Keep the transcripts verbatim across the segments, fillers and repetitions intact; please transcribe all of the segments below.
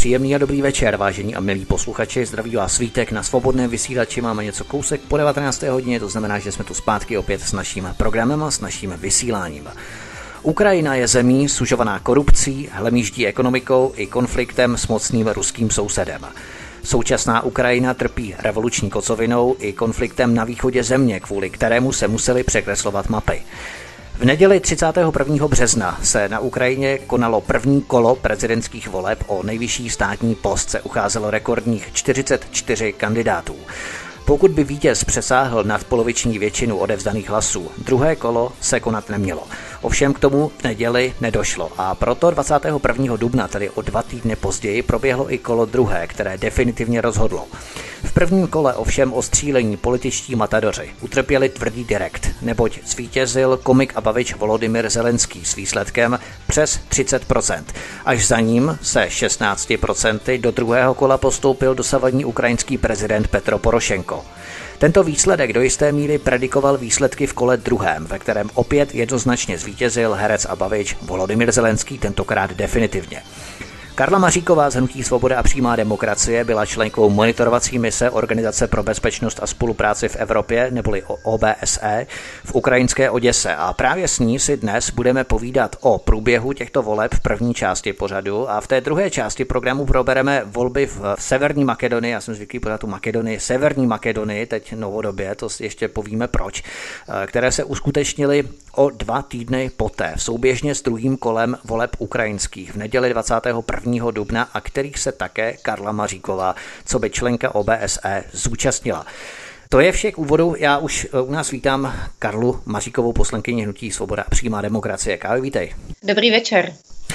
Příjemný a dobrý večer, vážení a milí posluchači, zdraví vás Vítek na svobodném vysílači, máme něco kousek po devatenácté hodině, to znamená, že jsme tu zpátky opět s naším programem a s naším vysíláním. Ukrajina je zemí sužovaná korupcí, hlemýždí ekonomikou i konfliktem s mocným ruským sousedem. Současná Ukrajina trpí revoluční kocovinou i konfliktem na východě země, kvůli kterému se museli překreslovat mapy. V neděli třicátého prvního března se na Ukrajině konalo první kolo prezidentských voleb, o nejvyšší státní post se ucházelo rekordních čtyřicet čtyři kandidátů. Pokud by vítěz přesáhl nadpoloviční většinu odevzdaných hlasů, druhé kolo se konat nemělo. Ovšem k tomu v neděli nedošlo a proto dvacátého prvního dubna, tedy o dva týdny později, proběhlo i kolo druhé, které definitivně rozhodlo. V prvním kole ovšem ostřílení političtí matadoři utrpěli tvrdý direkt, neboť zvítězil komik a bavič Volodymyr Zelenský s výsledkem přes třicet procent. Až za ním se šestnáct procent do druhého kola postoupil dosavadní ukrajinský prezident Petro Porošenko. Tento výsledek do jisté míry predikoval výsledky v kole druhém, ve kterém opět jednoznačně zvítězil herec a bavič Volodymyr Zelenský, tentokrát definitivně. Karla Maříková z hnutí Svoboda a přímá demokracie byla členkou monitorovací mise Organizace pro bezpečnost a spolupráci v Evropě, neboli O B S E, v ukrajinské Oděse a právě s ní si dnes budeme povídat o průběhu těchto voleb v první části pořadu a v té druhé části programu probereme volby v Severní Makedonii, já jsem zvyklý pořád tu Makedonii, Severní Makedonii, teď novodobě, to ještě povíme proč, které se uskutečnily o dva týdny poté, souběžně s druhým kolem voleb ukrajinských v neděli dvacátého prvního dubna a kterých se také Karla Maříková, co by členka O B S E, zúčastnila. To je vše k úvodu, já už u nás vítám Karlu Maříkovou, poslankyni hnutí Svoboda a přímá demokracie. Kávi, vítej. Dobrý večer.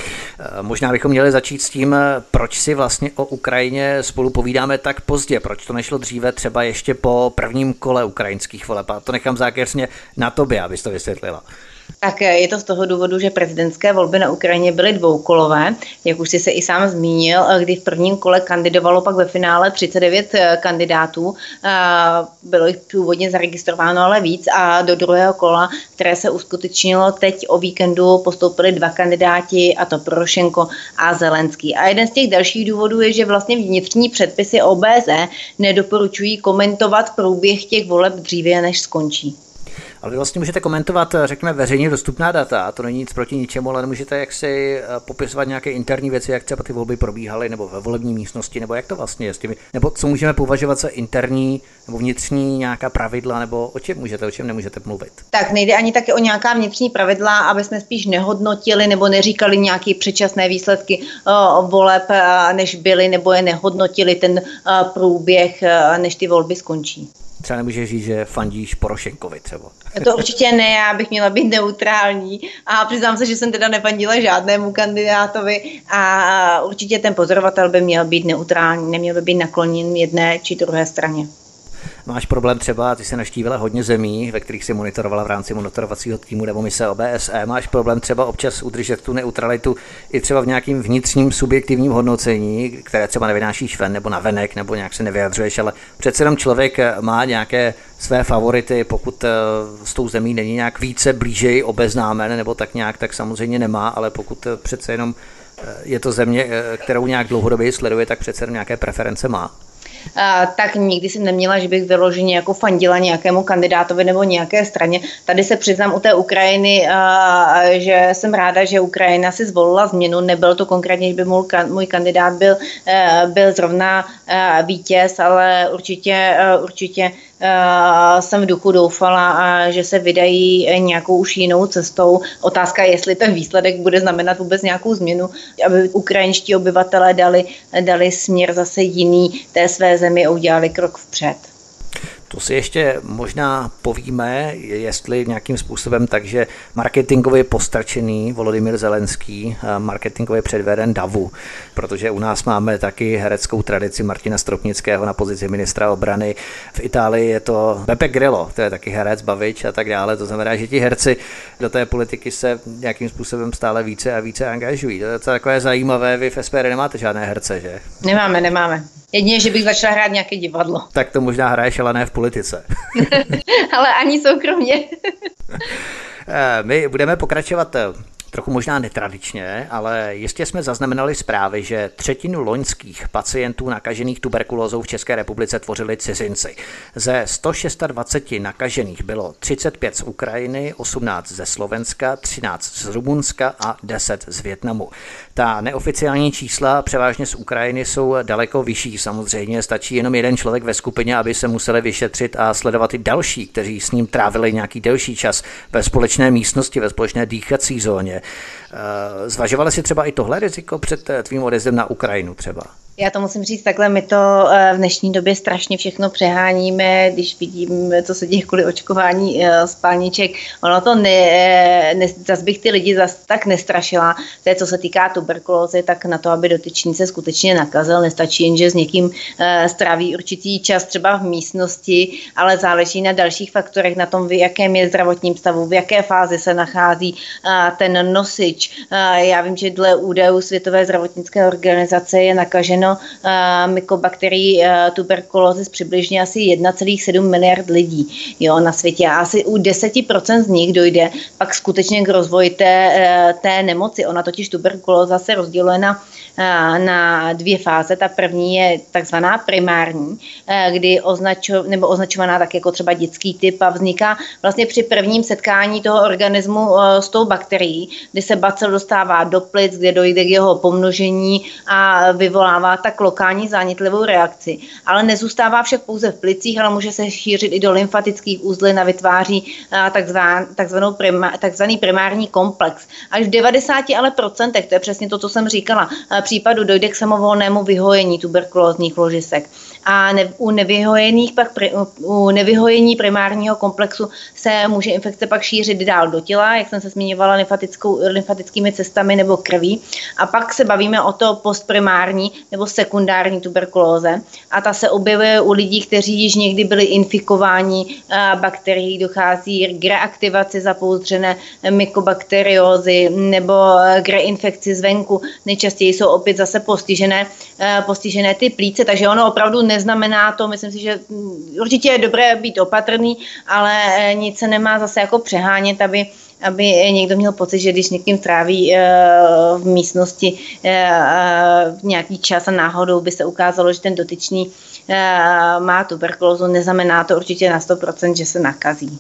Možná bychom měli začít s tím, proč si vlastně o Ukrajině spolu povídáme tak pozdě, proč to nešlo dříve třeba ještě po prvním kole ukrajinských voleb. A to nechám zákeřně na tobě, abys to vysvětlila. Tak je to z toho důvodu, že prezidentské volby na Ukrajině byly dvoukolové, jak už jsi se i sám zmínil, kdy v prvním kole kandidovalo pak ve finále třicet devět kandidátů, bylo jich původně zaregistrováno ale víc a do druhého kola, které se uskutečnilo teď o víkendu, postoupili dva kandidáti, a to Porošenko a Zelenský. A jeden z těch dalších důvodů je, že vlastně vnitřní předpisy O B S E nedoporučují komentovat průběh těch voleb dříve, než skončí. Ale vy vlastně můžete komentovat, řekněme, veřejně dostupná data, to není nic proti ničemu, ale nemůžete jaksi popisovat nějaké interní věci, jak třeba ty volby probíhaly, nebo ve volební místnosti, nebo jak to vlastně je s těmi, nebo co můžeme považovat za interní nebo vnitřní nějaká pravidla, nebo o čem můžete, o čem nemůžete mluvit? Tak nejde ani taky o nějaká vnitřní pravidla, aby jsme spíš nehodnotili nebo neříkali nějaké předčasné výsledky o, voleb, než byly, nebo je nehodnotili ten průběh, než ty volby skončí. Třeba nemůžeš říct, že fandíš Porošenkovi třeba. To určitě ne, já bych měla být neutrální a přiznám se, že jsem teda nefandila žádnému kandidátovi a určitě ten pozorovatel by měl být neutrální, neměl by být nakloněn jedné či druhé straně. Máš problém třeba, ty jsi navštívila hodně zemí, ve kterých si monitorovala v rámci monitorovacího týmu nebo mise O B S E. Máš problém třeba občas udržet tu neutralitu i třeba v nějakým vnitřním subjektivním hodnocení, které třeba nevynášíš ven nebo navenek, nebo nějak se nevyjadřuješ, ale přece jenom člověk má nějaké své favority, pokud s tou zemí není nějak více blížej obeznámen nebo tak nějak, tak samozřejmě nemá, ale pokud přece jenom je to země, kterou nějak dlouhodobě sleduje, tak přece jenom nějaké preference má. Uh, tak nikdy jsem neměla, že bych vyloženě jako fandila nějakému kandidátovi nebo nějaké straně. Tady se přiznám u té Ukrajiny, uh, že jsem ráda, že Ukrajina si zvolila změnu. Nebyl to konkrétně, že by můj, můj kandidát byl, uh, byl zrovna uh, vítěz, ale určitě, uh, určitě uh, jsem v duchu doufala, uh, že se vydají nějakou už jinou cestou. Otázka je, jestli ten výsledek bude znamenat vůbec nějakou změnu, aby ukrajinští obyvatelé dali, dali směr zase jiný té své zemi a udělali krok vpřed. To si ještě možná povíme, jestli nějakým způsobem takže marketingově postrčený Volodymyr Zelenský, marketingově předveden davu, protože u nás máme taky hereckou tradici Martina Stropnického na pozici ministra obrany. V Itálii je to Beppe Grillo, to je taky herec, bavič a tak dále. To znamená, že ti herci do té politiky se nějakým způsobem stále více a více angažují. To je takové zajímavé, vy v S P D nemáte žádné herce, že? Nemáme, nemáme. Jedině, že bych začala hrát nějaké divadlo. Tak to možná hraješ, ale ne v politice. Ale ani soukromně. My budeme pokračovat Trochu možná netradičně, ale jistě jsme zaznamenali zprávy, že třetinu loňských pacientů nakažených tuberkulózou v České republice tvořili cizinci. Ze sto dvacet šest nakažených bylo třicet pět z Ukrajiny, osmnáct ze Slovenska, třináct z Rumunska a deset z Vietnamu. Ta neoficiální čísla převážně z Ukrajiny jsou daleko vyšší. Samozřejmě stačí jenom jeden člověk ve skupině, aby se museli vyšetřit a sledovat i další, kteří s ním trávili nějaký delší čas ve společné místnosti, ve společné dýchací zóně. Zvažovali si třeba i tohle riziko před tvým odjezdem na Ukrajinu třeba? Já to musím říct takhle, my to v dnešní době strašně všechno přeháníme, když vidím, co se děje kvůli očkování spalniček. Ono to ne, ne, zas bych ty lidi zas tak nestrašila. To je, co se týká tuberkulózy, tak na to, aby dotyčný se skutečně nakazil, nestačí jen, že s někým stráví určitý čas třeba v místnosti, ale záleží na dalších faktorech, na tom, v jakém je zdravotním stavu, v jaké fázi se nachází ten nosič. Já vím, že dle údajů Světové zdravotnické organizace je nakažen mykobakterií tuberkulózy přibližně asi jedna celá sedm miliard lidí, jo, na světě. A asi u deset procent z nich dojde pak skutečně k rozvoji té, té nemoci. Ona totiž tuberkulóza se rozděluje na, na dvě fáze. Ta první je takzvaná primární, kdy označo, nebo označovaná tak jako třeba dětský typ a vzniká vlastně při prvním setkání toho organismu s tou bakterií, kdy se bacil dostává do plic, kde dojde k jeho pomnožení a vyvolává tak lokální zánětlivou reakci. Ale nezůstává však pouze v plicích, ale může se šířit i do lymfatických uzlin a vytváří takzvaný, takzvanou prima, takzvaný primární komplex. Až v devadesáti ale procentech, to je přesně to, co jsem říkala, případu dojde k samovolnému vyhojení tuberkulózních ložisek. A ne, u, nevyhojených pak, u nevyhojení primárního komplexu se může infekce pak šířit dál do těla, jak jsem se zmiňovala, lymfatickými cestami nebo krví. A pak se bavíme o to postprimární nebo sekundární tuberkulóze. A ta se objevuje u lidí, kteří již někdy byli infikováni bakterií, dochází k reaktivaci zapouzdřené mykobakteriózy nebo k reinfekci zvenku. Nejčastěji jsou opět zase postižené, postižené ty plíce, takže ono opravdu neznamená to, myslím si, že určitě je dobré být opatrný, ale nic se nemá zase jako přehánět, aby aby někdo měl pocit, že když někým tráví v místnosti nějaký čas a náhodou by se ukázalo, že ten dotyčný má tuberkulózu, neznamená to určitě na sto procent, že se nakazí.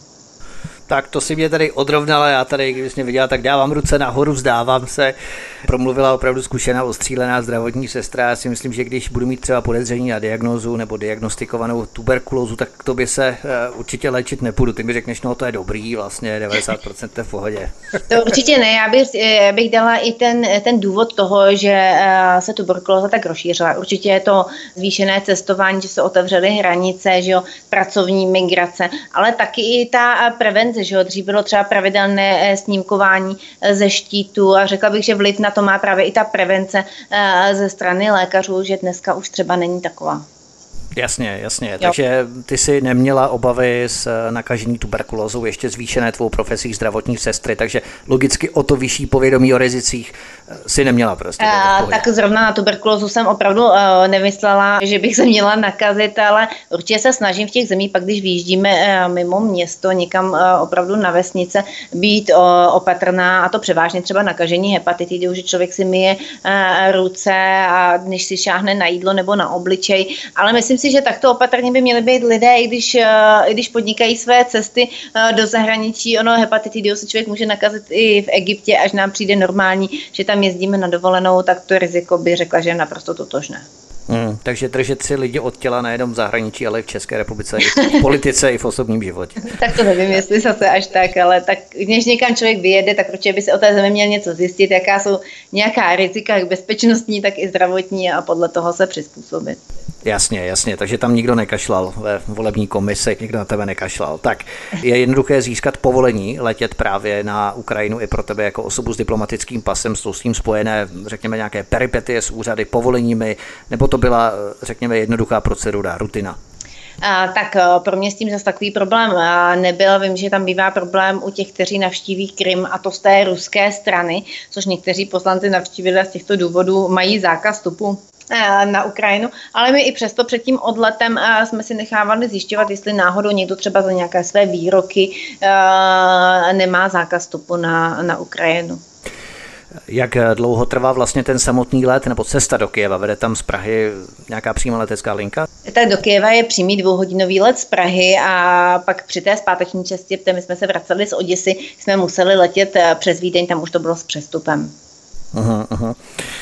Tak to si mě tady odrovnala, já tady, když mě viděla, tak dávám ruce nahoru, vzdávám se. Promluvila opravdu zkušená, ostřílená zdravotní sestra. Já si myslím, že když budu mít třeba podezření na diagnózu nebo diagnostikovanou tuberkulózu, tak to by se uh, určitě léčit nepůjdu. Ty mi řekneš, no to je dobrý, vlastně devadesát procent je v pohodě. To určitě ne, já bych, já bych dala i ten, ten důvod toho, že uh, se tuberkulóza tak rozšířila. Určitě je to zvýšené cestování, že se otevřely hranice, že jo, pracovní migrace, ale taky i ta prevence, že jo, dřív bylo třeba pravidelné snímkování ze štítu a řekla bych, že vliv na to má právě i ta prevence ze strany lékařů, že dneska už třeba není taková. Jasně, jasně. Jo. Takže ty jsi neměla obavy s nakažení tuberkulózou, ještě zvýšené tvou profesí zdravotní sestry, takže logicky o to vyšší povědomí o rizicích si neměla prostě. A, tak zrovna na tuberkulózu jsem opravdu uh, nemyslela, že bych se měla nakazit, ale určitě se snažím v těch zemích, pak když vyjíždíme uh, mimo město, někam uh, opravdu na vesnice, být uh, opatrná, a to převážně třeba nakažení hepatitidou, že člověk si myje uh, ruce a než si šáhne na jídlo nebo na obličej, ale myslím si, že takto opatrně by měli být lidé, i když, i když podnikají své cesty do zahraničí. Ono hepatitidou se člověk může nakazit i v Egyptě, až nám přijde normální, že tam jezdíme na dovolenou, tak to riziko by řekla, že je naprosto totožné. Hmm, takže držet si lidi od těla nejenom v zahraničí, ale i v České republice, i v politice, i v osobním životě. Tak to nevím, jestli zase až tak, ale tak když někam člověk vyjede, tak určitě by se o té zemi měl něco zjistit, jaká jsou nějaká rizika, jak bezpečnostní, tak i zdravotní, a podle toho se přizpůsobit. Jasně, jasně, takže tam nikdo nekašlal ve volební komisi, nikdo na tebe nekašlal. Tak je jednoduché získat povolení letět právě na Ukrajinu i pro tebe jako osobu s diplomatickým pasem, jsou s tím spojené, řekněme, nějaké peripetie s úřady, povoleními, nebo to byla, řekněme, jednoduchá procedura, rutina? A, tak pro mě s tím zase takový problém nebyl. Vím, že tam bývá problém u těch, kteří navštíví Krym, a to z té ruské strany, což někteří poslanci navštívili a z těchto důvodů mají zákaz vstupu na Ukrajinu, ale my i přesto před tím odletem jsme si nechávali zjišťovat, jestli náhodou někdo třeba za nějaké své výroky nemá zákaz vstupu na, na Ukrajinu. Jak dlouho trvá vlastně ten samotný let nebo cesta do Kyjeva? Vede tam z Prahy nějaká přímá letecká linka? Tak do Kyjeva je přímý dvouhodinový let z Prahy a pak při té zpáteční cestě, protože my jsme se vraceli z Oděsy, jsme museli letět přes Vídeň, tam už to bylo s přestupem. Uhum, uhum.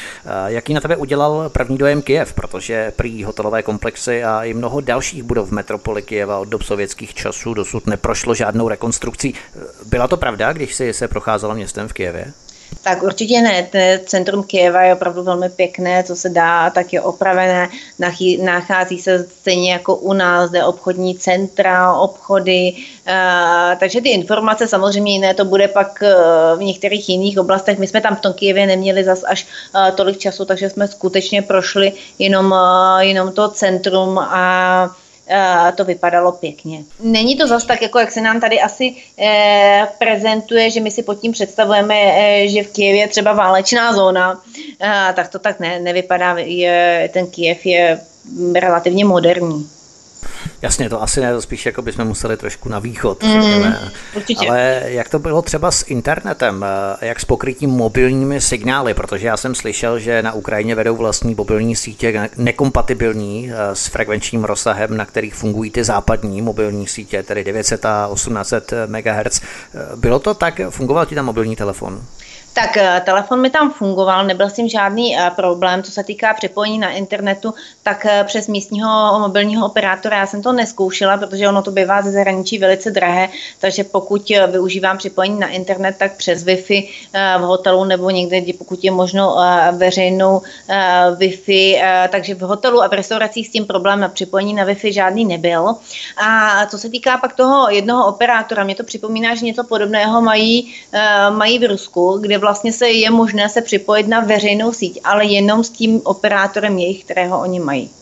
Jaký na tebe udělal první dojem Kyjev, protože prý hotelové komplexy a i mnoho dalších budov v metropoli Kyjeva od dob sovětských časů dosud neprošlo žádnou rekonstrukcí. Byla to pravda, když jsi se procházela městem v Kyjevě? Tak určitě ne. Centrum Kyjeva je opravdu velmi pěkné, co se dá, tak je opravené. Nachází se stejně jako u nás, zde obchodní centra, obchody. Takže ty informace samozřejmě jiné to bude pak v některých jiných oblastech. My jsme tam v tom Kyjevě neměli zas až tolik času, takže jsme skutečně prošli jenom, jenom to centrum a to vypadalo pěkně. Není to zas tak, jako jak se nám tady asi eh, prezentuje, že my si pod tím představujeme, eh, že v Kyjevě je třeba válečná zóna, eh, tak to tak ne, nevypadá. Je, ten Kyjev je relativně moderní. Jasně, to asi ne, to spíš jako bychom museli trošku na východ. Mm, ale jak to bylo třeba s internetem, jak s pokrytím mobilními signály, protože já jsem slyšel, že na Ukrajině vedou vlastní mobilní sítě nekompatibilní s frekvenčním rozsahem, na kterých fungují ty západní mobilní sítě, tedy devět set a osmnáct set megahertzů. Bylo to tak? Fungoval ti tam mobilní telefon? Tak telefon mi tam fungoval, nebyl s tím žádný problém, co se týká připojení na internetu, tak přes místního mobilního operátora já jsem to neskoušela, protože ono to bývá ze zahraničí velice drahé, takže pokud využívám připojení na internet, tak přes Wi-Fi v hotelu nebo někde, pokud je možno veřejnou Wi-Fi, takže v hotelu a v restauracích s tím problém na připojení na Wi-Fi žádný nebyl. A co se týká pak toho jednoho operátora, mě to připomíná, že něco podobného mají, mají v Rusku, kde vlastně se je možné se připojit na veřejnou síť, ale jenom s tím operátorem jejich, kterého oni mají.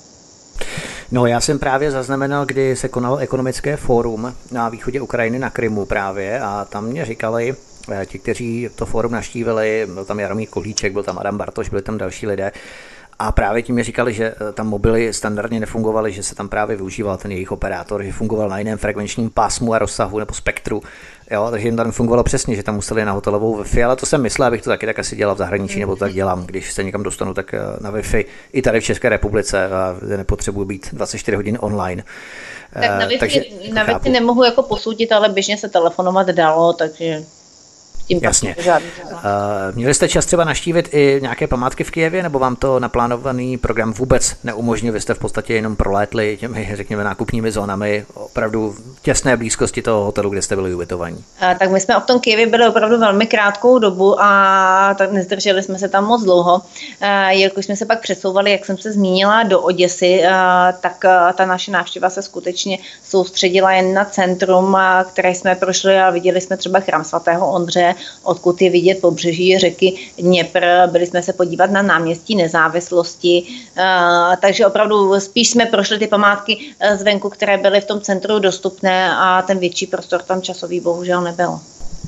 No, já jsem právě zaznamenal, kdy se konalo ekonomické fórum na východě Ukrajiny na Krymu právě a tam mě říkali, ti, kteří to fórum navštívili, byl tam Jaromír Kohlíček, byl tam Adam Bartoš, byli tam další lidé, a právě tím mi říkali, že tam mobily standardně nefungovaly, že se tam právě využíval ten jejich operátor, že fungoval na jiném frekvenčním pásmu a rozsahu nebo spektru. Jo, takže jim tam fungovalo přesně, že tam museli na hotelovou Wi-Fi, ale to jsem myslel, abych to taky tak asi dělal v zahraničí, nebo to tak dělám, když se někam dostanu, tak na Wi-Fi i tady v České republice a nepotřebuji být dvacet čtyři hodin online. Tak na Wi-Fi, takže na Wi-Fi nemohu jako posoudit, ale běžně se telefonovat dalo, takže... Jasně. Uh, měli jste čas třeba navštívit i nějaké památky v Kyjevě, nebo vám to naplánovaný program vůbec neumožnil? Vy jste v podstatě jenom prolétli těmi, řekněme, nákupními zónami, opravdu v těsné blízkosti toho hotelu, kde jste byli ubytovaní. Uh, tak my jsme v tom Kyjevě byli opravdu velmi krátkou dobu a tak nezdrželi jsme se tam moc dlouho. Uh, jelikož jsme se pak přesouvali, jak jsem se zmínila, do Oděsy, uh, tak uh, ta naše návštěva se skutečně soustředila jen na centrum, uh, které jsme prošli a viděli jsme třeba chrám svatého Ondřeje, odkud je vidět pobřeží řeky Dněpr. Byli jsme se podívat na náměstí Nezávislosti, takže opravdu spíš jsme prošli ty památky zvenku, které byly v tom centru dostupné a ten větší prostor tam časový bohužel nebyl.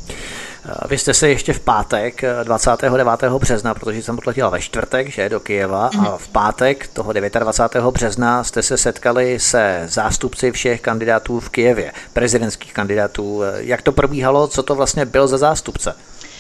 Vy jste se ještě v pátek dvacátého devátého března, protože jsem odletěla ve čtvrtek, že, do Kyjeva, mm. a v pátek toho dvacátého devátého března jste se setkali se zástupci všech kandidátů v Kyjevě, prezidentských kandidátů. Jak to probíhalo, co to vlastně byl za zástupce?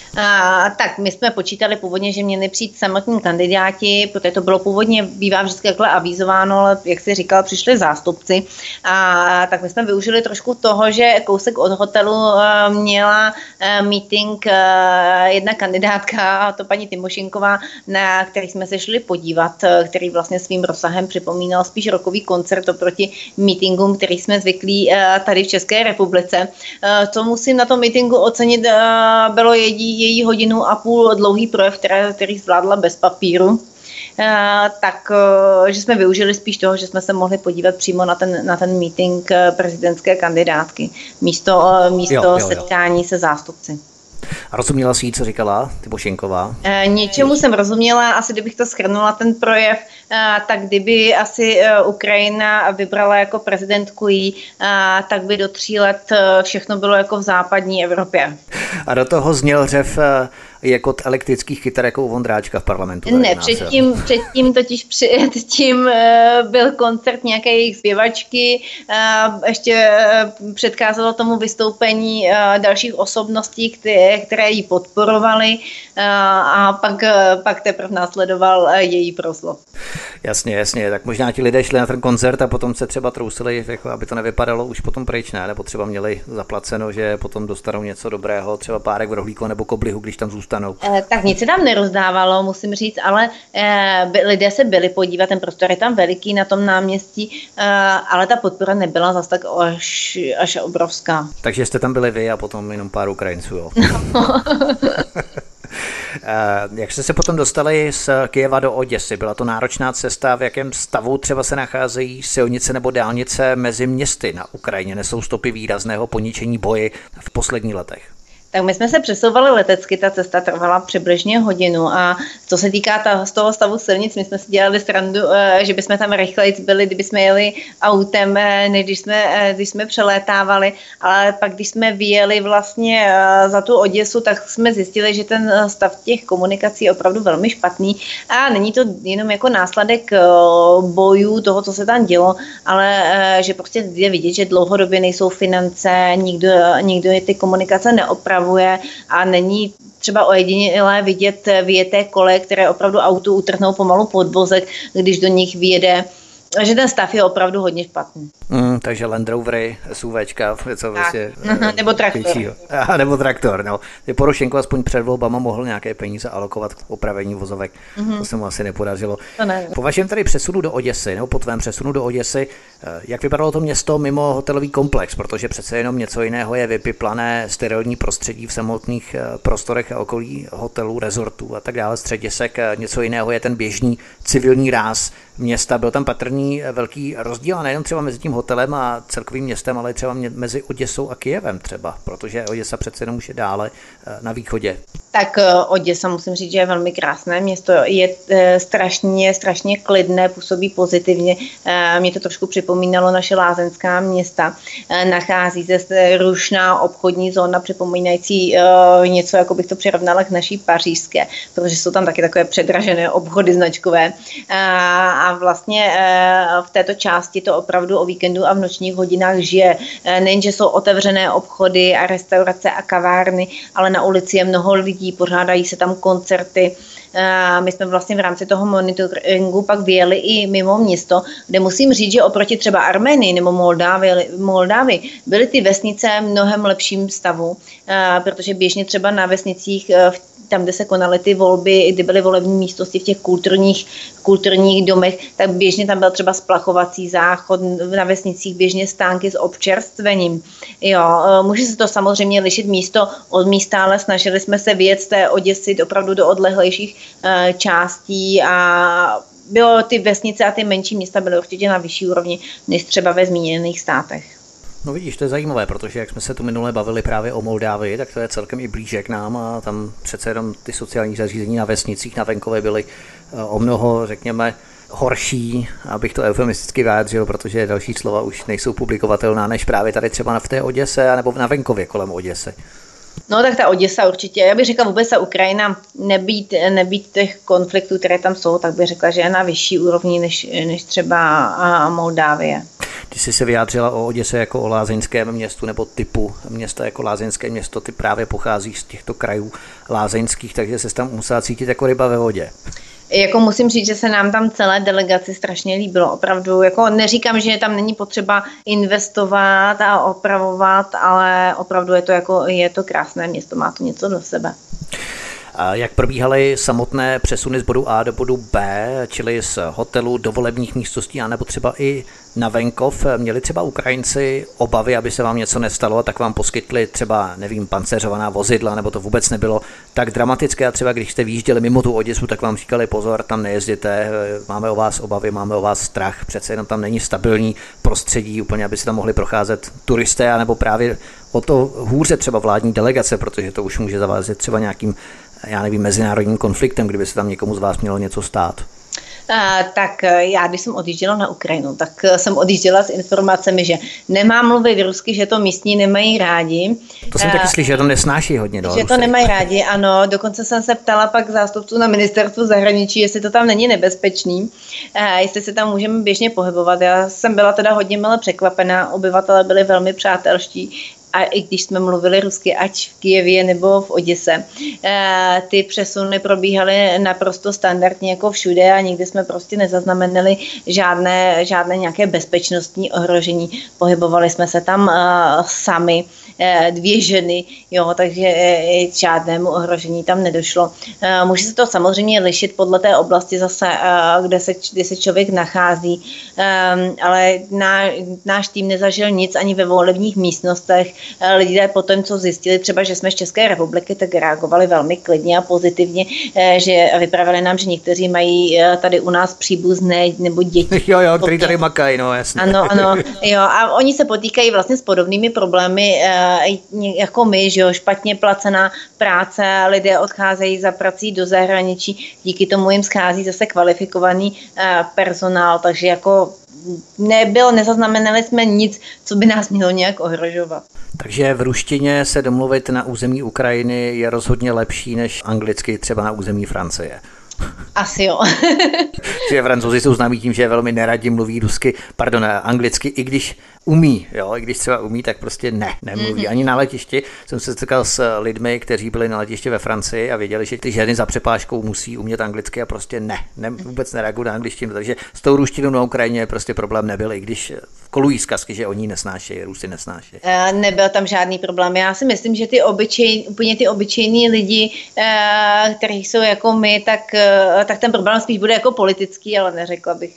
A, tak my jsme počítali původně, že měli přijít samotní kandidáti, protože to bylo původně, bývá vždycky takhle avizováno, ale jak si říkal, přišli zástupci. A tak my jsme využili trošku toho, že kousek od hotelu uh, měla uh, meeting uh, jedna kandidátka, a to paní Tymošenková, na který jsme se šli podívat, uh, který vlastně svým rozsahem připomínal spíš rockový koncert oproti meetingům, který jsme zvyklí uh, tady v České republice. Uh, co musím na tom meetingu ocenit, uh, bylo jedí její hodinu a půl dlouhý projev, který, který zvládla bez papíru, e, tak e, že jsme využili spíš toho, že jsme se mohli podívat přímo na ten, na ten meeting prezidentské kandidátky, místo, místo jo, jo, jo. setkání se zástupci. A rozuměla si jí, co říkala Tymošenková? E, něčemu jsem rozuměla, asi kdybych to shrnula ten projev, e, tak kdyby asi e, Ukrajina vybrala jako prezidentku jí, e, tak by do tří let e, všechno bylo jako v západní Evropě. A do toho zněl řev je kód elektrických kytar jako u Vondráčka v parlamentu. Ne, předtím, předtím totiž předtím byl koncert nějaké jejich zpěvačky, ještě předcházelo tomu vystoupení dalších osobností, které, které ji podporovaly a pak, pak teprve následoval její proslov. Jasně, jasně, tak možná ti lidé šli na ten koncert a potom se třeba trousili, jako aby to nevypadalo už potom pryč, ne? Nebo třeba měli zaplaceno, že potom dostanou něco dobrého, třeba párek v rohlíku nebo koblihu, když tam zůstanou. Eh, tak nic se tam nerozdávalo, musím říct, ale eh, by, lidé se byli podívat, ten prostor je tam veliký na tom náměstí, eh, ale ta podpora nebyla zas tak až, až obrovská. Takže jste tam byli vy a potom jenom pár Ukrajinců, jo? Jak jste se potom dostali z Kyjeva do Oděsy? Byla to náročná cesta? V jakém stavu třeba se nacházejí silnice nebo dálnice mezi městy na Ukrajině? Nesou stopy výrazného poničení boji v posledních letech? Tak my jsme se přesouvali letecky, ta cesta trvala přibližně hodinu a co se týká ta, z toho stavu silnic, my jsme si dělali srandu, že bychom tam rychleji byli, kdyby jsme jeli autem, než když jsme, když jsme přelétávali, ale pak když jsme vyjeli vlastně za tu Oděsu, tak jsme zjistili, že ten stav těch komunikací je opravdu velmi špatný a není to jenom jako následek bojů, toho, co se tam dělo, ale že prostě je vidět, že dlouhodobě nejsou finance, nikdo, nikdo ty komunikace neopravuje a není třeba ojedinělé vidět vyjeté koleje, které opravdu autu utrhnou pomalu podvozek, když do nich vyjede. že ten stav je opravdu hodně špatný. Mm, takže Land Rovery, SUVčka, něco vlastně. Nebo traktor. Aha, nebo traktor, no. Porošenko aspoň před volbama mohl nějaké peníze alokovat k opravení vozovek. Mm-hmm. To se mu asi nepodařilo. To ne. Po vašem tady přesunu do Oděsy, nebo po tvém přesunu do Oděsy, jak vypadalo to město mimo hotelový komplex, protože přece jenom něco jiného je vypiplané sterilní prostředí v samotných prostorech a okolí hotelů, rezortů a tak dále, středisek, něco jiného je ten běžný civilní ráz města. Byl tam patrný velký rozdíl a nejenom třeba mezi tím hotelem a celkovým městem, ale třeba mezi Oděsou a Kyjevem třeba, protože Oděsa přece jenom už je dále na východě. Tak Oděsa musím říct, že je velmi krásné město, je strašně, strašně klidné, působí pozitivně. Mě to trošku připomínalo naše lázeňská města. Nachází se rušná obchodní zóna připomínající něco, jako bych to přirovnala k naší pařížské, protože jsou tam taky takové předražené obchody značkové. A vlastně v této části to opravdu o víkendu a v nočních hodinách žije. Nejenže jsou otevřené obchody a restaurace a kavárny, ale na ulici je mnoho lidí, pořádají se tam koncerty. My jsme vlastně v rámci toho monitoringu pak vyjeli i mimo město, kde musím říct, že oproti třeba Arménii nebo Moldávii, Moldávii byly ty vesnice mnohem lepším stavu, protože běžně třeba na vesnicích, tam, kde se konaly ty volby, kdy byly volební místnosti v těch kulturních, kulturních domech, tak běžně tam byl třeba splachovací záchod, na vesnicích běžně stánky s občerstvením. Jo, může se to samozřejmě lišit místo od místa, ale snažili jsme se vyjet z té Oděsy opravdu do odlehlejších uh, částí a bylo ty vesnice a ty menší města byly určitě na vyšší úrovni než třeba ve zmíněných státech. No vidíš, to je zajímavé, protože jak jsme se tu minule bavili právě o Moldávii, tak to je celkem i blíže k nám a tam přece jenom ty sociální zařízení na vesnicích, na venkově byly o mnoho, řekněme, horší, abych to eufemisticky vyjádřil, protože další slova už nejsou publikovatelná než právě tady třeba v té Oděse nebo na venkově kolem Oděsy. No tak ta Oděsa určitě, já bych řekla vůbec ta Ukrajina, nebýt, nebýt těch konfliktů, které tam jsou, tak bych řekla, že je na vyšší úrovni než, než třeba Moldávie. Ty jsi se vyjádřila o Oděse jako o lázeňském městu nebo typu města jako lázeňské město, ty právě pocházíš z těchto krajů lázeňských, takže se tam musela cítit jako ryba ve vodě. Jako musím říct, že se nám tam celé delegaci strašně líbilo, opravdu, jako neříkám, že tam není potřeba investovat a opravovat, ale opravdu je to, jako, je to krásné město, má to něco do sebe. A jak probíhaly samotné přesuny z bodu A do bodu B, čili z hotelu do volebních místností, anebo třeba i na venkov? Měli třeba Ukrajinci obavy, aby se vám něco nestalo, tak vám poskytli třeba, nevím, pancéřovaná vozidla, nebo to vůbec nebylo tak dramatické a třeba když jste vyjížděli mimo tu Oděsu, tak vám říkali pozor, tam nejezděte, máme o vás obavy, máme o vás strach, přece jenom tam není stabilní prostředí úplně, aby se tam mohli procházet turisté, anebo právě o to hůře třeba vládní delegace, protože to už může zavázet třeba nějakým, já nevím, mezinárodním konfliktem, kdyby se tam někomu z vás mělo něco stát. A, tak já, když jsem odjížděla na Ukrajinu, tak jsem odjížděla s informacemi, že nemám mluvit rusky, že to místní nemají rádi. To jsem a, taky slyšel, že to nesnáší hodně. Že to nemají rádi, ano. Dokonce jsem se ptala pak zástupců na ministerstvu zahraničí, jestli to tam není nebezpečný, a jestli se tam můžeme běžně pohybovat. Já jsem byla teda hodně mile překvapená, obyvatelé byli velmi přátelští. A i když jsme mluvili rusky, ať v Kyjevě nebo v Oděse, ty přesuny probíhaly naprosto standardně jako všude a nikdy jsme prostě nezaznamenali žádné, žádné nějaké bezpečnostní ohrožení. Pohybovali jsme se tam sami, dvě ženy, jo, takže žádnému ohrožení tam nedošlo. Může se to samozřejmě lišit podle té oblasti zase, kde se, kde se člověk nachází, ale náš, náš tým nezažil nic ani ve volebních místnostech. Lidé po tom, co zjistili třeba, že jsme z České republiky, tak reagovali velmi klidně a pozitivně, že vyprávěli nám, že někteří mají tady u nás příbuzné nebo děti. Jo, jo, který tady makají, no jasně. Ano, ano, jo, a oni se potýkají vlastně s podobnými problémy jako my, že jo, špatně placená práce, lidé odcházejí za prací do zahraničí, díky tomu jim schází zase kvalifikovaný personál, takže jako nebyl, nezaznamenali jsme nic, co by nás mělo nějak ohrožovat. Takže v ruštině se domluvit na území Ukrajiny je rozhodně lepší než anglicky třeba na území Francie. Asi jo. Že Francouzi jsou známí tím, že velmi neradi mluví rusky, pardon, anglicky, i když umí, jo, i když třeba umí, tak prostě ne, nemluví. Mm-hmm. Ani na letišti jsem se setkal s lidmi, kteří byli na letišti ve Francii a věděli, že ty ženy za přepážkou musí umět anglicky a prostě ne, ne vůbec nereagují na angličtinu, takže s tou ruštinou na Ukrajině prostě problém nebyl, i když kolují zkazky, že oni nesnášejí, Rusy nesnášejí. E, nebyl tam žádný problém. Já si myslím, že ty obyčej, úplně ty obyčejní lidi, e, kteří jsou jako my, tak, e, tak ten problém spíš bude jako politický, ale neřekla bych,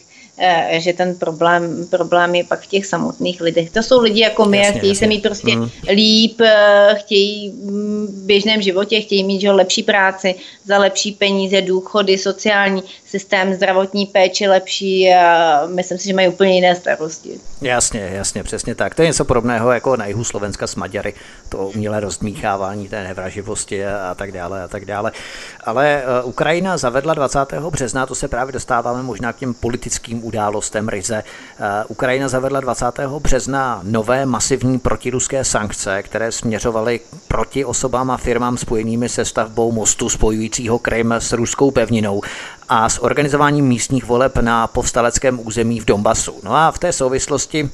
že ten problém, problém je pak v těch samotných lidech. To jsou lidi jako my, jasně, chtějí jasně. se mít prostě mm. líp, chtějí v běžném životě, chtějí mít že, lepší práci, za lepší peníze, důchody, sociální systém, zdravotní péči lepší a myslím si, že mají úplně jiné starosti. Jasně, jasně, přesně tak. To je něco podobného jako na jihu Slovenska s Maďary, to umělé rozdmíchávání té nevraživosti a tak dále a tak dále. Ale uh, Ukrajina zavedla dvacátého března, to se právě dostáváme možná k těm politickým událostem ryze. Uh, Ukrajina zavedla dvacátého března nové masivní protiruské sankce, které směřovaly proti osobám a firmám spojenými se stavbou mostu spojujícího Krym s ruskou pevninou a s organizováním místních voleb na povstaleckém území v Donbasu. No a v té souvislosti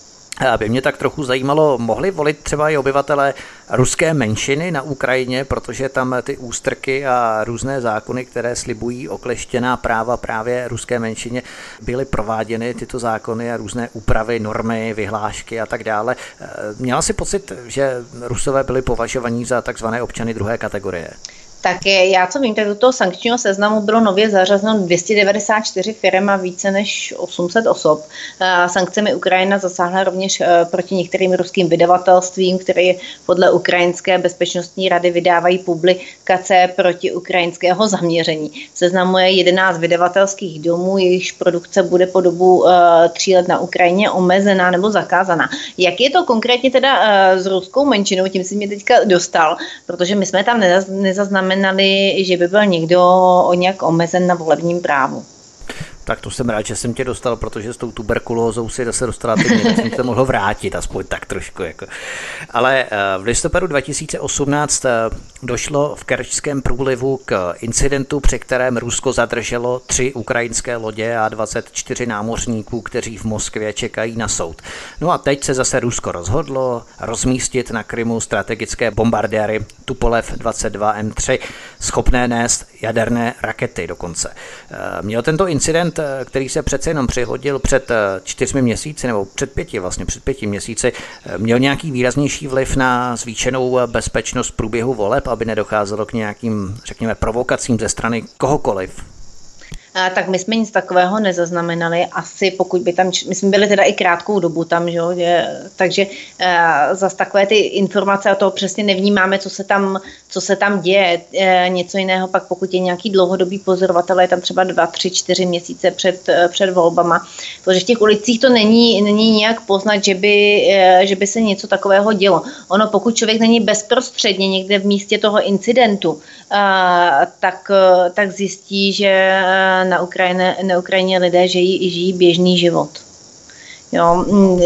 by mě tak trochu zajímalo, mohli volit třeba i obyvatelé ruské menšiny na Ukrajině, protože tam ty ústrky a různé zákony, které slibují okleštěná práva právě ruské menšině, byly prováděny tyto zákony a různé úpravy, normy, vyhlášky a tak dále. Měla si pocit, že Rusové byli považovaní za takzvané občany druhé kategorie? Tak je, já co vím, tak do toho sankčního seznamu bylo nově zařazeno dvě stě devadesát čtyři firem a více než osm set osob. Sankcemi Ukrajina zasáhla rovněž proti některým ruským vydavatelstvím, které podle Ukrajinské bezpečnostní rady vydávají publikace proti ukrajinského zaměření. Seznamuje jedenáct vydavatelských domů, jejichž produkce bude po dobu uh, tří let na Ukrajině omezená nebo zakázaná. Jak je to konkrétně teda uh, s ruskou menšinou, tím si mě teďka dostal, protože my jsme tam nezaz, nezaznamenali, že by byl někdo o nějak omezen na volebním právu. Tak to jsem rád, že jsem tě dostal, protože s tou tuberkulózou si zase dostala ty mě, tak jsem to mohl vrátit, aspoň tak trošku. Jako. Ale v listopadu dva tisíce osmnáct došlo v Kerčském průlivu k incidentu, při kterém Rusko zadrželo tři ukrajinské lodě a dvacet čtyři námořníků, kteří v Moskvě čekají na soud. No a teď se zase Rusko rozhodlo rozmístit na Krymu strategické bombardéry Tupolev dvacet dva M tři, schopné nést jaderné rakety dokonce. Měl tento incident, který se přece jenom přihodil před čtyřmi měsíci, nebo před pěti vlastně, před pěti měsíci, měl nějaký výraznější vliv na zvýšenou bezpečnost průběhu voleb, aby nedocházelo k nějakým, řekněme, provokacím ze strany kohokoliv? Tak my jsme nic takového nezaznamenali, asi pokud by tam, my jsme byli teda i krátkou dobu tam, že? takže uh, zase takové ty informace a toho přesně nevnímáme, co se tam, co se tam děje. Něco jiného pak, pokud je nějaký dlouhodobý pozorovatel, je tam třeba dva, tři, čtyři měsíce před, před volbama. Protože v těch ulicích to není, není nějak poznat, že by, že by se něco takového dělo. Ono, pokud člověk není bezprostředně někde v místě toho incidentu, tak, tak zjistí, že na Ukrajině, na Ukrajině lidé žijí, žijí běžný život. Jo,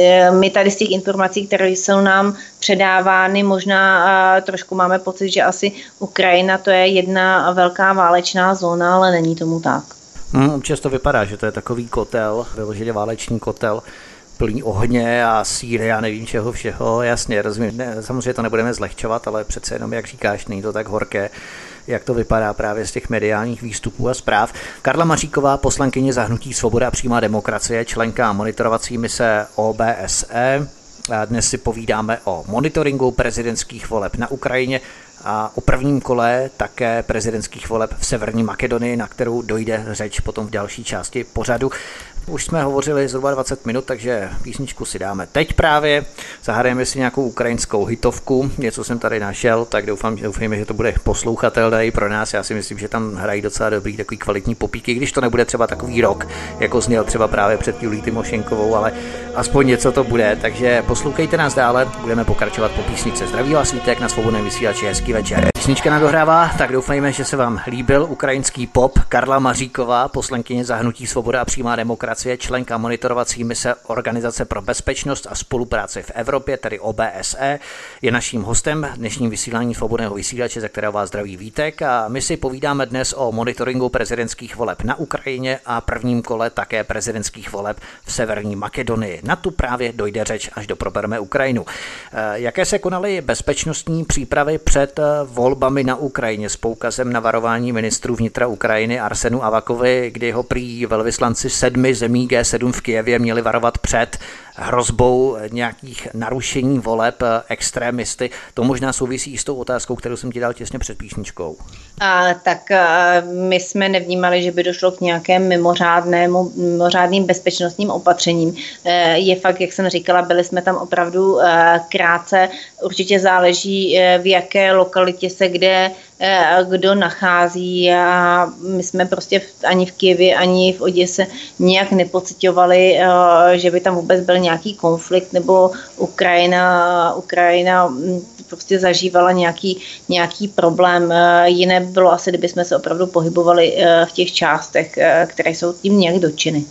my tady z těch informací, které jsou nám předávány, možná trošku máme pocit, že asi Ukrajina to je jedna velká válečná zóna, ale není tomu tak. Hmm, občas to vypadá, že to je takový kotel, vyloženě válečný kotel, plný ohně a síry a nevím čeho všeho, jasně, rozumím. Ne, samozřejmě to nebudeme zlehčovat, ale přece jenom, jak říkáš, není to tak horké, jak to vypadá právě z těch mediálních výstupů a zpráv. Karla Maříková, poslankyně za hnutí Svoboda a přímá demokracie, členka monitorovací mise O B S E. Dnes si povídáme o monitoringu prezidentských voleb na Ukrajině a o prvním kole také prezidentských voleb v Severní Makedonii, na kterou dojde řeč potom v další části pořadu. Už jsme hovořili zhruba dvacet minut, takže písničku si dáme teď právě. Zahrajeme si nějakou ukrajinskou hitovku, něco jsem tady našel, tak doufám, doufám, že to bude poslouchatelné i pro nás. Já si myslím, že tam hrají docela dobrý takový kvalitní popíky, když to nebude třeba takový rock, jako zněl třeba právě před Julí Tymošenkovou, ale aspoň něco to bude. Takže poslouchejte nás dále, budeme pokračovat po písničce. Zdraví vás Vítek na Svobodném vysílači, hezký večer. Písnička nadohrává, tak doufejme, že se vám líbil ukrajinský pop. Karla Maříková, poslankyně za hnutí Svoboda a přímá demokracie, členka monitorovací mise Organizace pro bezpečnost a spolupráci v Evropě, tedy O B S E, je naším hostem dnešním vysílání Svobodného vysílače, za kterého vás zdraví Vítek, a my si povídáme dnes o monitoringu prezidentských voleb na Ukrajině a prvním kole také prezidentských voleb v Severní Makedonii. Na tu právě dojde řeč, až doprobereme Ukrajinu. Jaké se konaly bezpečnostní přípravy před volbami na Ukrajině s poukazem na varování ministrů vnitra Ukrajiny Arsenu Avakovi, kdy ho prý velvyslanci sedmi zemí G sedm v Kyjevě měli varovat před hrozbou nějakých narušení voleb extrémisty. To možná souvisí s tou otázkou, kterou jsem ti dal těsně před písničkou. A, tak a, my jsme nevnímali, že by došlo k nějakému mimořádnému, mimořádným bezpečnostním opatřením. E, je fakt, jak jsem říkala, byli jsme tam opravdu e, krátce. Určitě záleží, e, v jaké lokalitě se kde e, kdo nachází, a my jsme prostě v, ani v Kyjevě, ani v Oděse nějak nepociťovali, e, že by tam vůbec byl nějaký konflikt, nebo Ukrajina, Ukrajina prostě zažívala nějaký, nějaký problém. Jiné by bylo asi, kdybychom se opravdu pohybovali v těch částech, které jsou tím nějak dotčeny.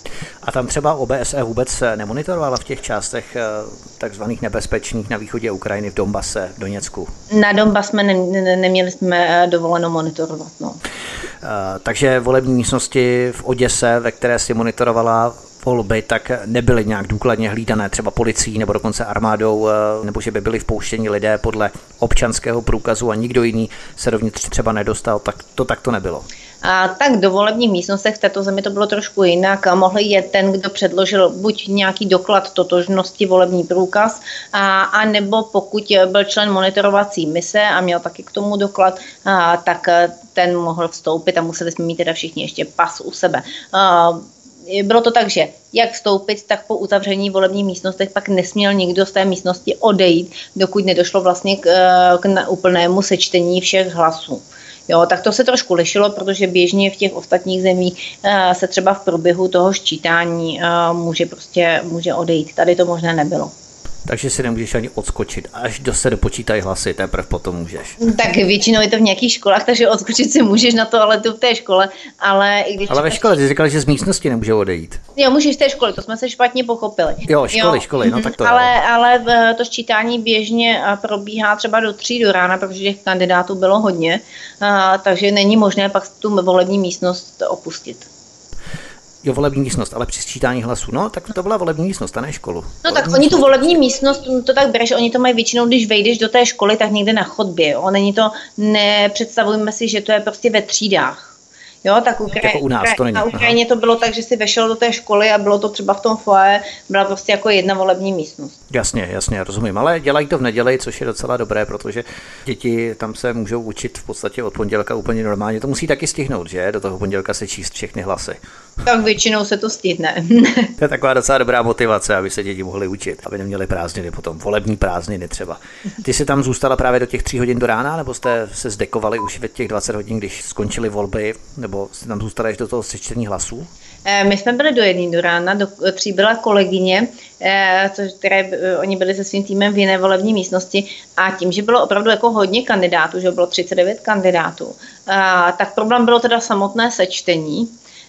A tam třeba O B S E vůbec nemonitorovala v těch částech takzvaných nebezpečných na východě Ukrajiny, v Donbase, v Doněcku? Na Donbas jsme ne, ne, neměli jsme dovoleno monitorovat. No. Takže volební místnosti v Oděse, ve které si monitorovala volby, tak nebyly nějak důkladně hlídané třeba policií nebo dokonce armádou, nebo že by byli vpouštěni lidé podle občanského průkazu a nikdo jiný se dovnitř třeba nedostal, tak to takto nebylo. A tak do volebních místnostech v této zemi to bylo trošku jinak. Mohl je ten, kdo předložil buď nějaký doklad totožnosti, volební průkaz, a, a nebo pokud byl člen monitorovací mise a měl taky k tomu doklad, a, tak ten mohl vstoupit a museli jsme mít teda všichni ještě pas u sebe. A, bylo to tak, že jak vstoupit, tak po uzavření volebních místnostech pak nesměl nikdo z té místnosti odejít, dokud nedošlo vlastně k, k úplnému sečtení všech hlasů. Jo, tak to se trošku lišilo, protože běžně v těch ostatních zemích uh, se třeba v průběhu toho sčítání uh, může prostě může odejít. Tady to možná nebylo. Takže si nemůžeš ani odskočit, až do se dopočítají hlasy, teprve potom můžeš. Tak většinou je to v nějakých školách, takže odskočit si můžeš na to, ale to v té škole. Ale, i když ale ve škole, ty říkali, že z místnosti nemůže odejít. Jo, můžeš v té škole, to jsme se špatně pochopili. Jo, školy, jo. školy, no tak to ale, jo. Ale to sčítání běžně probíhá třeba do tří do rána, protože těch kandidátů bylo hodně, takže není možné pak tu volební místnost opustit. Jo, volební místnost, ale při sčítání hlasů. No, tak to byla volební místnost, a ne školu. No tak oni tu volební místnost, to tak bereš, oni to mají většinou, když vejdeš do té školy, tak někde na chodbě. Jo. Není to, nepředstavujeme si, že to je prostě ve třídách. Jo, tak Ukraj- jako u nás, to není. Na Ukrajině to bylo tak, že si vešel do té školy a bylo to třeba v tom foyer, byla prostě jako jedna volební místnost. Jasně, jasně, rozumím, ale dělají to v neděli, což je docela dobré, protože děti tam se můžou učit v podstatě od pondělka úplně normálně. To musí taky stihnout, že? Do toho pondělka se číst všechny hlasy. Tak většinou se to stihne. To je taková docela dobrá motivace, aby se děti mohly učit, aby neměly prázdniny potom, volební prázdniny třeba. Ty jsi tam zůstala právě do těch tří hodin do rána, nebo jste se zdekovali už v těch dvacet hodin, když skončily volby, nebo jste tam zůstala až do toho sečtení hlasů? My jsme byli do jedné do rána, do tří byla kolegyně, což, které oni byli se svým týmem v jiné volební místnosti a tím, že bylo opravdu jako hodně kandidátů, že bylo třicet devět kandidátů, tak problém bylo teda samotné sečtení,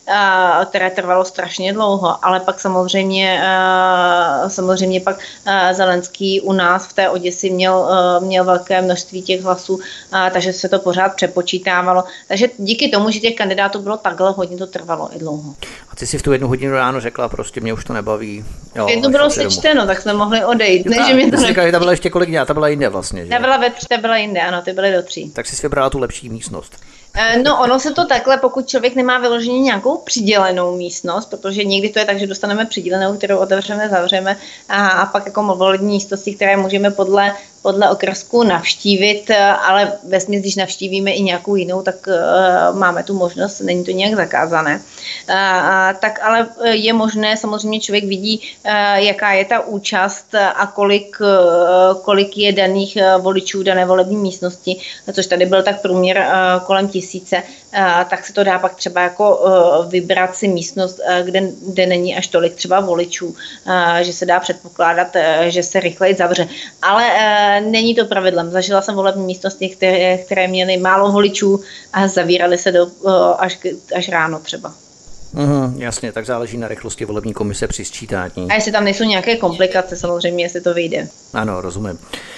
které trvalo strašně dlouho, ale pak samozřejmě, samozřejmě pak Zelenský u nás v té Oděsi měl, měl velké množství těch hlasů, takže se to pořád přepočítávalo. Takže díky tomu, že těch kandidátů bylo takhle hodně, to trvalo i dlouho. A ty si v tu jednu hodinu ráno řekla, prostě mě už to nebaví. Jo, jednu bylo sečteno, tak jsme mohli odejít. Jo, ne, ta, že mě to ty jsi říkala, že ta byla ještě kolegyně, a ta byla jinde vlastně. Že? Ta byla ve tři, ta byla jinde, ano, ty byly do tří. Tak jsi vybrala tu lepší místnost. No ono se to takhle, pokud člověk nemá vyloženě nějakou přidělenou místnost, protože někdy to je tak, že dostaneme přidělenou, kterou otevřeme, zavřeme a, a pak jako volební místnosti, které můžeme podle, podle okrsku navštívit, ale vesměs, když navštívíme i nějakou jinou, tak uh, máme tu možnost, není to nějak zakázané. Uh, tak ale je možné, samozřejmě člověk vidí, uh, jaká je ta účast a kolik, uh, kolik je daných uh, voličů dané volební místnosti, což tady byl tak průměr uh, kolem tisíce, tak se to dá pak třeba jako vybrat si místnost, kde, kde není až tolik třeba voličů, že se dá předpokládat, že se rychleji zavře. Ale není to pravidlem. Zažila jsem volební místnosti, které, které měly málo voličů a zavíraly se do, až, až ráno třeba. Uhum, jasně, tak záleží na rychlosti volební komise při sčítání. A jestli tam nejsou nějaké komplikace, samozřejmě, jestli to vyjde. Ano, rozumím.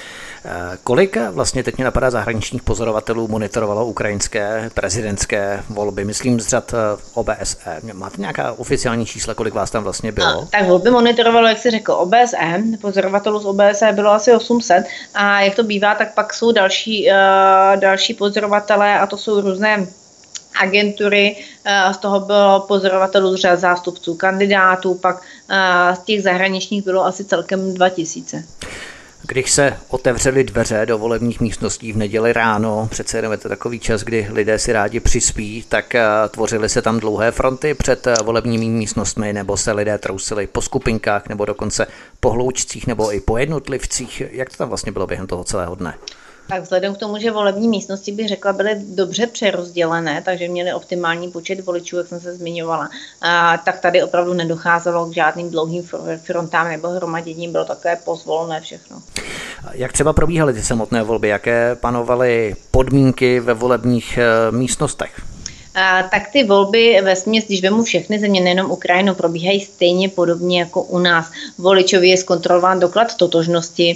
Kolik vlastně teď mě napadá zahraničních pozorovatelů monitorovalo ukrajinské prezidentské volby, myslím z řad O B S E. Máte nějaká oficiální čísla, kolik vás tam vlastně bylo? A, tak volby monitorovalo, jak se řekl, O B S E, pozorovatelů z O B S E bylo asi osm set a jak to bývá, tak pak jsou další, uh, další pozorovatelé a to jsou různé agentury, z toho bylo pozorovatelů z řad zástupců kandidátů, pak z těch zahraničních bylo asi celkem dva tisíce. Když se otevřely dveře do volebních místností v neděli ráno, přece jenom je to takový čas, kdy lidé si rádi přispí, tak tvořily se tam dlouhé fronty před volebními místnostmi, nebo se lidé trousili po skupinkách, nebo dokonce po hloučcích, nebo i po jednotlivcích. Jak to tam vlastně bylo během toho celého dne? Tak vzhledem k tomu, že volební místnosti, bych řekla, byly dobře přerozdělené, takže měly optimální počet voličů, jak jsem se zmiňovala, a, tak tady opravdu nedocházelo k žádným dlouhým frontám nebo hromaděním, bylo také pozvolné všechno. Jak třeba probíhaly ty samotné volby, jaké panovaly podmínky ve volebních e, místnostech? A, tak ty volby vesměs, když vemu všechny země, nejenom Ukrajinu, probíhají stejně podobně jako u nás. Voličovi je zkontrolován doklad totožnosti.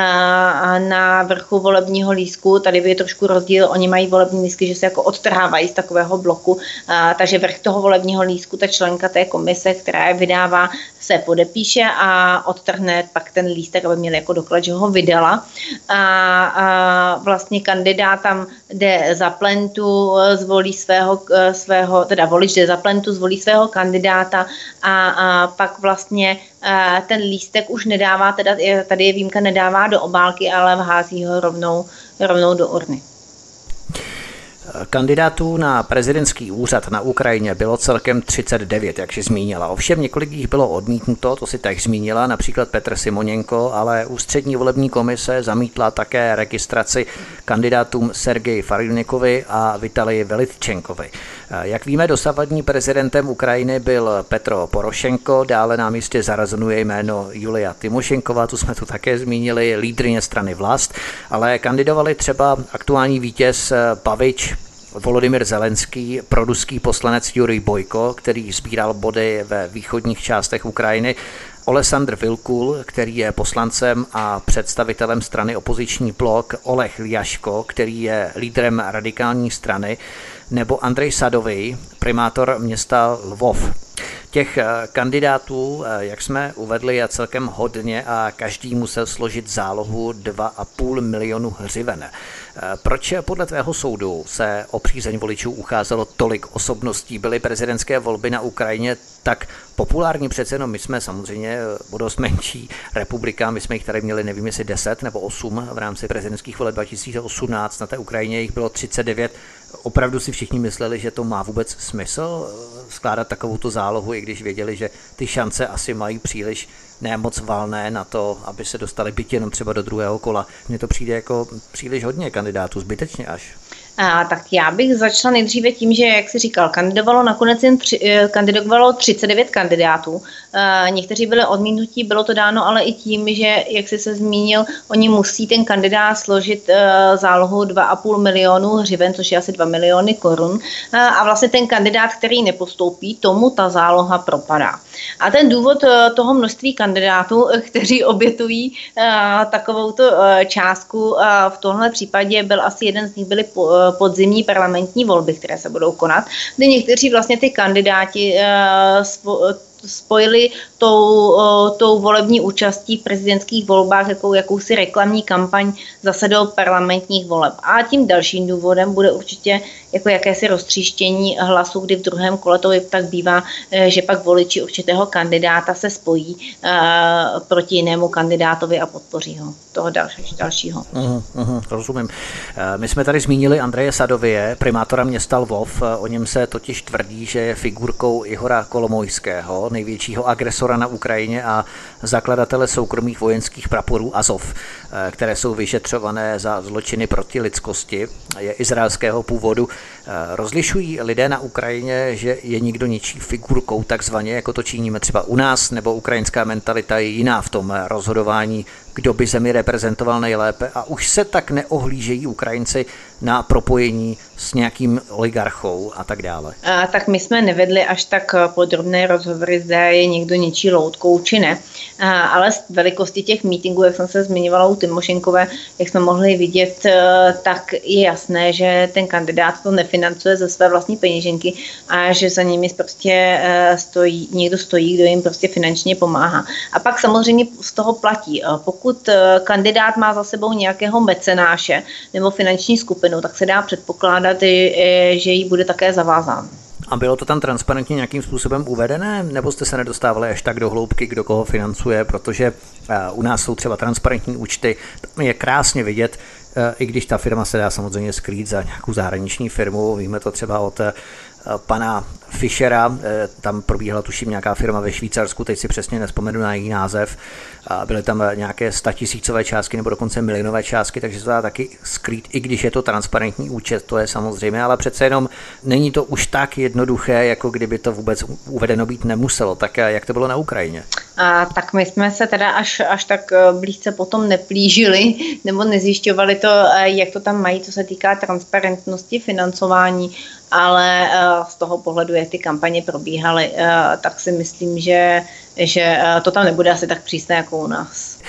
A na vrchu volebního lístku, tady je trošku rozdíl, oni mají volební lístky, že se jako odtrhávají z takového bloku, a, takže vrch toho volebního lístku, ta členka té komise, která je vydává, se podepíše a odtrhne pak ten lístek, aby měl jako doklad, že ho vydala. A, a vlastně kandidát tam jde za plentu, zvolí svého, svého, teda volič jde za plentu, zvolí svého kandidáta a, a pak vlastně ten lístek už nedává, teda tady je výjimka, nedává do obálky, ale vhází ho rovnou, rovnou do urny. Kandidátů na prezidentský úřad na Ukrajině bylo celkem třicet devět, jak jsi zmínila. Ovšem několik jich bylo odmítnuto, to si tak zmínila, například Petr Simonenko, ale ústřední volební komise zamítla také registraci kandidátům Sergeji Farilnikovi a Vitalii Velitčenkovi. Jak víme, dosavadní prezidentem Ukrajiny byl Petro Porošenko, dále nám jistě zarazonuje jméno Julia Tymošenková, tu jsme tu také zmínili, lídryně strany Vlast, ale kandidovali třeba aktuální vítěz Pavič, Volodymyr Zelenský, proruský poslanec Jurij Bojko, který sbíral body ve východních částech Ukrajiny, Olesandr Vilkul, který je poslancem a představitelem strany Opoziční blok, Oleh Ljaško, který je lídrem radikální strany, nebo Andrej Sadový, primátor města Lvov. Těch kandidátů, jak jsme uvedli, je celkem hodně a každý musel složit zálohu dva a půl milionu hřiven. Proč podle tvého soudu se o přízeň voličů ucházelo tolik osobností? Byly prezidentské volby na Ukrajině tak populární? Přece jenom my jsme samozřejmě o dost menší republika, my jsme jich tady měli, nevím jestli deset nebo osm v rámci prezidentských voleb dva tisíce osmnáct, na té Ukrajině jich bylo třicet devět. Opravdu si všichni mysleli, že to má vůbec smysl skládat takovouto zálohu, i když věděli, že ty šance asi mají příliš nemoc valné na to, aby se dostali byť jenom třeba do druhého kola. Mně to přijde jako příliš hodně kandidátů, zbytečně až. A, tak já bych začala nejdříve tím, že, jak jsi říkal, kandidovalo nakonec jen tři, kandidovalo třicet devět kandidátů. E, někteří byli odmítnutí, bylo to dáno ale i tím, že, jak jsi se zmínil, oni musí ten kandidát složit e, zálohu dva a půl milionu hřiven, což je asi dva miliony korun. E, a vlastně ten kandidát, který nepostoupí, tomu ta záloha propadá. A ten důvod e, toho množství kandidátů, kteří obětují e, takovouto e, částku, e, v tomhle případě byl asi jeden z nich byly po, podzimní parlamentní volby, které se budou konat, kdy někteří vlastně ty kandidáti uh, spojili tou, tou volební účastí v prezidentských volbách jakou, jakousi reklamní kampaň zase do parlamentních voleb. A tím dalším důvodem bude určitě jako jakési roztříštění hlasů, kdy v druhém kole to tak bývá, že pak voliči určitého kandidáta se spojí uh, proti jinému kandidátovi a podpoří ho, toho další, dalšího. Uhum, uhum, rozumím. Uh, my jsme tady zmínili Andreje Sadovije, primátora města Lvov. O něm se totiž tvrdí, že je figurkou Ihora Kolomojského, největšího agresora na Ukrajině a zakladatele soukromých vojenských praporů Azov, které jsou vyšetřované za zločiny proti lidskosti, je izraelského původu. Rozlišují lidé na Ukrajině, že je někdo něčí figurkou takzvaně, jako to činíme třeba u nás, nebo ukrajinská mentalita je jiná v tom rozhodování, kdo by zemi reprezentoval nejlépe, a už se tak neohlížejí Ukrajinci na propojení s nějakým oligarchou a tak dále. A, tak my jsme nevedli až tak podrobné rozhovory, zda je někdo něčí loutkou či ne, a, ale z velikosti těch mítinků, jak jsem se zmiňovala u Tymošenkové, jak jsme mohli vidět, tak je jasné, že ten kandidát to nefinancuje ze své vlastní peněženky a že za nimi prostě stojí, někdo stojí, kdo jim prostě finančně pomáhá. A pak samozřejmě z toho platí, pokud Pokud kandidát má za sebou nějakého mecenáše nebo finanční skupinu, tak se dá předpokládat, že jí bude také zavázán. A bylo to tam transparentně nějakým způsobem uvedené, nebo jste se nedostávali až tak do hloubky, kdo koho financuje, protože u nás jsou třeba transparentní účty, tam je krásně vidět, i když ta firma se dá samozřejmě skrýt za nějakou zahraniční firmu, víme to třeba od pana Fischera, tam probíhala tuším nějaká firma ve Švýcarsku, teď si přesně nevzpomenu na její název, byly tam nějaké statisícové částky nebo dokonce milionové částky, takže se to dá taky skrýt, i když je to transparentní účet, to je samozřejmě, ale přece jenom není to už tak jednoduché, jako kdyby to vůbec uvedeno být nemuselo. Tak jak to bylo na Ukrajině? A tak my jsme se teda až, až tak blízce potom neplížili nebo nezjišťovali to, jak to tam mají, co se týká transparentnosti financování, ale z toho pohledu, jak ty kampaně probíhaly, tak si myslím, že, že to tam nebude asi tak přísné jako u nás.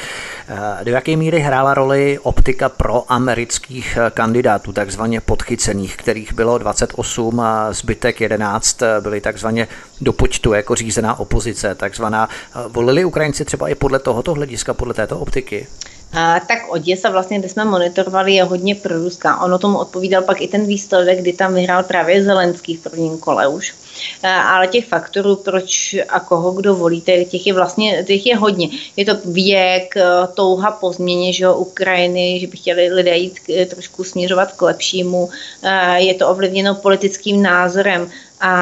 Do jaké míry hrála roli optika pro amerických kandidátů, takzvaně podchycených, kterých bylo dvacet osm a zbytek jedenáct byli takzvaně do počtu jako řízená opozice, takzvaná. Volili Ukrajinci třeba i podle tohoto hlediska, podle této optiky? A, tak Oděsa vlastně, kde jsme monitorovali, je hodně proruská. Ono tomu odpovídal pak i ten výsledek, kdy tam vyhrál právě Zelenský v prvním kole už. A, ale těch faktorů, proč a koho kdo volíte, těch je vlastně těch je hodně. Je to věk, touha po změně, že Ukrajiny, že by chtěli lidé jít trošku směřovat k lepšímu. A, je to ovlivněno politickým názorem.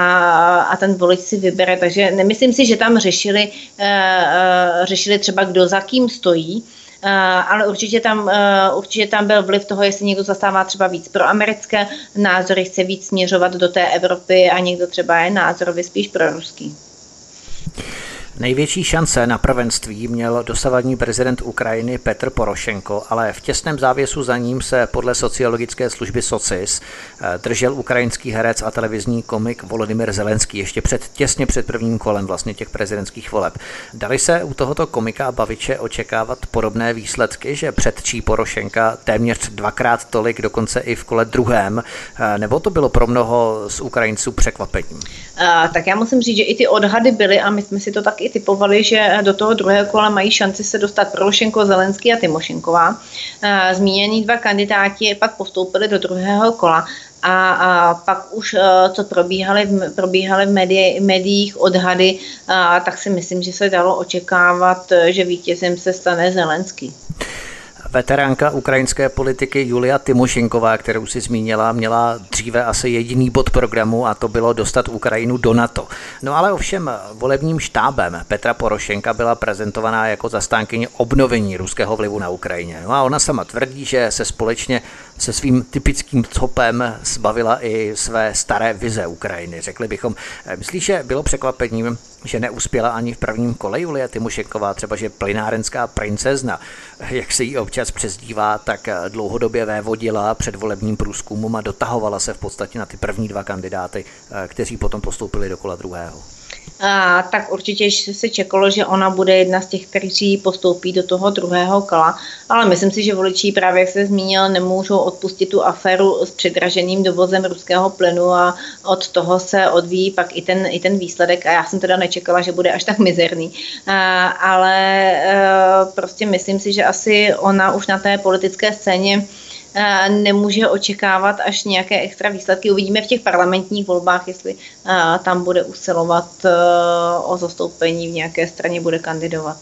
A, a ten volič si vybere, takže nemyslím si, že tam řešili, uh, uh, řešili třeba kdo za kým stojí, uh, ale určitě tam, uh, určitě tam byl vliv toho, jestli někdo zastává třeba víc pro americké názory, chce víc směřovat do té Evropy a někdo třeba je názorově spíš pro ruský. Největší šance na prvenství měl dosavadní prezident Ukrajiny Petr Porošenko, ale v těsném závěsu za ním se podle sociologické služby Socis držel ukrajinský herec a televizní komik Volodymyr Zelenský ještě před, těsně před prvním kolem vlastně těch prezidentských voleb. Dali se u tohoto komika a baviče očekávat podobné výsledky, že předčí Porošenka téměř dvakrát tolik, dokonce i v kole druhém, nebo to bylo pro mnoho z Ukrajinců překvapením? A, tak já musím říct, že i ty odhady byly a my jsme si to tak i typovali, že do toho druhého kola mají šanci se dostat Porošenko, Zelenský a Tymošenková. A, zmínění dva kandidáti pak postoupili do druhého kola. A, a pak už, co probíhaly, probíhaly v médii, médiích odhady, a, tak si myslím, že se dalo očekávat, že vítězem se stane Zelenský. Veteránka ukrajinské politiky Julia Tymošenková, kterou si zmínila, měla dříve asi jediný bod programu a to bylo dostat Ukrajinu do NATO. No ale ovšem volebním štábem Petra Porošenka byla prezentovaná jako zastánkyně obnovení ruského vlivu na Ukrajině. No a ona sama tvrdí, že se společně se svým typickým copem zbavila i své staré vize Ukrajiny. Řekli bychom, myslíš, že bylo překvapením, že neuspěla ani v prvním kole Julia Tymošenková, třeba že plynárenská princezna, jak se jí občas přezdívá, tak dlouhodobě vévodila před volebním průzkumem a dotahovala se v podstatě na ty první dva kandidáty, kteří potom postoupili do kola druhého. A, tak určitě se čekalo, že ona bude jedna z těch, kteří postoupí do toho druhého kola, ale myslím si, že voliči právě, jak se zmínil, nemůžou odpustit tu aféru s předraženým dovozem ruského plynu a od toho se odvíjí pak i ten, i ten výsledek a já jsem teda nečekala, že bude až tak mizerný, a, ale a, prostě myslím si, že asi ona už na té politické scéně nemůže očekávat až nějaké extra výsledky. Uvidíme v těch parlamentních volbách, jestli tam bude usilovat o zastoupení v nějaké straně, bude kandidovat.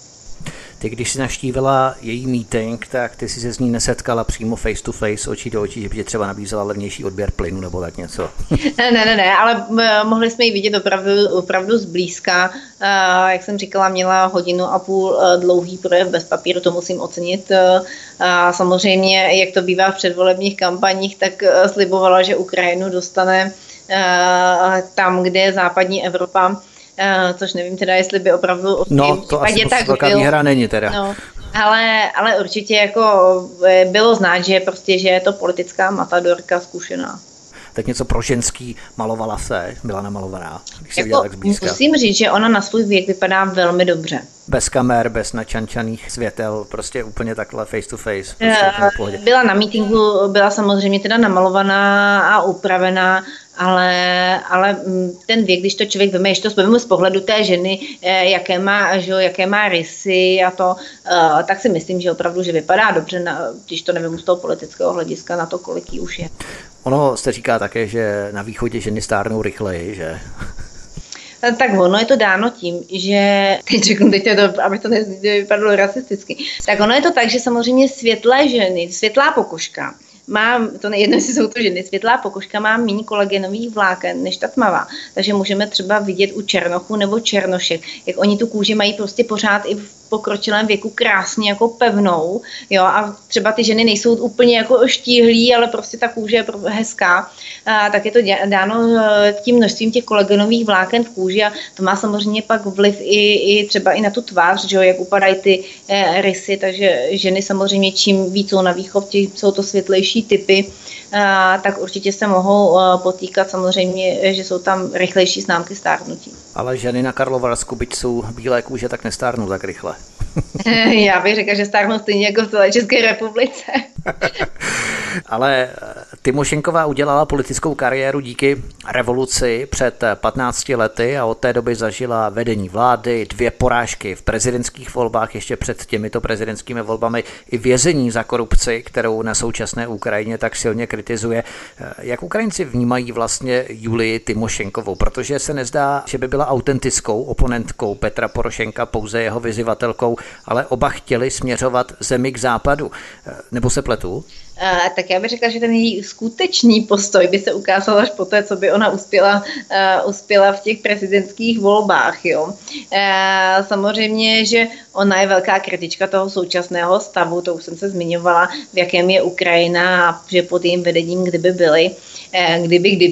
Ty, když jsi navštívila její meeting, tak ty jsi se s ní nesetkala přímo face to face, očí do očí, že by tě třeba nabízela levnější odběr plynu nebo tak něco? Ne, ne, ne, ale mohli jsme ji vidět opravdu, opravdu zblízka. Jak jsem říkala, měla hodinu a půl dlouhý projev bez papíru, to musím ocenit. A samozřejmě, jak to bývá v předvolebních kampaních, tak slibovala, že Ukrajinu dostane tam, kde je západní Evropa. Uh, což nevím teda, jestli by opravdu no, to asi tak velká výhra není teda. No, ale, ale určitě jako bylo znát, že prostě, že je to politická matadorka zkušená. Tak něco pro ženský, malovala se, byla namalovaná, když se jako, viděla tak zblízka. Musím říct, že ona na svůj věk vypadá velmi dobře. Bez kamer, bez načančaných světel, prostě úplně takhle face to face. Prostě byla na meetingu, byla samozřejmě teda namalovaná a upravená, ale, ale ten věk, když to člověk veme, ještě to vezmu z pohledu té ženy, jaké má, že, jaké má rysy a to, tak si myslím, že opravdu, že vypadá dobře, na, když to nevím z toho politického hlediska, na to, kolik jí už je. Ono se říká také, že na východě ženy stárnou rychleji, že? Tak ono je to dáno tím, že, teď řeknu, teď to, aby to nevypadalo rasisticky, tak ono je to tak, že samozřejmě světlé ženy, světlá pokožka, má, to nejedno, jestli jsou to ženy, světlá pokožka má méně kolagenových vláken než ta tmavá. Takže můžeme třeba vidět u černochů nebo černošek, jak oni tu kůži mají prostě pořád i v pokročilém věku krásně jako pevnou, jo, a třeba ty ženy nejsou úplně jako štíhlí, ale prostě ta kůže je hezká, a tak je to dáno tím množstvím těch kolagenových vláken v kůži a to má samozřejmě pak vliv i, i třeba i na tu tvář, že jo, jak upadají ty eh, rysy, takže ženy samozřejmě čím víc jsou na východ, tím jsou to světlejší typy, a, tak určitě se mohou a, potýkat samozřejmě, že jsou tam rychlejší známky stárnutí. Ale ženy na Karlovarsku, byť jsou bílé kůže, tak nestárnou tak rychle. Já bych řekla, že stárnou stejně jako v celé České republice. Ale Tymošenková udělala politickou kariéru díky revoluci před patnácti lety a od té doby zažila vedení vlády, dvě porážky v prezidentských volbách, ještě před těmito prezidentskými volbami i vězení za korupci, kterou na současné Ukrajině tak silně kritizuje. Jak Ukrajinci vnímají vlastně Julii Tymošenkovou? Protože se nezdá, že by byla autentickou oponentkou Petra Porošenka, pouze jeho vyzývatelkou, ale oba chtěli směřovat zemi k západu. Nebo se pletu? Uh, tak já bych řekla, že ten její skutečný postoj by se ukázal až poté, co by ona uspěla, uh, uspěla v těch prezidentských volbách. Jo. Uh, samozřejmě, že ona je velká kritička toho současného stavu, to už jsem se zmiňovala, v jakém je Ukrajina a že pod jejím vedením kdyby byly, uh, kdyby, kdyby.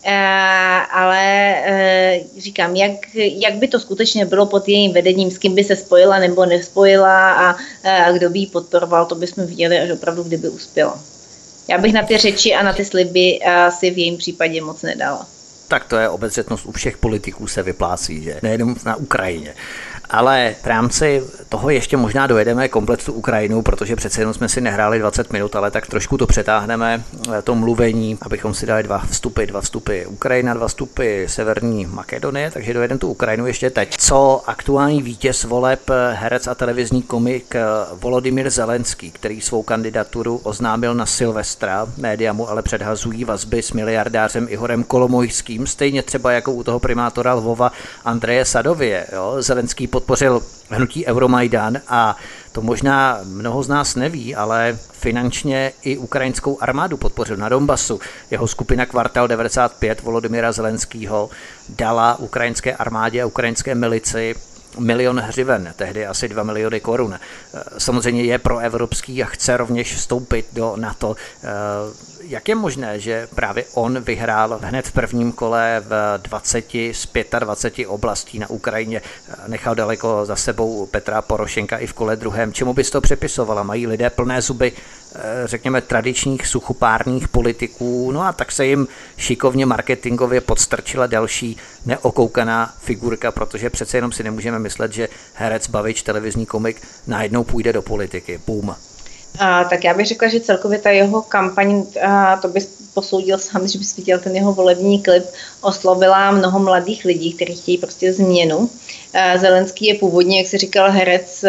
ale říkám, jak, jak by to skutečně bylo pod jejím vedením, s kým by se spojila nebo nespojila a kdo by ji podporoval, to bychom viděli až opravdu, kdyby uspěla. Já bych na ty řeči a na ty sliby si v jejím případě moc nedala. Tak to je obezřetnost u všech politiků se vyplácí, že? Nejenom na Ukrajině. Ale v rámci toho ještě možná dojedeme komplet tu Ukrajinu, protože přece jenom jsme si nehráli dvacet minut, ale tak trošku to přetáhneme, to mluvení, abychom si dali dva vstupy, dva vstupy Ukrajina, dva vstupy Severní Makedonie, takže dojedeme tu Ukrajinu ještě teď. Co aktuální vítěz voleb, herec a televizní komik Volodymyr Zelenský, který svou kandidaturu oznámil na Silvestra, média mu ale předhazují vazby s miliardářem Ihorem Kolomojským, stejně třeba jako u toho primátora Lvova Andreje Sadovije. Jo? Zelenský podpořil hnutí Euromajdan a to možná mnoho z nás neví, ale finančně i ukrajinskou armádu podpořil na Donbasu. Jeho skupina Kvartal devadesát pět Volodymyra Zelenskýho dala ukrajinské armádě a ukrajinské milici milion hřiven, tehdy asi dva miliony korun. Samozřejmě je proevropský a chce rovněž vstoupit do NATO. Jak je možné, že právě on vyhrál hned v prvním kole v dvaceti z dvaceti pěti oblastí na Ukrajině, nechal daleko za sebou Petra Porošenka i v kole druhém? Čemu bys to přepisovala? Mají lidé plné zuby, řekněme, tradičních suchopárných politiků, no a tak se jim šikovně marketingově podstrčila další neokoukaná figurka, protože přece jenom si nemůžeme myslet, že herec, bavič, televizní komik najednou půjde do politiky. Boom. A, tak já bych řekla, že celkově ta jeho kampaň, a to bys posoudil sám, že bys viděl ten jeho volební klip, oslovila mnoho mladých lidí, kteří chtějí prostě změnu. A Zelenský je původně, jak jsi říkal, herec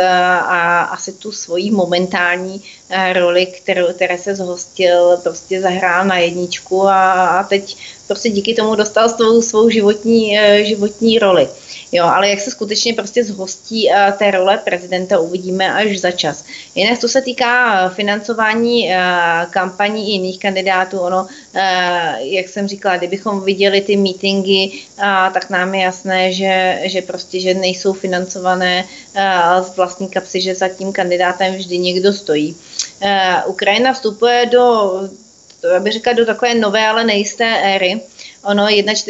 a asi tu svoji momentální roli, kterou, které se zhostil, prostě zahrál na jedničku a, a teď prostě díky tomu dostal svou, svou životní, životní roli. Jo, ale jak se skutečně prostě zhostí uh, té role prezidenta, uvidíme až za čas. Jinak, co se týká financování uh, kampaní i jiných kandidátů, ono, uh, jak jsem říkala, kdybychom viděli ty mítingy, uh, tak nám je jasné, že, že prostě, že nejsou financované uh, z vlastní kapsy, že za tím kandidátem vždy někdo stojí. Uh, Ukrajina vstupuje do, já bych řekla, do takové nové, ale nejisté éry. Ono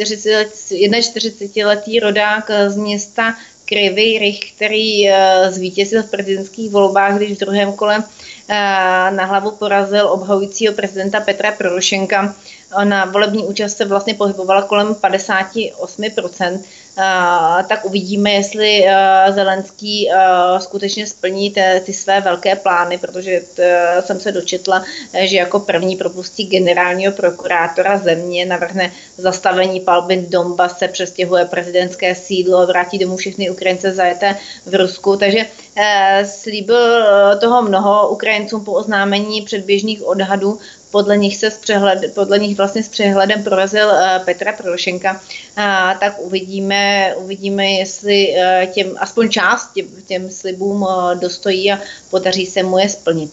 čtyřicetiletý rodák z města Kryvý Rih, který zvítězil v prezidentských volbách, když v druhém kole na hlavu porazil obhajujícího prezidenta Petra Porošenka. Na volební účast se vlastně pohybovala kolem padesát osm procent. Tak uvidíme, jestli Zelenský skutečně splní ty, ty své velké plány, protože jsem se dočetla, že jako první propustí generálního prokurátora země, navrhne zastavení palby v Donbase, přestěhuje prezidentské sídlo, vrátí domů všechny Ukrajince zajeté v Rusku. Takže slíbil toho mnoho Ukrajincům po oznámení předběžných odhadů. Podle nich se s přehled, podle nich vlastně s přehledem prorazil uh, Petra Porošenka, uh, tak uvidíme, uvidíme, jestli uh, těm, aspoň část těm, těm slibům uh, dostojí a podaří se mu je splnit.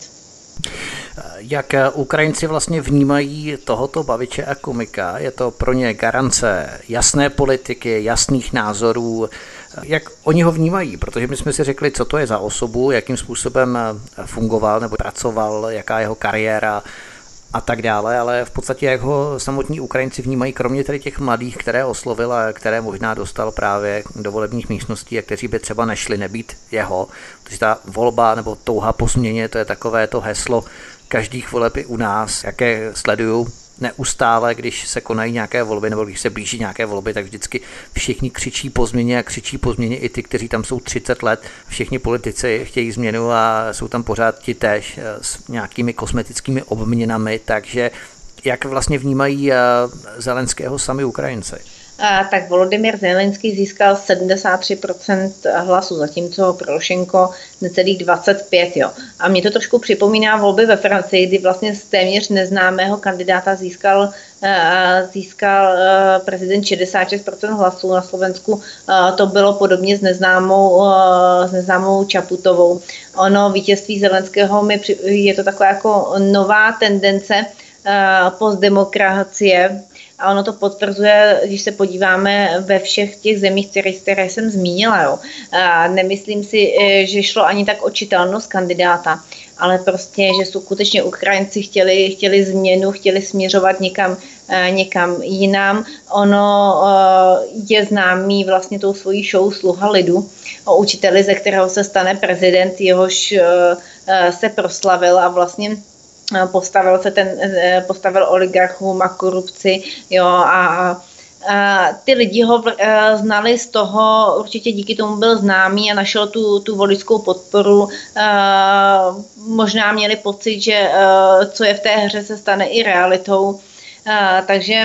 Jak Ukrajinci vlastně vnímají tohoto baviče a komika? Je to pro ně garance jasné politiky, jasných názorů? Jak oni ho vnímají? Protože my jsme si řekli, co to je za osobu, jakým způsobem fungoval nebo pracoval, jaká jeho kariéra a tak dále, ale v podstatě jak ho samotní Ukrajinci vnímají, kromě tedy těch mladých, které oslovil a které možná dostal právě do volebních místností a kteří by třeba nešli nebýt jeho, protože ta volba nebo touha po změně, to je takové to heslo každých voleb i u nás, jaké sleduju neustále, když se konají nějaké volby nebo když se blíží nějaké volby, tak vždycky všichni křičí po změně a křičí po změně i ty, kteří tam jsou třicet let. Všichni politici chtějí změnu a jsou tam pořád ti též s nějakými kosmetickými obměnami, takže jak vlastně vnímají Zelenského sami Ukrajinci? A, tak Volodymyr Zelenský získal sedmdesát tři procent hlasů, zatímco Porošenko necelých dvacet pět procent. Jo. A mě to trošku připomíná volby ve Francii, kdy vlastně z téměř neznámého kandidáta získal, uh, získal uh, prezident šedesát šest procent hlasů. Na Slovensku uh, to bylo podobně s neznámou, uh, s neznámou Čaputovou. Ono vítězství Zelenského mi při, je to taková jako nová tendence uh, postdemokracie. a ono to potvrzuje, když se podíváme ve všech těch zemích, které, které jsem zmínila. Jo. A nemyslím si, že šlo ani tak o čitelnost kandidáta, ale prostě, že skutečně Ukrajinci chtěli, chtěli změnu, chtěli směřovat někam, někam jinam. Ono je známý vlastně tou svojí show Sluha lidu o učiteli, ze kterého se stane prezident, jehož se proslavil a vlastně postavil se ten, postavil oligarchům a korupci, jo, a Uh, ty lidi ho uh, znali z toho, určitě díky tomu byl známý a našel tu, tu voličskou podporu. Uh, možná měli pocit, že uh, co je v té hře, se stane i realitou. Uh, takže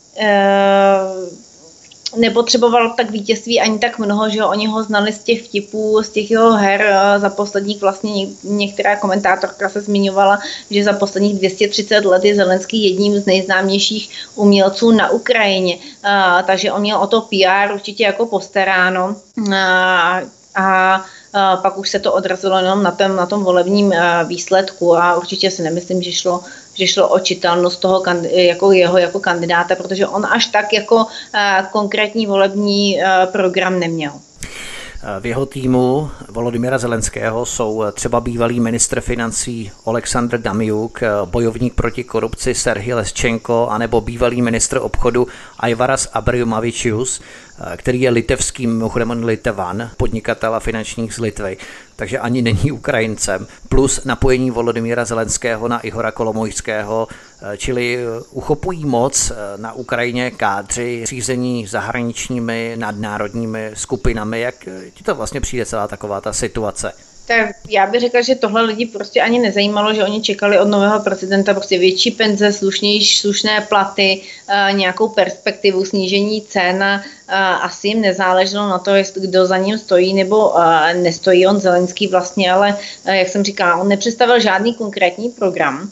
uh, nepotřeboval tak vítězství ani tak mnoho, že oni ho znali z těch vtipů, z těch jeho her. Za posledních vlastně některá komentátorka se zmiňovala, že za posledních dvě stě třicet let je Zelenský jedním z nejznámějších umělců na Ukrajině. A, takže on měl o to P R určitě jako postaráno. A, a a pak už se to odrazilo jenom na tom, na tom volebním výsledku a určitě si nemyslím, že šlo, že šlo o čitelnost toho jako jeho jako kandidáta, protože on až tak jako konkrétní volební program neměl. V jeho týmu Volodymyra Zelenského jsou třeba bývalý ministr financí Oleksandr Damiuk, bojovník proti korupci Serhij Leschenko anebo bývalý ministr obchodu Aivaras Abromavičius, který je litevským, mimochodem Litevan, podnikatel a finančník z Litvy, takže ani není Ukrajincem, plus napojení Volodymyra Zelenského na Ihora Kolomojského, čili uchopují moc na Ukrajině kádři řízení zahraničními nadnárodními skupinami. Jak ti to vlastně přijde celá taková ta situace? Tak já bych řekla, že tohle lidi prostě ani nezajímalo, že oni čekali od nového prezidenta prostě větší penze, slušnější, slušné platy, nějakou perspektivu, snížení cen. Asi jim nezáleželo na to, jestli kdo za ním stojí nebo nestojí on Zelenský vlastně, ale jak jsem říkala, on nepředstavil žádný konkrétní program,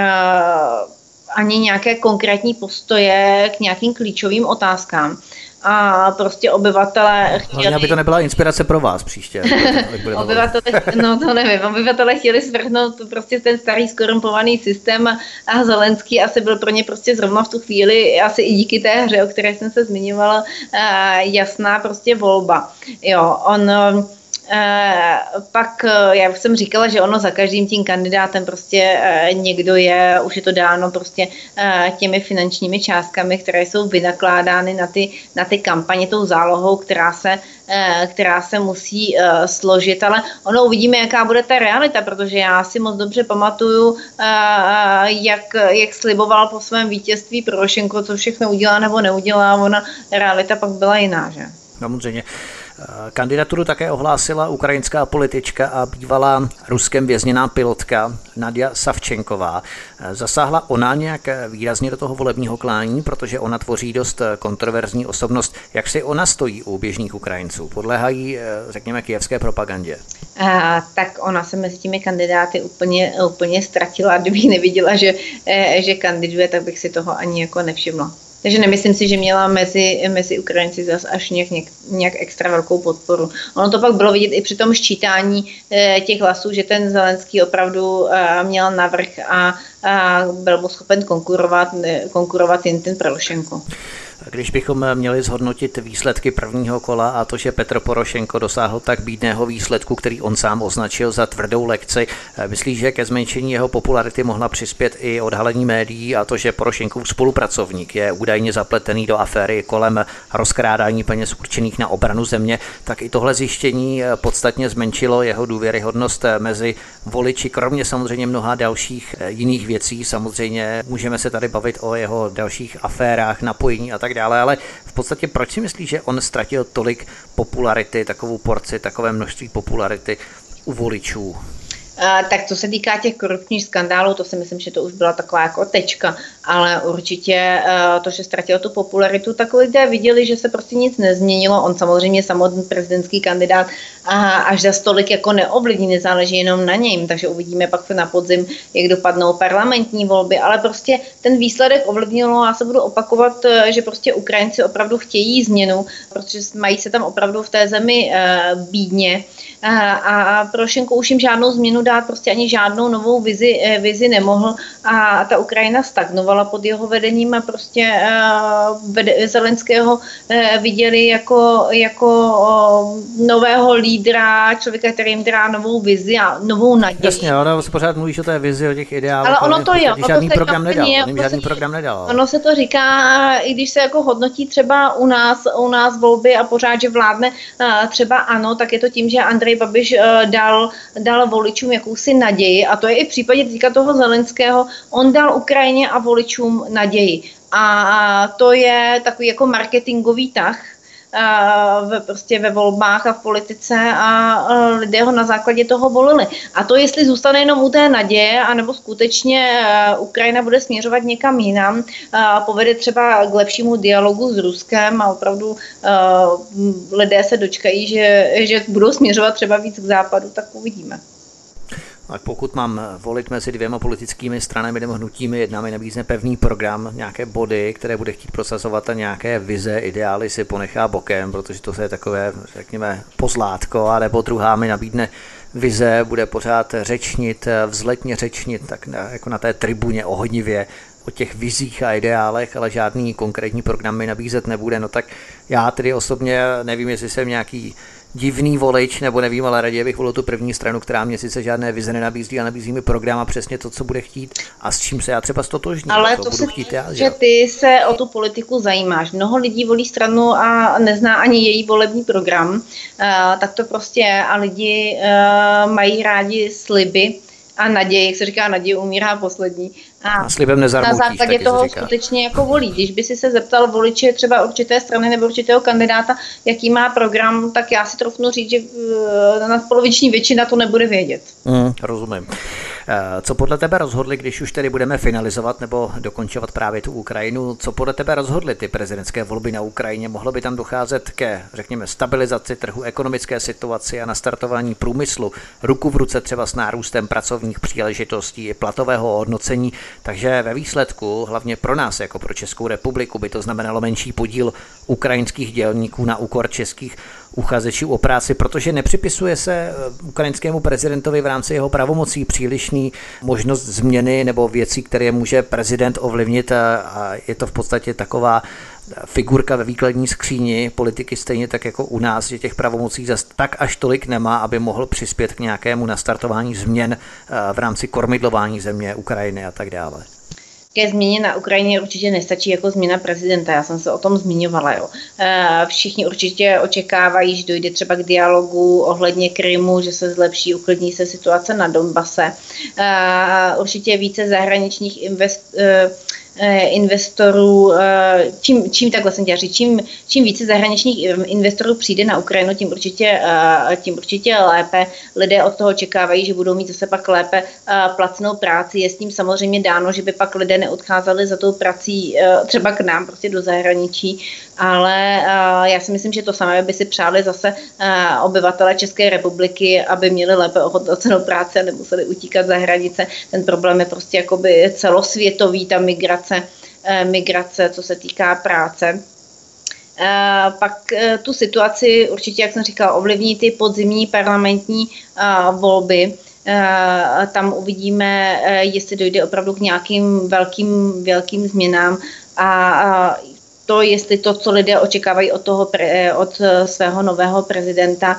ani nějaké konkrétní postoje k nějakým klíčovým otázkám. A prostě obyvatelé chtěli... Hlavně, aby to nebyla inspirace pro vás příště. obyvatele, no to nevím, obyvatele chtěli svrhnout prostě ten starý skorumpovaný systém a, a Zelenský asi byl pro ně prostě zrovna v tu chvíli, asi i díky té hře, o které jsem se zmiňovala, jasná prostě volba. Jo, on... Uh, pak, uh, já už jsem říkala, že ono za každým tím kandidátem prostě uh, někdo je, už je to dáno prostě uh, těmi finančními částkami, které jsou vynakládány na ty, na ty kampaně tou zálohou, která se, uh, která se musí uh, složit, ale ono uvidíme, jaká bude ta realita, protože já si moc dobře pamatuju, uh, jak, jak sliboval po svém vítězství Porošenko, co všechno udělá nebo neudělá, ona realita pak byla jiná, že? Samozřejmě. Kandidaturu také ohlásila ukrajinská politička a bývalá Ruskem vězněná pilotka Nadia Savčenková. Zasáhla ona nějak výrazně do toho volebního klání, protože ona tvoří dost kontroverzní osobnost. Jak si ona stojí u běžných Ukrajinců? Podléhají, řekněme, kyjevské propagandě? A, tak ona se mezi těmi kandidáty úplně, úplně ztratila. Kdybych neviděla, že, že kandiduje, tak bych si toho ani jako nevšimla. Takže nemyslím si, že měla mezi, mezi Ukrajinci zase až nějak, nějak, nějak extra velkou podporu. Ono to pak bylo vidět i při tom ščítání e, těch hlasů, že ten Zelenský opravdu e, měl navrch a, a byl mu schopen konkurovat, e, konkurovat jen ten Porošenko. Když bychom měli zhodnotit výsledky prvního kola a to, že Petro Porošenko dosáhl tak bídného výsledku, který on sám označil za tvrdou lekci, myslíš, že ke zmenšení jeho popularity mohla přispět i odhalení médií a to, že Porošenkův spolupracovník je údajně zapletený do aféry kolem rozkrádání peněz určených na obranu země, tak i tohle zjištění podstatně zmenšilo jeho důvěryhodnost mezi voliči, kromě samozřejmě mnoha dalších jiných věcí. Samozřejmě můžeme se tady bavit o jeho dalších aférách, napojení a tak dále, ale v podstatě proč si myslíš, že on ztratil tolik popularity, takovou porci, takové množství popularity u voličů? Uh, tak co se týká těch korupčních skandálů, to si myslím, že to už byla taková jako tečka, ale určitě uh, to, že ztratil tu popularitu, tak lidé viděli, že se prostě nic nezměnilo. On samozřejmě samotný prezidentský kandidát a až za stolik jako neovlivní, nezáleží jenom na něm, takže uvidíme pak na podzim, jak dopadnou parlamentní volby, ale prostě ten výsledek ovlivnilo, já se budu opakovat, že prostě Ukrajinci opravdu chtějí změnu, protože mají se tam opravdu v té zemi uh, bídně uh, a Porošenko už jim žádnou změnu dát dát prostě ani žádnou novou vizi, vizi nemohl a ta Ukrajina stagnovala pod jeho vedením a prostě Zelenského viděli jako, jako nového lídra, člověka, který jim dá novou vizi a novou naději. Jasně, ale pořád mluvíš o té vizi, o těch ideálech. Ale ono to je. Žádný to program nedal. Je, On žádný program nedal. Ono se to říká, i když se jako hodnotí třeba u nás, u nás volby a pořád, že vládne třeba ANO, tak je to tím, že Andrej Babiš dal, dal voličům jakousi naději a to je i v případě teďka toho Zelenského, on dal Ukrajině a voličům naději. A to je takový jako marketingový tah, v, prostě ve volbách a v politice a lidé ho na základě toho volili. A to, jestli zůstane jenom u té naděje, anebo skutečně Ukrajina bude směřovat někam jinam, povede třeba k lepšímu dialogu s Ruskem a opravdu lidé se dočkají, že, že budou směřovat třeba víc k západu, tak uvidíme. Tak pokud mám volit mezi dvěma politickými stranami nebo hnutími, jedna mi nabízne pevný program, nějaké body, které bude chtít prosazovat a nějaké vize, ideály si ponechá bokem, protože to je takové, řekněme, pozlátko, a nebo druhá mi nabídne vize, bude pořád řečnit, vzletně řečnit, tak na, jako na té tribuně ohodnivě o těch vizích a ideálech, ale žádný konkrétní program mi nabízet nebude, no tak já tedy osobně nevím, jestli jsem nějaký divný volič, nebo nevím, ale raději bych volil tu první stranu, která mě sice žádné vize nenabízí a nabízí mi program a přesně to, co bude chtít a s čím se já třeba stotožním. Ale to, to budu chtít já, že ty se o tu politiku zajímáš. Mnoho lidí volí stranu a nezná ani její volební program, uh, tak to prostě je a lidi uh, mají rádi sliby a naději, jak se říká, naděje umírá poslední. A, a slibem nezarmoutíš, na základě toho skutečně jako volí. Když by si se zeptal voliče třeba určité strany nebo určitého kandidáta, jaký má program, tak já si trofnu říct, že nadpoloviční většina to nebude vědět. Mm, rozumím. Co podle tebe rozhodli, když už tedy budeme finalizovat nebo dokončovat právě tu Ukrajinu, co podle tebe rozhodly ty prezidentské volby na Ukrajině? Mohlo by tam docházet ke, řekněme, stabilizaci trhu, ekonomické situaci a nastartování průmyslu, ruku v ruce třeba s nárůstem pracovních příležitostí i platového hodnocení? Takže ve výsledku, hlavně pro nás, jako pro Českou republiku, by to znamenalo menší podíl ukrajinských dělníků na úkor českých uchazečů o práci, protože nepřipisuje se ukrajinskému prezidentovi v rámci jeho pravomocí přílišný možnost změny nebo věcí, které může prezident ovlivnit a je to v podstatě taková figurka ve výkladní skříni politiky, stejně tak jako u nás, že těch pravomocí zas tak až tolik nemá, aby mohl přispět k nějakému nastartování změn v rámci kormidlování země, Ukrajiny a tak dále. Ke změně na Ukrajině určitě nestačí jako změna prezidenta, já jsem se o tom zmiňovala. Jo. Všichni určitě očekávají, že dojde třeba k dialogu ohledně Krymu, že se zlepší, uklidní se situace na Donbase. Určitě více zahraničních invest, investorů, čím, čím takhle jsem chtěla říct, čím, čím více zahraničních investorů přijde na Ukrajinu, tím určitě, tím určitě lépe. Lidé od toho očekávají, že budou mít zase pak lépe placenou práci. Je s tím samozřejmě dáno, že by pak lidé neodcházeli za tou prací třeba k nám, prostě do zahraničí, ale já si myslím, že to samé by si přáli zase obyvatele České republiky, aby měli lépe ohodnocenou práci a nemuseli utíkat za hranice. Ten problém je prostě jakoby celosvětový, ta migrace, migrace, co se týká práce. Pak tu situaci určitě, jak jsem říkala, ovlivní ty podzimní parlamentní volby. Tam uvidíme, jestli dojde opravdu k nějakým velkým, velkým změnám a to, jestli to, co lidé očekávají od, toho, od svého nového prezidenta,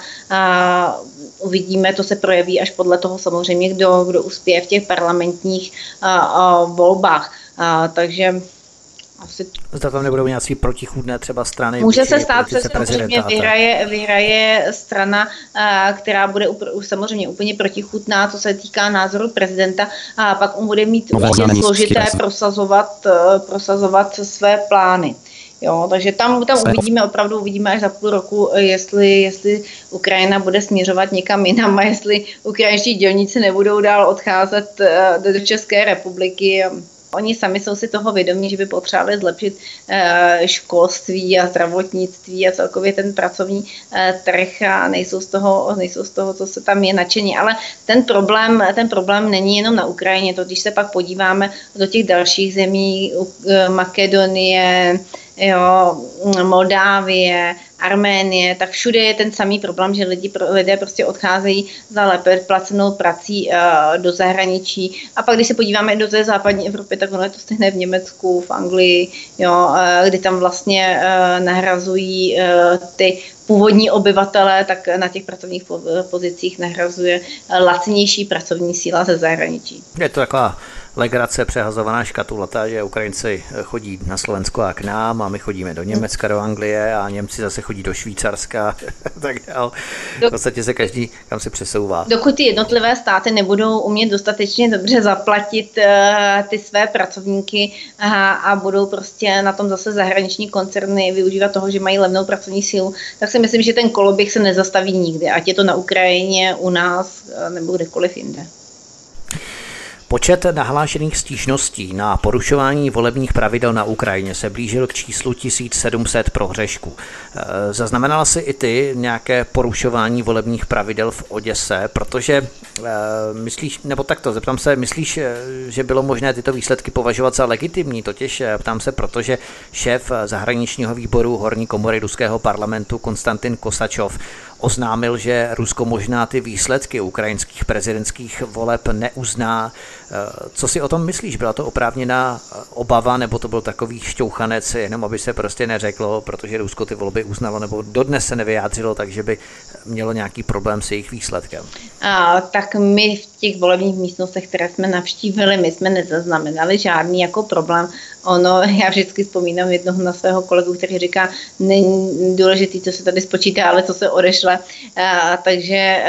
uvidíme, to se projeví až podle toho samozřejmě, kdo, kdo uspěje v těch parlamentních volbách. A, takže asi... Zda tam nebudou nějaký protichůdné třeba strany. Může se stát, že samozřejmě vyhraje, vyhraje strana, a, která bude už samozřejmě úplně protichůdná, co se týká názoru prezidenta, a pak on bude mít určitě složité prosazovat, prosazovat své plány. Jo, takže tam, tam uvidíme, opravdu uvidíme až za půl roku, jestli, jestli Ukrajina bude směřovat někam jinam a jestli ukrajinští dělníci nebudou dál odcházet do České republiky. Oni sami jsou si toho vědomí, že by potřebovali zlepšit školství a zdravotnictví a celkově ten pracovní trh a nejsou z toho, nejsou z toho, co se tam je nadšení. Ale ten problém, ten problém není jenom na Ukrajině. To, když se pak podíváme do těch dalších zemí, Makedonie, jo, Moldávie Arménie, tak všude je ten samý problém, že lidi, lidé prostě odcházejí za lépe placenou prací do zahraničí. A pak, když se podíváme do té západní Evropy, tak ono je to stejné v Německu, v Anglii, jo, kdy tam vlastně nahrazují ty původní obyvatelé, tak na těch pracovních pozicích nahrazuje lacinější pracovní síla ze zahraničí. Je to taková legrace přehazovaná škatulata, že Ukrajinci chodí na Slovensko a k nám a my chodíme do Německa, do Anglie a Němci zase chodí do Švýcarska, tak dál. V podstatě se každý kam se přesouvá. Dokud ty jednotlivé státy nebudou umět dostatečně dobře zaplatit uh, ty své pracovníky a, a budou prostě na tom zase zahraniční koncerny využívat toho, že mají levnou pracovní sílu, tak si myslím, že ten koloběh se nezastaví nikdy, ať je to na Ukrajině, u nás nebo kdekoliv jinde. Počet nahlášených stížností na porušování volebních pravidel na Ukrajině se blížil k číslu tisíc sedm set prohřešků. Zaznamenala si i ty nějaké porušování volebních pravidel v Oděse, protože myslíš, nebo takto, zeptám se, myslíš, že bylo možné tyto výsledky považovat za legitimní? Totiž ptám se, protože šéf zahraničního výboru horní komory ruského parlamentu Konstantin Kosačov oznámil, že Rusko možná ty výsledky ukrajinských prezidentských voleb neuzná. Co si o tom myslíš? Byla to oprávněná obava, nebo to byl takový šťouchanec, jenom aby se prostě neřeklo, protože Rusko ty volby uznalo, nebo dodnes se nevyjádřilo, takže by mělo nějaký problém s jejich výsledkem? A, tak my v těch volebních místnostech, které jsme navštívili, my jsme nezaznamenali žádný jako problém. Ono, já vždycky vzpomínám jednoho na svého kolegu, který říká, není důležitý, co se tady spočítá, ale co se odešle. A, takže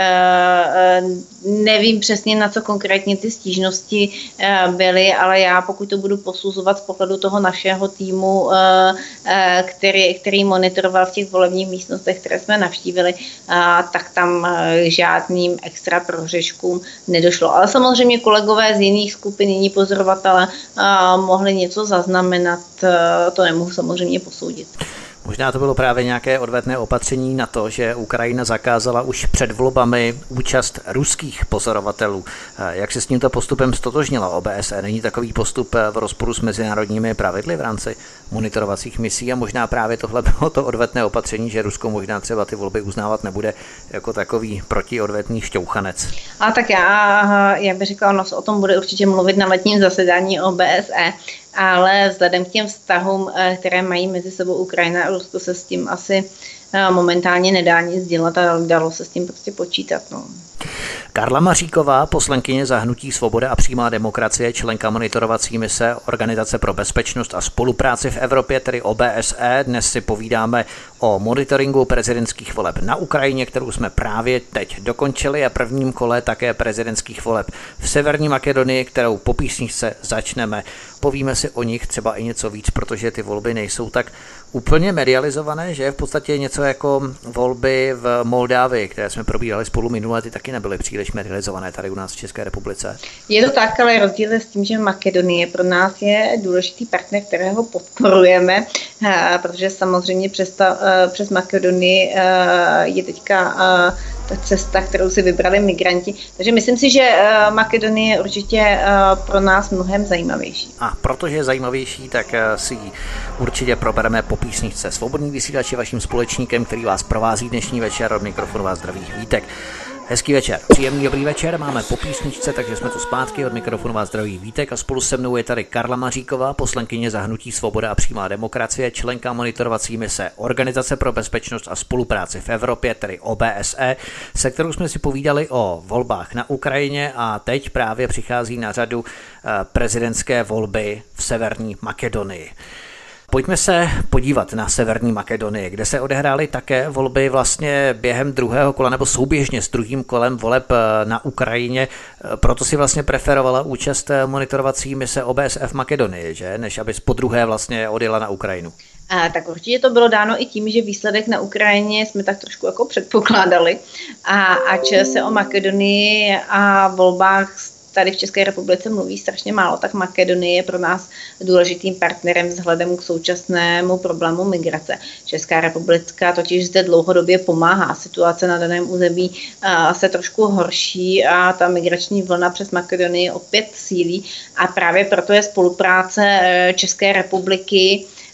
a, nevím přesně, na co konkrétně ty stížnosti a, byly, ale já pokud to budu posuzovat z pohledu toho našeho týmu, a, a, který, který monitoroval v těch volebních místnostech, které jsme navštívili, a, tak tam žádným extra prohřeškům nedošlo. Ale samozřejmě kolegové z jiných skupin, jiní pozorovatele a, mohli něco zaznamenat, a, to nemohu samozřejmě posoudit. Možná to bylo právě nějaké odvetné opatření na to, že Ukrajina zakázala už před volbami účast ruských pozorovatelů. Jak se s tímto postupem stotožnila O B S E? Není takový postup v rozporu s mezinárodními pravidly v rámci monitorovacích misí a možná právě tohle bylo to odvetné opatření, že Rusko možná třeba ty volby uznávat nebude jako takový protiodvetný šťouchanec? A tak já, jak bych řekla, ono se o tom bude určitě mluvit na letním zasedání O B S E, ale vzhledem k těm vztahům, které mají mezi sebou Ukrajina a Rusko, se s tím asi momentálně nedá nic dělat a dalo se s tím prostě počítat. No. Karla Maříková, poslankyně za hnutí Svoboda a přímá demokracie, členka monitorovací mise Organizace pro bezpečnost a spolupráci v Evropě, tedy O B S E. Dnes si povídáme o monitoringu prezidentských voleb na Ukrajině, kterou jsme právě teď dokončili, a prvním kole také prezidentských voleb v Severní Makedonii, kterou po písničce začneme. Povíme si o nich třeba i něco víc, protože ty volby nejsou tak úplně medializované, že v podstatě něco jako volby v Moldávii, které jsme probírali spolu minulé, ty taky nebyly příliš medializované tady u nás v České republice. Je to tak, ale rozdíl je s tím, že Makedonie pro nás je důležitý partner, kterého podporujeme, protože samozřejmě přes, ta, přes Makedonii je teďka ta cesta, kterou si vybrali migranti. Takže myslím si, že Makedonie je určitě pro nás mnohem zajímavější. A protože je zajímavější, tak si ji určitě probereme po písničce. Svobodný vysílač je vaším společníkem, který vás provází dnešní večer. Od mikrofonu vás zdraví Vítek. Hezký večer, příjemný dobrý večer, máme po písničce, takže jsme tu zpátky, od mikrofonu vás zdraví Vítek a spolu se mnou je tady Karla Maříková, poslankyně za hnutí Svoboda a přímá demokracie, členka monitorovací mise Organizace pro bezpečnost a spolupráci v Evropě, tedy O B S E, se kterou jsme si povídali o volbách na Ukrajině, a teď právě přichází na řadu prezidentské volby v Severní Makedonii. Pojďme se podívat na Severní Makedonii, kde se odehrály také volby vlastně během druhého kola nebo souběžně s druhým kolem voleb na Ukrajině. Proto si vlastně preferovala účast monitorovací mise O B S E v Makedonii, že? Než abys po druhé vlastně odjela na Ukrajinu. A, tak určitě to bylo dáno i tím, že výsledek na Ukrajině jsme tak trošku jako předpokládali. A ač se o Makedonii a volbách tady v České republice mluví strašně málo, tak Makedonie je pro nás důležitým partnerem vzhledem k současnému problému migrace. Česká republika totiž zde dlouhodobě pomáhá. Situace na daném území se trošku horší a ta migrační vlna přes Makedonii opět sílí, a právě proto je spolupráce České republiky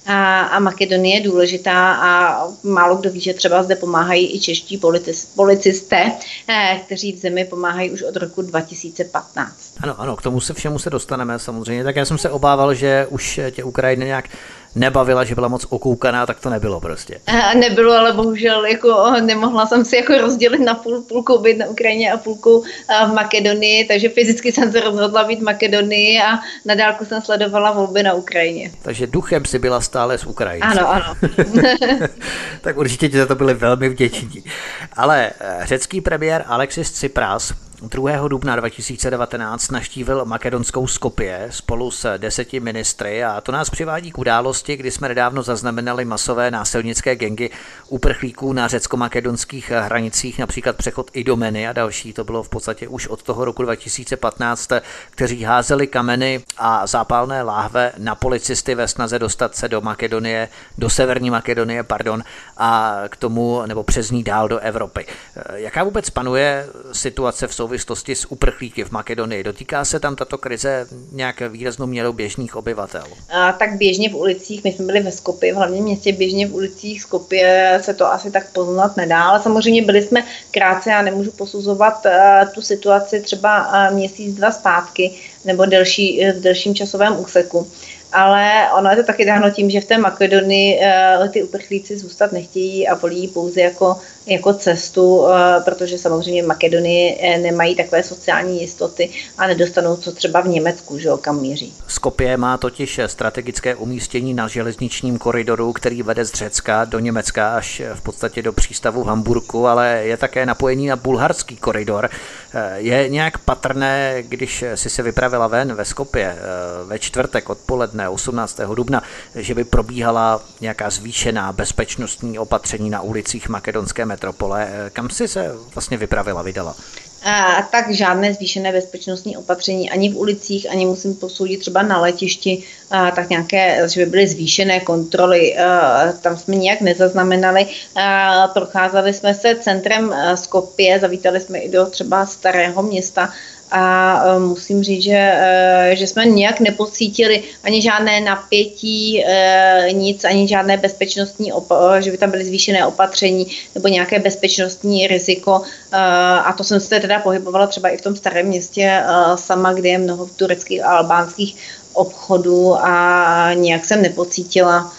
a, a Makedonie je důležitá a málo kdo ví, že třeba zde pomáhají i čeští policis, policisté, kteří v zemi pomáhají už od roku dva tisíce patnáct. Ano, ano, k tomu se všemu se dostaneme samozřejmě. Tak já jsem se obával, že už tě Ukrajina nějak nebavila, že byla moc okoukaná, tak to nebylo prostě. A nebylo, ale bohužel jako nemohla jsem si jako rozdělit na půl, půlku být na Ukrajině a půlku v Makedonii, takže fyzicky jsem se rozhodla být v Makedonii a na dálku jsem sledovala volby na Ukrajině. Takže duchem si byla stále z Ukrajince. Ano, ano. Tak určitě ti za to byli velmi vděční. Ale řecký premiér Alexis Tsipras druhého dubna dva tisíce devatenáct navštívil makedonskou Skopje spolu s deseti ministry a to nás přivádí k události, kdy jsme nedávno zaznamenali masové násilnické gengy uprchlíků na řecko-makedonských hranicích, například přechod Idomeny a další. To bylo v podstatě už od toho roku dva tisíce patnáct, kteří házeli kameny a zápalné láhve na policisty ve snaze dostat se do Makedonie, do severní Makedonie, pardon, a k tomu nebo přes ní dál do Evropy. Jaká vůbec panuje situace v souvislosti souvislosti s uprchlíky v Makedonii? Dotýká se tam tato krize nějak výraznou měrou běžných obyvatel? A, tak běžně v ulicích, my jsme byli ve Skopji, v hlavním městě, běžně v ulicích Skopje se to asi tak poznat nedá, ale samozřejmě byli jsme krátce, já nemůžu posuzovat uh, tu situaci třeba uh, měsíc, dva zpátky, nebo delší, v delším časovém úseku. Ale ono je to taky dáno tím, že v té Makedonii uh, ty uprchlíci zůstat nechtějí a volí pouze jako, jako cestu, uh, protože samozřejmě v Makedonii nemají takové sociální jistoty a nedostanou co třeba v Německu, že, kam míří. Skopje má totiž strategické umístění na železničním koridoru, který vede z Řecka do Německa až v podstatě do přístavu v Hamburku, ale je také napojení na bulharský koridor. Je nějak patrné, když si se vypravila ven ve Skopje ve čtvrtek odpoledne osmnáctého dubna, že by probíhala nějaká zvýšená bezpečnostní opatření na ulicích makedonské metropole. Kam si se vlastně vypravila, vydala? A, tak žádné zvýšené bezpečnostní opatření ani v ulicích, ani musím posoudit třeba na letišti, a, tak nějaké, že by byly zvýšené kontroly, a, tam jsme nijak nezaznamenali. A, procházeli jsme se centrem Skopje, zavítali jsme i do třeba starého města, a musím říct, že, že jsme nijak nepocítili ani žádné napětí, nic, ani žádné bezpečnostní, opa- že by tam byly zvýšené opatření nebo nějaké bezpečnostní riziko. A to jsem se teda pohybovala třeba i v tom starém městě sama, kde je mnoho tureckých a albánských obchodů a nijak jsem nepocítila,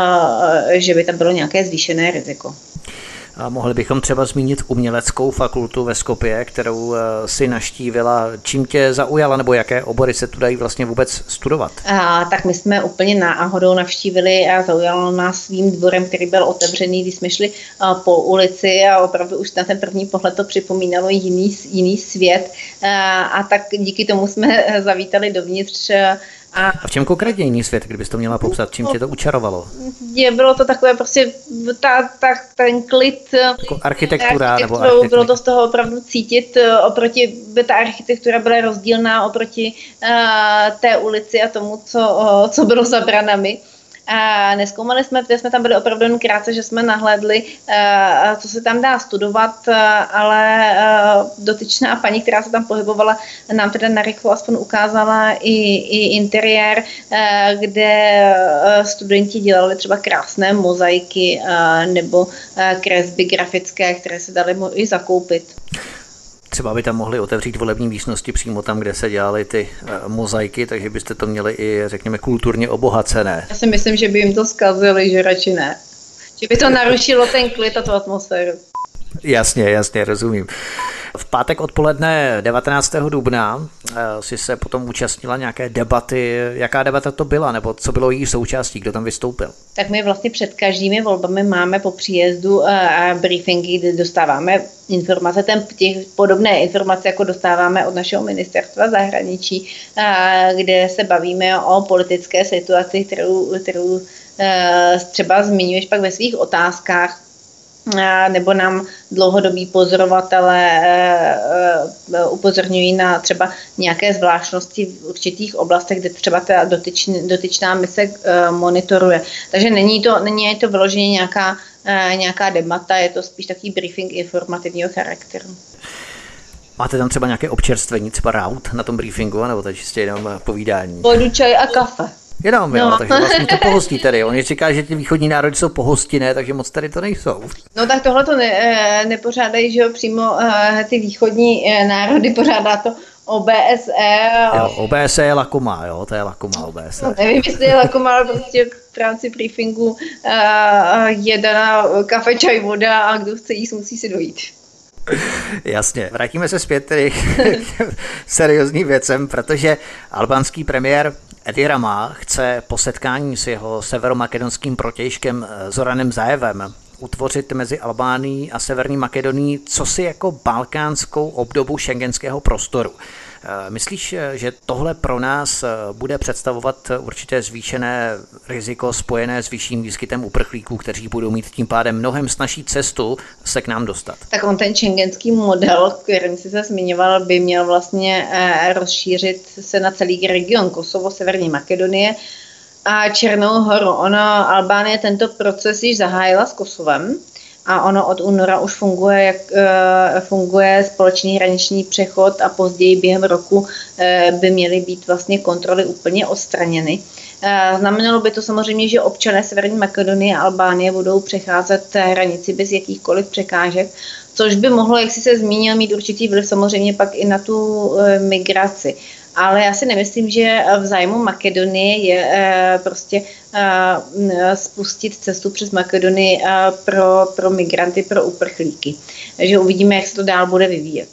že by tam bylo nějaké zvýšené riziko. A mohli bychom třeba zmínit uměleckou fakultu ve Skopje, kterou si navštívila. Čím tě zaujala, nebo jaké obory se tu dají vlastně vůbec studovat? A, tak my jsme úplně náhodou navštívili a zaujalo nás svým dvorem, který byl otevřený, když jsme šli a, po ulici a opravdu už na ten první pohled to připomínalo jiný, jiný svět. A, a tak díky tomu jsme zavítali dovnitř. A, a v čem konkrétně jiný svět, kdybys to měla popsat, čím tě to učarovalo? Je, bylo to takové prostě ta, ta, ten klid, jako architektura, nebo architektura. Bylo to z toho opravdu cítit, oproti, ta architektura byla rozdílná oproti uh, té ulici a tomu, co, uh, co bylo za branami. A nezkoumali jsme, protože jsme tam byli opravdu jen krátce, že jsme nahlédli, co se tam dá studovat, ale dotyčná paní, která se tam pohybovala, nám teda narychlo aspoň ukázala i, i interiér, kde studenti dělali třeba krásné mozaiky nebo kresby grafické, které se daly i zakoupit. Třeba by tam mohli otevřít volební místnosti přímo tam, kde se dělaly ty uh, mozaiky, takže byste to měli i, řekněme, kulturně obohacené. Já si myslím, že by jim to zkazili, že radši ne. Že by to narušilo ten klid a tu atmosféru. Jasně, jasně, rozumím. V pátek odpoledne devatenáctého dubna uh, si se potom účastnila nějaké debaty. Jaká debata to byla, nebo co bylo její součástí, kdo tam vystoupil? Tak my vlastně před každými volbami máme po příjezdu uh, briefingy, kde dostáváme informace, ten, těch podobné informace, jako dostáváme od našeho ministerstva zahraničí, uh, kde se bavíme o politické situaci, kterou, kterou uh, třeba zmiňuješ pak ve svých otázkách, nebo nám dlouhodobí pozorovatelé upozorňují na třeba nějaké zvláštnosti v určitých oblastech, kde třeba ta dotyčný, dotyčná mise monitoruje. Takže není to, není to vyloženě nějaká, nějaká debata, je to spíš takový briefing informativního charakteru. Máte tam třeba nějaké občerstvení, třeba raut na tom briefingu, nebo to je čistě jenom povídání? Vodu, čaj a kafe. Jenom, jo, no. Takže vlastně to pohostí tady. On říká, že ty východní národy jsou pohostinné, takže moc tady to nejsou. No tak tohle to ne, nepořádají, že jo, přímo ty východní národy, pořádá to O B S E. Jo, O B S E je lakoma, jo, to je lakoma O B S E. No, nevím, jestli je lakoma, ale prostě v rámci briefingu uh, je daná kafe, čaj, voda a kdo chce jíst, musí si dojít. Jasně, vrátíme se zpět tedy k seriózním věcem, protože albánský premiér Edi Rama chce po setkání s jeho severomakedonským protějškem Zoranem Zaevem utvořit mezi Albánií a Severní Makedonií cosi jako balkánskou obdobu schengenského prostoru. Myslíš, že tohle pro nás bude představovat určité zvýšené riziko spojené s vyšším výskytem uprchlíků, kteří budou mít tím pádem mnohem snazší cestu se k nám dostat? Tak on ten schengenský model, kterým jsi se zmiňoval, by měl vlastně rozšířit se na celý region Kosovo, Severní Makedonie a Černou horu. Ono, Albánie tento proces již zahájila s Kosovem a ono od února už funguje, jak funguje společný hraniční přechod a později během roku by měly být vlastně kontroly úplně odstraněny. Znamenalo by to samozřejmě, že občané Severní Makedonie a Albánie budou přecházet hranici bez jakýchkoliv překážek, což by mohlo, jak jsi se zmínil, mít určitý vliv samozřejmě pak i na tu migraci. Ale já si nemyslím, že v zájmu Makedonie je e, prostě e, spustit cestu přes Makedonii e, pro, pro migranty, pro uprchlíky. Takže uvidíme, jak se to dál bude vyvíjet.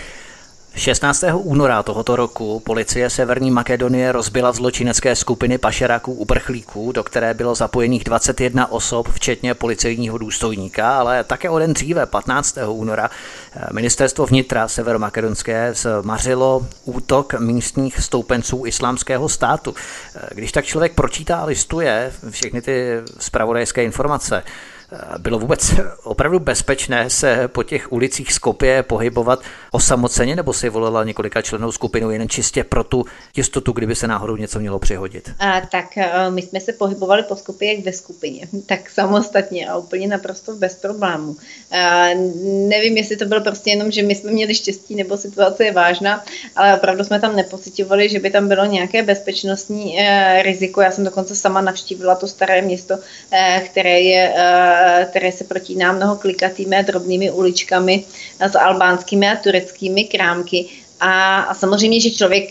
šestnáctého února tohoto roku policie Severní Makedonie rozbila zločinecké skupiny pašeráků uprchlíků, do které bylo zapojených dvacet jedna osob, včetně policejního důstojníka, ale také o den dříve, patnáctého února, ministerstvo vnitra severomakedonské zmařilo útok místních stoupenců islámského státu. Když tak člověk pročítá a listuje všechny ty zpravodajské informace, bylo vůbec opravdu bezpečné se po těch ulicích Skopje pohybovat osamoceně, nebo si volila několika členů skupinu jen čistě pro tu jistotu, kdyby se náhodou něco mělo přihodit? A, tak my jsme se pohybovali po Skopje jak ve skupině, tak samostatně a úplně naprosto bez problémů. A, nevím, jestli to bylo prostě jenom, že my jsme měli štěstí, nebo situace je vážná, ale opravdu jsme tam nepocitovali, že by tam bylo nějaké bezpečnostní eh, riziko. Já jsem dokonce sama navštívila to staré město, eh, které je eh, které se protíná mnoho klikatými a drobnými uličkami s albánskými a tureckými krámky. A, a samozřejmě, že člověk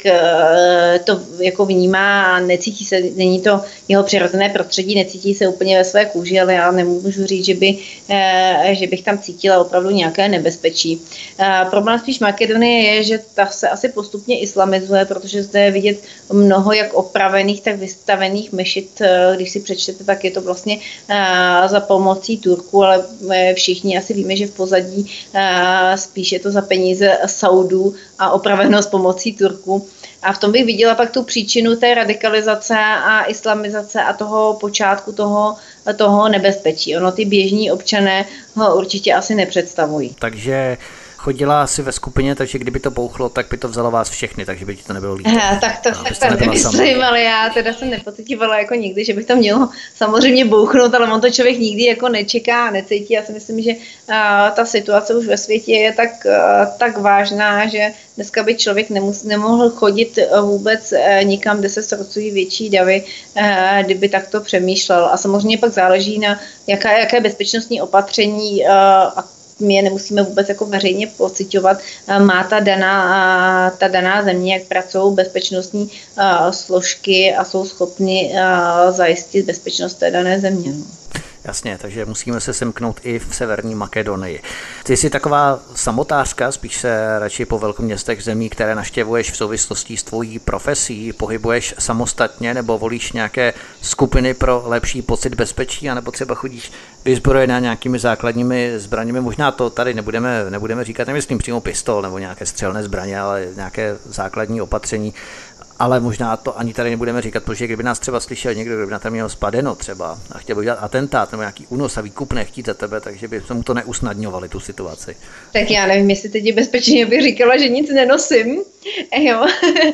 e, to jako vnímá a necítí se, není to jeho přirozené prostředí, necítí se úplně ve své kůži, ale já nemůžu říct, že, by, e, že bych tam cítila opravdu nějaké nebezpečí. E, problém spíš Makedonie je, že ta se asi postupně islamizuje, protože zde je vidět mnoho jak opravených, tak vystavených mešit. Když si přečtete, tak je to vlastně e, za pomocí Turků, ale všichni asi víme, že v pozadí e, spíš je to za peníze Saudů a opraveno s pomocí Turků. A v tom bych viděla pak tu příčinu té radikalizace a islamizace a toho počátku toho, toho nebezpečí. Ono ty běžní občané ho určitě asi nepředstavují. Takže chodila asi ve skupině, takže kdyby to bouchlo, tak by to vzalo vás všechny, takže by ti to nebylo líto. He, tak to, no, tak to nemyslím, ale já teda jsem nepocitovala jako nikdy, že by to mělo samozřejmě bouchnout, ale on to člověk nikdy jako nečeká, necítí. Já si myslím, že uh, ta situace už ve světě je tak, uh, tak vážná, že dneska by člověk nemus, nemohl chodit uh, vůbec uh, nikam, kde se ztrocují větší davy, uh, kdyby takto přemýšlel. A samozřejmě pak záleží na jaká, jaké bezpečnostní opatření uh, a my je nemusíme vůbec jako veřejně pociťovat. Má ta daná, ta daná země, jak pracují bezpečnostní složky a jsou schopni zajistit bezpečnost té dané země. Jasně, takže musíme se semknout i v Severní Makedonii. Ty jsi taková samotářka, spíš se radši po velkoměstech zemí, které navštěvuješ v souvislosti s tvojí profesí, pohybuješ samostatně nebo volíš nějaké skupiny pro lepší pocit bezpečí, anebo třeba chodíš vyzbrojená nějakými základními zbraněmi. Možná to tady nebudeme, nebudeme říkat, nemyslím přímo pistol nebo nějaké střelné zbraně, ale nějaké základní opatření. Ale možná to ani tady nebudeme říkat, protože kdyby nás třeba slyšel někdo, kdo by na to měl spadeno třeba a chtěl by udělat atentát nebo nějaký únos a výkupné chtít za tebe, takže by mu to neusnadňovali tu situaci. Tak já nevím, jestli teď je bezpečně, bych říkala, že nic nenosím, jo.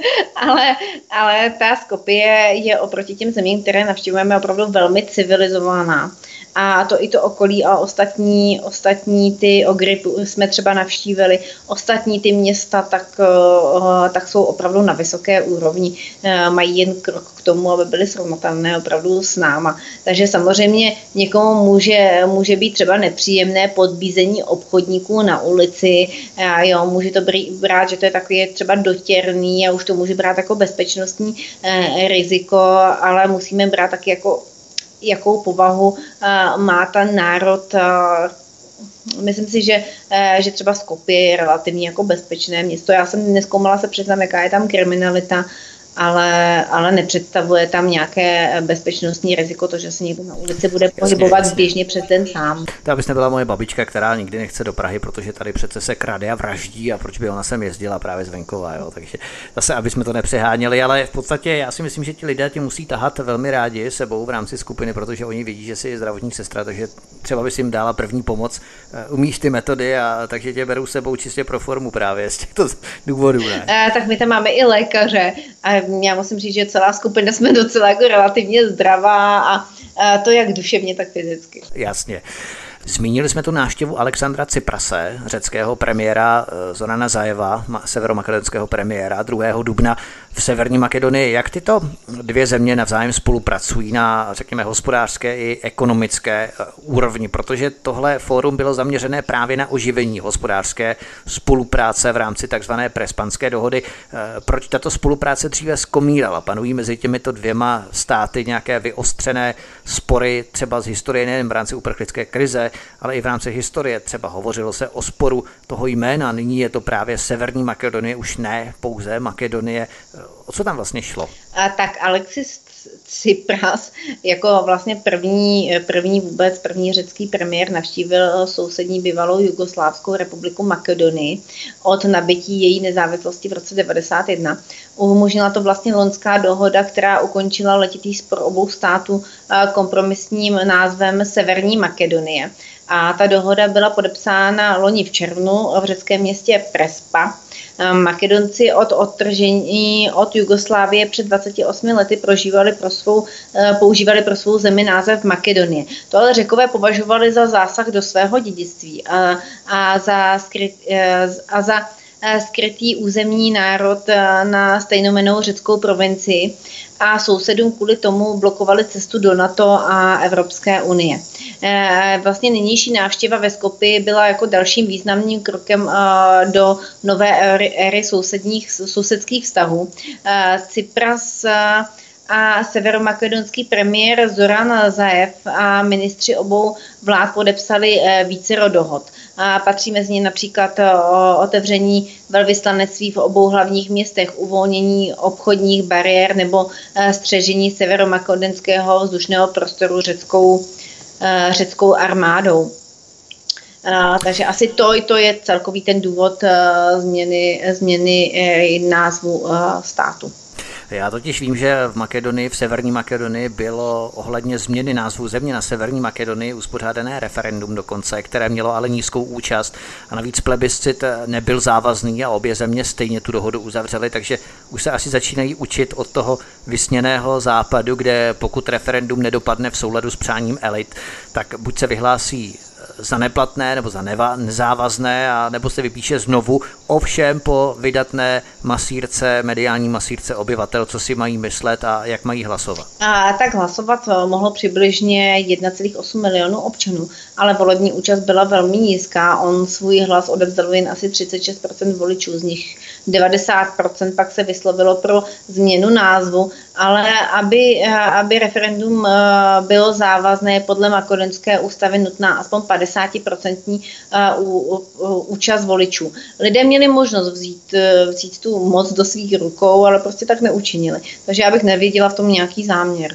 ale, ale ta Skopje je oproti těm zemím, které navštěvujeme, opravdu velmi civilizovaná. a to i to okolí a ostatní, ostatní ty ogry jsme třeba navštívili, ostatní ty města, tak, tak jsou opravdu na vysoké úrovni, mají jen krok k tomu, aby byly srovnatelné opravdu s náma. Takže samozřejmě někomu může, může být třeba nepříjemné podbízení obchodníků na ulici, a jo, může to brát, že to je takový třeba dotěrný a už to může brát jako bezpečnostní eh, riziko, ale musíme brát taky jako jakou povahu eh, má ten národ. Eh, myslím si, že, eh, že třeba Skopje je relativně jako bezpečné město. Já jsem nezkoumala, se přiznám, jaká je tam kriminalita, ale, ale nepředstavuje tam nějaké bezpečnostní riziko, to, že se někdo na ulici bude pohybovat běžně přes den sám. To abys nebyla moje babička, která nikdy nechce do Prahy, protože tady přece se krade a vraždí a proč by ona sem jezdila právě z venkova, jo? Takže zase, aby jsme to nepřeháněli, ale v podstatě já si myslím, že ti lidé tě musí tahat velmi rádi sebou v rámci skupiny, protože oni vidí, že jsi zdravotní sestra, takže třeba bys jim dala první pomoc, umíš ty metody a takže tě berou sebou čistě pro formu právě z těchto důvodů, ne? A, tak my tam máme i lékaře a já musím říct, že celá skupina jsme docela jako relativně zdravá a, a to jak duševně, tak fyzicky. Jasně. Zmínili jsme tu návštěvu Alexandra Tsiprase, řeckého premiéra, Zorana Zajeva, severomakedonského premiéra, druhého dubna v Severní Makedonii. Jak tyto dvě země navzájem spolupracují na, řekněme, hospodářské i ekonomické úrovni? Protože tohle fórum bylo zaměřené právě na oživení hospodářské spolupráce v rámci takzvané Prespanské dohody. Proč tato spolupráce dříve zkomírala? Panují mezi těmito dvěma státy nějaké vyostřené spory, třeba z historie nejen v rámci uprchlické krize, ale i v rámci historie. Třeba hovořilo se o sporu toho jména, nyní je to právě Severní Makedonie, už ne pouze Makedonie. O co tam vlastně šlo? A tak Alexis Tsipras jako vlastně první, první vůbec, první řecký premiér navštívil sousední bývalou Jugoslávskou republiku Makedonii od nabytí její nezávislosti v roce devadesát jedna. Umožnila to vlastně loňská dohoda, která ukončila letitý spor obou států kompromisním názvem Severní Makedonie. A ta dohoda byla podepsána loni v červnu v řeckém městě Prespa. Makedonci od odtržení od Jugoslávie před dvaceti osmi lety prožívali pro svou, používali pro svou zemi název Makedonie. To ale Řekové považovali za zásah do svého dědictví a, a za, skryt, a za skrytý územní národ na stejnojmennou řeckou provincii a sousedům kvůli tomu blokovali cestu do NATO a Evropské unie. Vlastně nynější návštěva ve Skopji byla jako dalším významným krokem do nové éry sousedních, sousedských vztahů. Tsipras a severomakedonský premiér Zoran Zaev a ministři obou vlád podepsali vícero dohod. A patří mezi ně například otevření velvyslanectví v obou hlavních městech, uvolnění obchodních bariér nebo střežení severomakedonského vzdušného prostoru řeckou, řeckou armádou. Takže asi to, to je celkový ten důvod změny, změny názvu státu. Já totiž vím, že v Makedonii, v Severní Makedonii bylo ohledně změny názvu země na Severní Makedonii uspořádané referendum dokonce, které mělo ale nízkou účast a navíc plebiscit nebyl závazný a obě země stejně tu dohodu uzavřely, takže už se asi začínají učit od toho vysněného západu, kde pokud referendum nedopadne v souladu s přáním elit, tak buď se vyhlásí za neplatné nebo za neva, nezávazné a nebo se vypíše znovu, ovšem po vydatné masírce, mediální masírce obyvatel, co si mají myslet a jak mají hlasovat. A tak hlasovat mohlo přibližně jedna celá osm milionů občanů, ale volební účast byla velmi nízká. On svůj hlas odevzdal jen asi třicet šest procent voličů, z nich devadesát procent pak se vyslovilo pro změnu názvu, ale aby, aby referendum bylo závazné, podle makedonské ústavy nutná aspoň padesát procent účast voličů. Lidé měli možnost vzít, vzít tu moc do svých rukou, ale prostě tak neučinili. Takže já bych neviděla v tom nějaký záměr.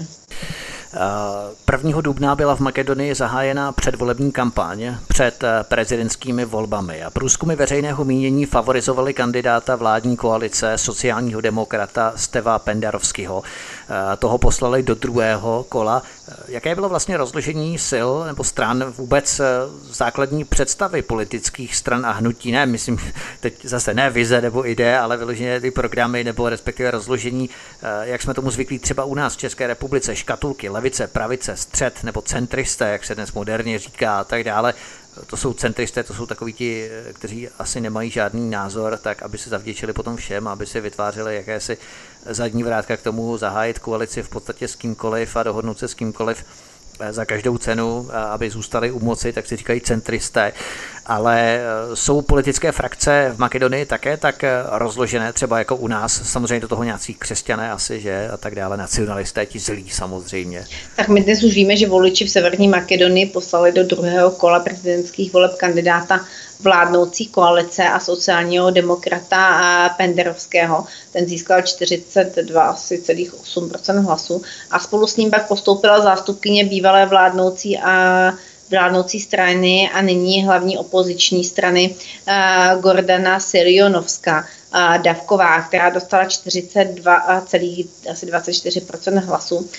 prvního dubna byla v Makedonii zahájena předvolební kampaň před prezidentskými volbami a průzkumy veřejného mínění favorizovaly kandidáta vládní koalice sociálního demokrata Steva Pendarovského. Toho poslali do druhého kola. Jaké bylo vlastně rozložení sil nebo stran vůbec základní představy politických stran a hnutí? Ne, myslím, teď zase ne vize nebo ideje, ale vyloženě ty programy nebo respektive rozložení, jak jsme tomu zvyklí třeba u nás v České republice, škatulky, levice, levice, pravice, střed nebo centristé, jak se dnes moderně říká a tak dále. To jsou centristé, to jsou takoví ti, kteří asi nemají žádný názor, tak aby se zavděčili potom všem, aby si vytvářeli jakési zadní vrátka k tomu zahájit koalici v podstatě s kýmkoliv a dohodnout se s kýmkoliv za každou cenu, aby zůstali u moci, tak si říkají centristé. Ale jsou politické frakce v Makedonii také tak rozložené, třeba jako u nás, samozřejmě do toho nějací křesťané asi, že a tak dále, nacionalisté, ti zlí samozřejmě. Tak my dnes už víme, že voliči v Severní Makedonii poslali do druhého kola prezidentských voleb kandidáta vládnoucí koalice a sociálního demokrata a Penderovského. Ten získal čtyřicet dva celá osm procenta hlasů a spolu s ním pak postoupila zástupkyně bývalé vládnoucí a vládnoucí strany a nyní hlavní opoziční strany uh, Gordana Silionovská uh, Davková, která dostala čtyřicet dva celá dvacet čtyři procenta hlasů. Uh,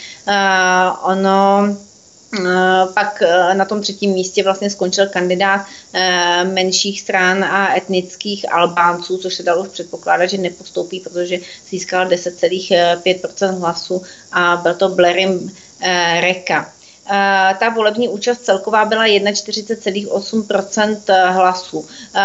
ono Pak na tom třetím místě vlastně skončil kandidát menších stran a etnických Albánců, což se dalo už předpokládat, že nepostoupí, protože získal deset celá pět procenta hlasů a byl to Blerim Reka. Ta volební účast celková byla čtyřicet jedna celá osm procenta hlasů.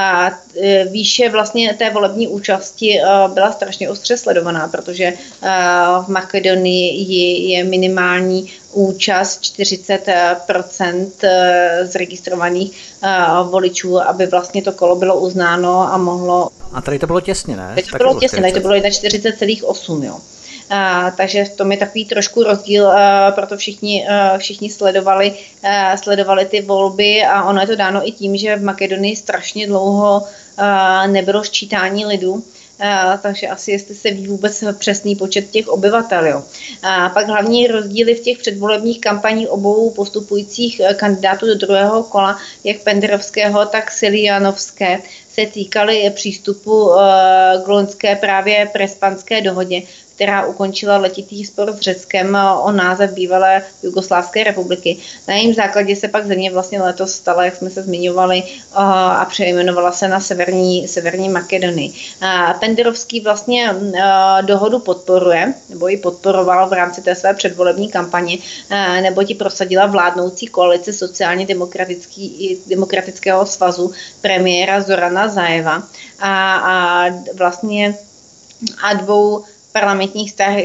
Výše vlastně té volební účasti byla strašně ostře sledovaná, protože v Makedonii je minimální účast čtyřicet procent zregistrovaných voličů, aby vlastně to kolo bylo uznáno a mohlo... A tady to bylo těsně, ne? Tady to bylo těsně, tady to bylo čtyřicet jedna celá osm, jo. Uh, takže v tom je takový trošku rozdíl, uh, proto všichni, uh, všichni sledovali, uh, sledovali ty volby a ono je to dáno i tím, že v Makedonii strašně dlouho uh, nebylo sčítání lidu, uh, takže asi jestli se ví vůbec přesný počet těch obyvatel. Jo. Uh, pak hlavní rozdíly v těch předvolebních kampaních obou postupujících uh, kandidátů do druhého kola, jak Penderovského, tak Siljanovské, se týkaly přístupu uh, k loňské právě prespanské dohodě, která ukončila letitý spor s Řeckem o název bývalé Jugoslávské republiky. Na jejím základě se pak země vlastně letos stala, jak jsme se zmiňovali, a přejmenovala se na Severní, Severní Makedonii. Penderovský vlastně dohodu podporuje, nebo ji podporoval v rámci té své předvolební kampaně, nebo ji prosadila vládnoucí koalice sociálně demokratického svazu premiéra Zorana Zajeva a, a vlastně a dvou parlamentních vztah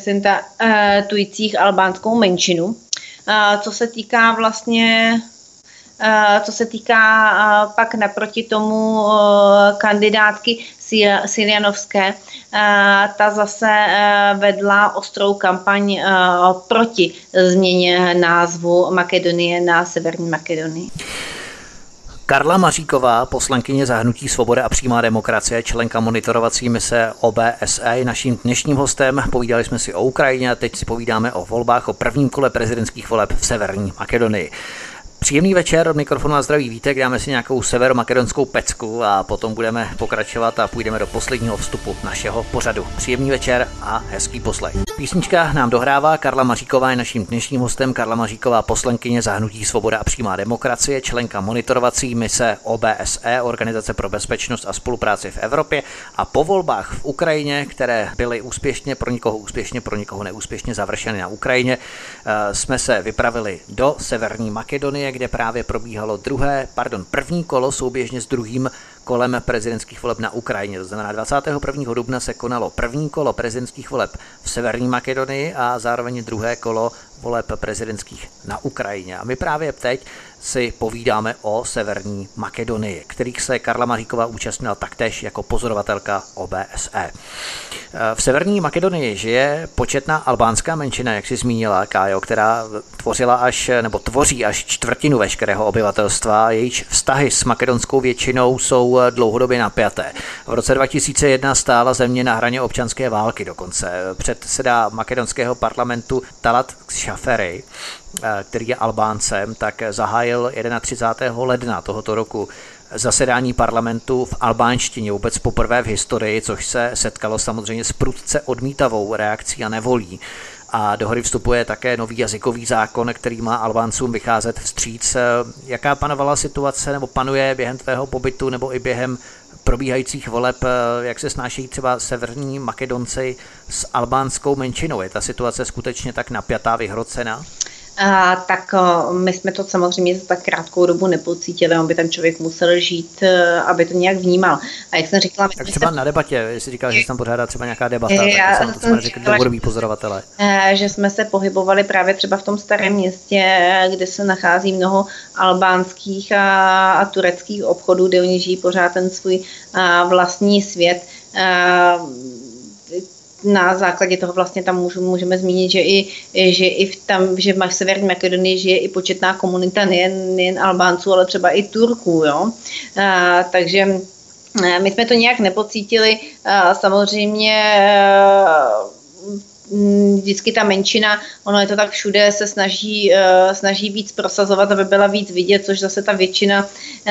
reprezentujících albánskou menšinu. Co se týká vlastně, co se týká pak naproti tomu kandidátky Siljanovské, ta zase vedla ostrou kampaň proti změně názvu Makedonie na Severní Makedonii. Karla Maříková, poslankyně za hnutí Svoboda a přímá demokracie, členka monitorovací mise O B S E, naším dnešním hostem. Povídali jsme si o Ukrajině a teď si povídáme o volbách, o prvním kole prezidentských voleb v Severní Makedonii. Příjemný večer, od mikrofonu a zdraví Vítek, dáme si nějakou severomakedonskou pecku a potom budeme pokračovat a půjdeme do posledního vstupu našeho pořadu. Příjemný večer a hezký poslech. Písnička nám dohrává, Karla Maříková je naším dnešním hostem. Karla Maříková, poslankyně za hnutí Svoboda a přímá demokracie, členka monitorovací mise O B S E, Organizace pro bezpečnost a spolupráci v Evropě, a po volbách v Ukrajině, které byly úspěšně, pro někoho úspěšně, pro někoho neúspěšně završeny na Ukrajině, jsme se vypravili do Severní Makedonie, kde právě probíhalo druhé, pardon, první kolo souběžně s druhým kolem prezidentských voleb na Ukrajině. To znamená, dvacátého prvního dubna se konalo první kolo prezidentských voleb v Severní Makedonii a zároveň druhé kolo voleb prezidentských na Ukrajině. A my právě teď si povídáme o Severní Makedonii, kterých se Karla Maříková účastnila taktéž jako pozorovatelka O B S E. V Severní Makedonii žije početná albánská menšina, jak si zmínila, Kájo, která tvořila až, nebo tvoří až čtvrtinu veškerého obyvatelstva. Jejíž vztahy s makedonskou většinou jsou dlouhodobě napjaté. V roce dva tisíce jedna stála země na hraně občanské války dokonce. Předseda makedonského parlamentu Talat Xhaferi, který je Albáncem, tak zahájil třicátého prvního ledna tohoto roku zasedání parlamentu v albánštině vůbec poprvé v historii, což se setkalo samozřejmě s prudce odmítavou reakcí a nevolí. A do hry vstupuje také nový jazykový zákon, který má Albáncům vycházet vstříc. Jaká panovala situace nebo panuje během tvého pobytu nebo i během probíhajících voleb, jak se snášejí třeba severní Makedonci s albánskou menšinou? Je ta situace skutečně tak napjatá, vyhrocená? A, tak my jsme to samozřejmě za tak krátkou dobu nepocítili, aby tam člověk musel žít, aby to nějak vnímal. A jak jsem říkala... Tak třeba se... na debatě, jestli říkal, že se tam pořádá třeba nějaká debata, já tak jsem to jsme řekli dlouhodobí pozorovatelé. Že jsme se pohybovali právě třeba v tom starém městě, kde se nachází mnoho albánských a, a tureckých obchodů, kde oni žijí pořád ten svůj a, vlastní svět. A, na základě toho vlastně tam můžu, můžeme zmínit, že i, že i v tam, že v Severní Makedonii žije i početná komunita nejen, nejen Albánců, ale třeba i Turků, jo. A, takže my jsme to nějak nepocítili. A, samozřejmě vždycky ta menšina, ono je to tak všude, se snaží, uh, snaží víc prosazovat, aby byla víc vidět, což zase ta většina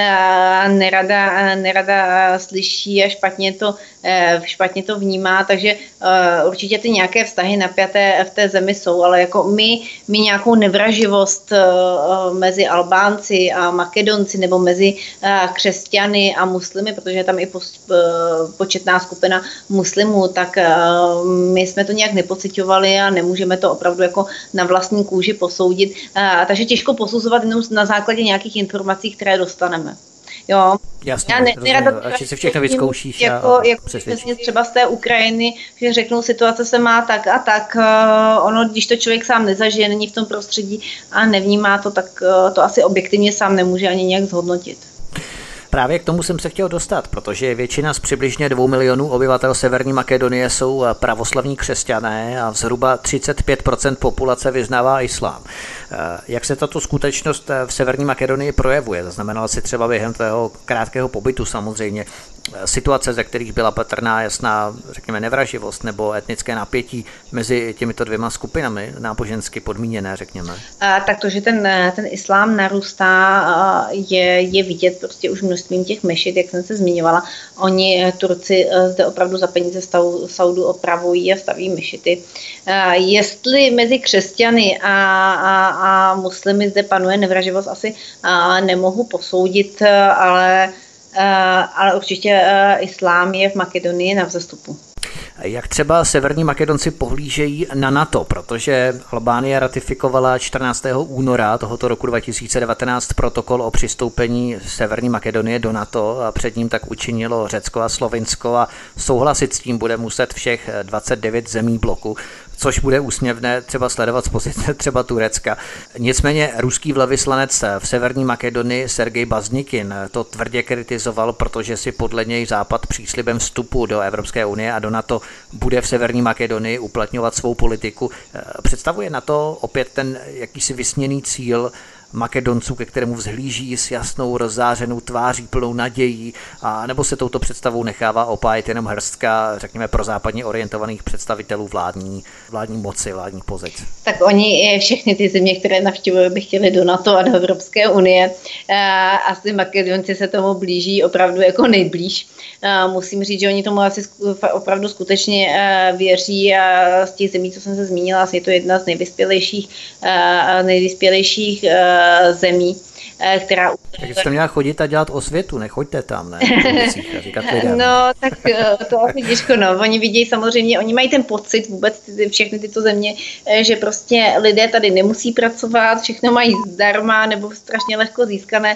uh, nerada, uh, nerada uh, slyší a špatně to, uh, špatně to vnímá, takže uh, určitě ty nějaké vztahy napjaté v té zemi jsou, ale jako my, my nějakou nevraživost uh, mezi Albánci a Makedonci nebo mezi uh, křesťany a muslimy, protože je tam i po, uh, početná skupina muslimů, tak uh, my jsme to nějak nepocítili a nemůžeme to opravdu jako na vlastní kůži posoudit. A, takže těžko posuzovat jenom na základě nějakých informací, které dostaneme. Jo. Jasně, já ne, nerada, radši si všechno vyzkoušíš jako, a jako přesně třeba z té Ukrajiny, že řeknou, situace se má tak a tak, ono, když to člověk sám nezažije, není v tom prostředí a nevnímá to, tak to asi objektivně sám nemůže ani nějak zhodnotit. Právě k tomu jsem se chtěl dostat, protože většina z přibližně dvou milionů obyvatel Severní Makedonie jsou pravoslavní křesťané a zhruba třicet pět procent populace vyznává islám. Jak se tato skutečnost v Severní Makedonii projevuje? Zaznamenala si třeba během tvého krátkého pobytu samozřejmě situace, ze kterých byla patrná jasná, řekněme, nevraživost nebo etnické napětí mezi těmito dvěma skupinami, nábožensky podmíněné, řekněme? A, tak to, že ten, ten islám narůstá, je, je vidět prostě už množstvím těch mešit, jak jsem se zmiňovala. Oni, Turci, zde opravdu za peníze Saudu opravují a staví mešity. A, jestli mezi křesťany a, a, a muslimy zde panuje nevraživost, asi a, nemohu posoudit, ale Uh, ale určitě uh, islám je v Makedonii na vzestupu. Jak třeba severní Makedonci pohlížejí na NATO, protože Albánie ratifikovala čtrnáctého února tohoto roku dva tisíce devatenáct protokol o přistoupení Severní Makedonie do NATO a před ním tak učinilo Řecko a Slovinsko a souhlasit s tím bude muset všech dvacet devět zemí bloku, což bude úsměvné třeba sledovat z pozice třeba Turecka. Nicméně ruský velvyslanec v Severní Makedonii Sergej Baznikin to tvrdě kritizoval, protože si podle něj Západ příslibem vstupu do Evropské unie a do NATO bude v Severní Makedonii uplatňovat svou politiku. Představuje na to opět ten jakýsi vysněný cíl Makedonců, ke kterému vzhlíží s jasnou rozzářenou tváří plnou nadějí, a nebo se touto představou nechává opájet jenom hrstka, řekněme, prozápadně orientovaných představitelů vládní, vládní moci, vládních pozic? Tak oni, všechny ty země, které navštěvují, by chtěli do NATO a do Evropské unie. Asi Makedonci se tomu blíží opravdu jako nejblíž. Musím říct, že oni tomu asi opravdu skutečně věří a z těch zemí, co jsem se zmínila, je to jedna z nejvyspělejších, nejvyspělejších zemí, která... Takže jste měla chodit a dělat osvětu, nechoďte tam, ne? Říkat lidem. No, tak to asi těžko, no. Oni vidějí samozřejmě, oni mají ten pocit vůbec ty, všechny tyto země, že prostě lidé tady nemusí pracovat, všechno mají zdarma nebo strašně lehko získané.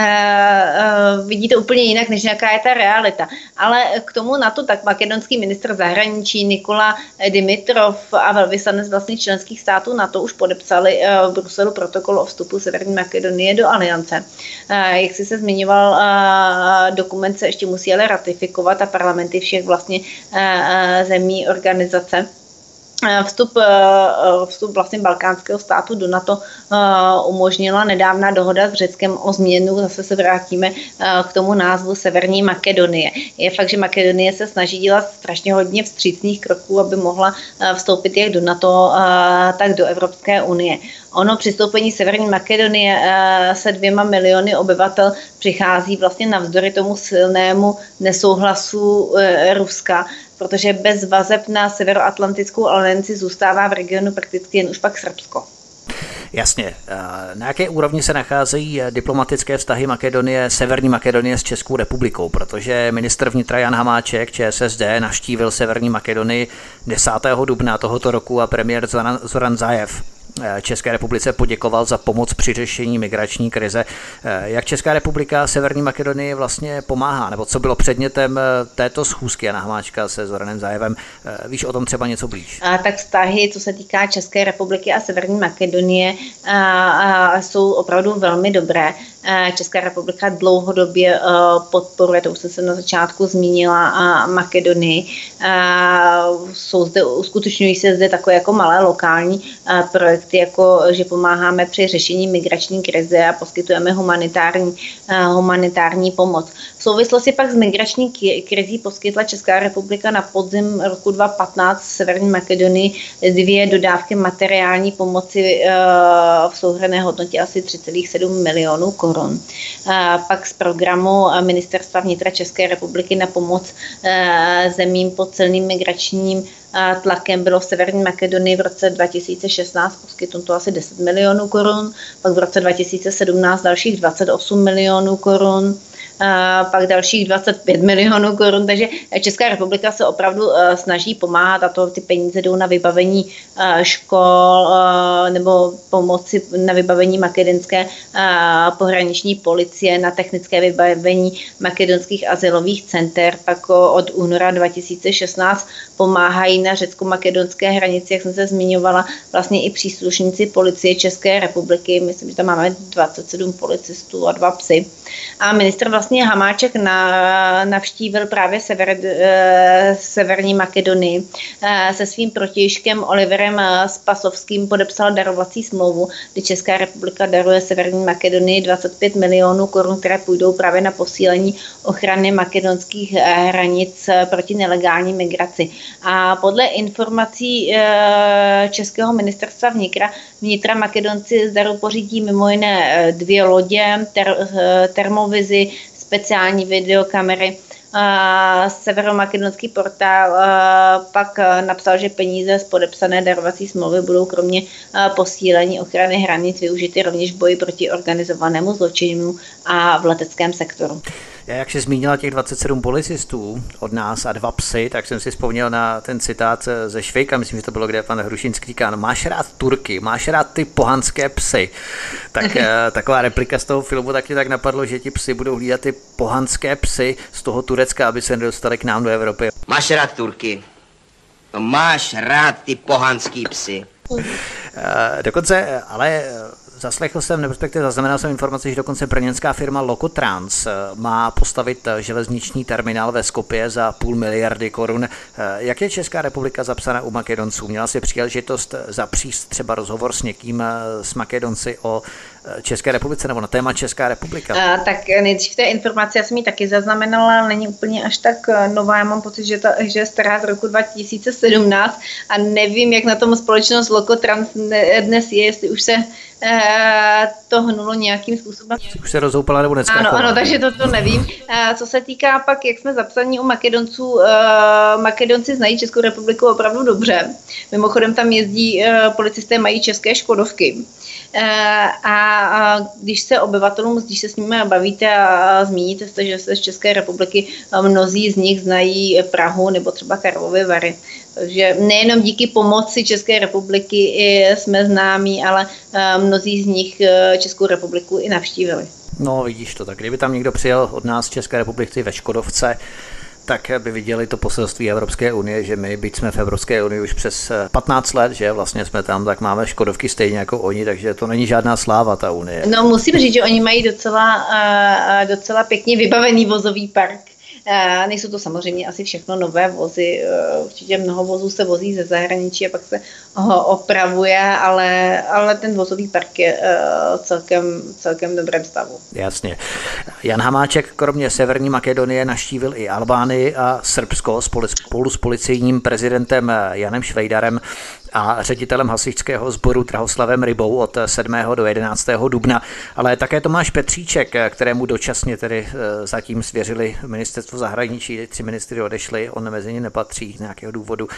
Vidí to úplně jinak, než jaká je ta realita. Ale k tomu na to tak makedonský ministr zahraničí Nikola Dimitrov a velvyslanec vlastních členských států NATO už podepsali v Bruselu protokol o vstupu Severní Makedonie do aliance. Jak jsi se zmiňoval, dokument se ještě musí ale ratifikovat a parlamenty všech vlastně zemí organizace. Vstup, vstup vlastně balkánského státu do NATO umožnila nedávná dohoda s Řeckem o změnu, zase se vrátíme k tomu názvu Severní Makedonie. Je fakt, že Makedonie se snaží dělat strašně hodně vstřícných kroků, aby mohla vstoupit jak do NATO, tak do Evropské unie. Ono přistoupení Severní Makedonie se dvěma miliony obyvatel přichází vlastně navzdory tomu silnému nesouhlasu Ruska, protože bez vazeb na Severoatlantickou alianci zůstává v regionu prakticky jen už pak Srbsko. Jasně. Na jaké úrovni se nacházejí diplomatické vztahy Makedonie, Severní Makedonie s Českou republikou? Protože ministr vnitra Jan Hamáček, ČSSD, navštívil Severní Makedonii desátého dubna tohoto roku a premiér Zoran Zaev České republice poděkoval za pomoc při řešení migrační krize. Jak Česká republika Severní Makedonii vlastně pomáhá, nebo co bylo předmětem této schůzky Jana Hamáčka se Zoranem Zájevem? Víš o tom třeba něco blíž? A tak vztahy, co se týká České republiky a Severní Makedonie, a, a jsou opravdu velmi dobré. Česká republika dlouhodobě podporuje, to už jsem se na začátku zmínila, Makedonii. Jsou zde, uskutečňují se zde takové jako malé lokální projekty, jako že pomáháme při řešení migrační krize a poskytujeme humanitární, humanitární pomoc. V souvislosti pak s migrační krizí poskytla Česká republika na podzim roku dva tisíce patnáct Severní Makedonii dvě dodávky materiální pomoci v souhrnné hodnotě asi tři celá sedm milionů korun. Pak z programu Ministerstva vnitra České republiky na pomoc zemím pod silným migračním tlakem bylo v Severní Makedonii v roce dva tisíce šestnáct poskytnuto asi deset milionů korun, pak v roce dva tisíce sedmnáct dalších dvacet osm milionů korun, pak dalších dvacet pět milionů korun, takže Česká republika se opravdu snaží pomáhat a to ty peníze jdou na vybavení škol nebo pomoci na vybavení makedonské pohraniční policie, na technické vybavení makedonských azylových center, pak od února dva tisíce šestnáct pomáhají na řecko-makedonské hranici, jak jsem se zmiňovala, vlastně i příslušníci policie České republiky, myslím, že tam máme dvacet sedm policistů a dva psy. A ministr vlastně Hamáček na, navštívil právě sever, e, Severní Makedonii. E, se svým protějškem Oliverem Spasovským podepsal darovací smlouvu, kdy Česká republika daruje Severní Makedonii dvacet pět milionů korun, které půjdou právě na posílení ochrany makedonských hranic proti nelegální migraci. A podle informací e, Českého ministerstva vnitra, vnitra Makedonci z daru pořídí mimo jiné dvě lodě, ter, termovizi, speciální videokamery. Severomakedonský portál pak napsal, že peníze z podepsané darovací smlouvy budou kromě posílení ochrany hranic využity rovněž v boji proti organizovanému zločinu a v leteckém sektoru. Já, jak jsi zmínila těch dvacet sedm policistů od nás a dva psy, tak jsem si vzpomněl na ten citát ze Švejka, myslím, že to bylo, kde pan Hrušinský říká, no, máš rád Turky, máš rád ty pohanské psy. Tak taková replika z toho filmu taky tak napadlo, že ti psy budou hlídat ty pohanské psy z toho Turecka, aby se nedostali k nám do Evropy. Máš rád Turky, no, máš rád ty pohanský psy. Dokonce, ale zaslechl jsem, respektive zaznamenal jsem informaci, že dokonce brněnská firma Lokotrans má postavit železniční terminál ve Skopje za půl miliardy korun. Jak je Česká republika zapsána u Makedonců? Měla si příležitost zapříst třeba rozhovor s někým s Makedonci o České republice nebo na téma Česká republika? A, tak nejdřív té informace, já jsem ji taky zaznamenala, ale není úplně až tak nová. Já mám pocit, že, ta, že je stará z roku dva tisíce sedmnáct a nevím, jak na tom společnost Lokotrans dnes je, jestli už se to hnulo nějakým způsobem. Už se rozhoupala nebo nezkrachovala. Ano, ano, takže to, to nevím. Co se týká pak, jak jsme zapsaní u Makedonců, Makedonci znají Českou republiku opravdu dobře. Mimochodem tam jezdí policisté, mají české škodovky. A když se obyvatelům, když se s nimi bavíte a zmíníte se, že se z České republiky mnozí z nich znají Prahu nebo třeba Karlovy Vary. Takže nejenom díky pomoci České republiky jsme známí, ale mnozí z nich Českou republiku i navštívili. No vidíš to, tak kdyby tam někdo přijel od nás z České republiky ve Škodovce, tak by viděli to poselství Evropské unie, že my, byť jsme v Evropské unii už přes patnáct let, že vlastně jsme tam, tak máme Škodovky stejně jako oni, takže to není žádná sláva ta unie. No musím říct, že oni mají docela, docela pěkně vybavený vozový park. Nejsou to samozřejmě asi všechno nové vozy, určitě mnoho vozů se vozí ze zahraničí a pak se ho opravuje, ale, ale ten vozový park je celkem, celkem dobrém stavu. Jasně. Jan Hamáček kromě Severní Makedonie navštívil i Albánii a Srbsko spolu s policejním prezidentem Janem Švejdarem a ředitelem hasičského sboru Drahoslavem Rybou od sedmého do jedenáctého dubna, ale také Tomáš Petříček, kterému dočasně tedy zatím svěřili ministerstvo zahraničí, tři ministry odešli, on mezi ně nepatří z nějakého důvodu.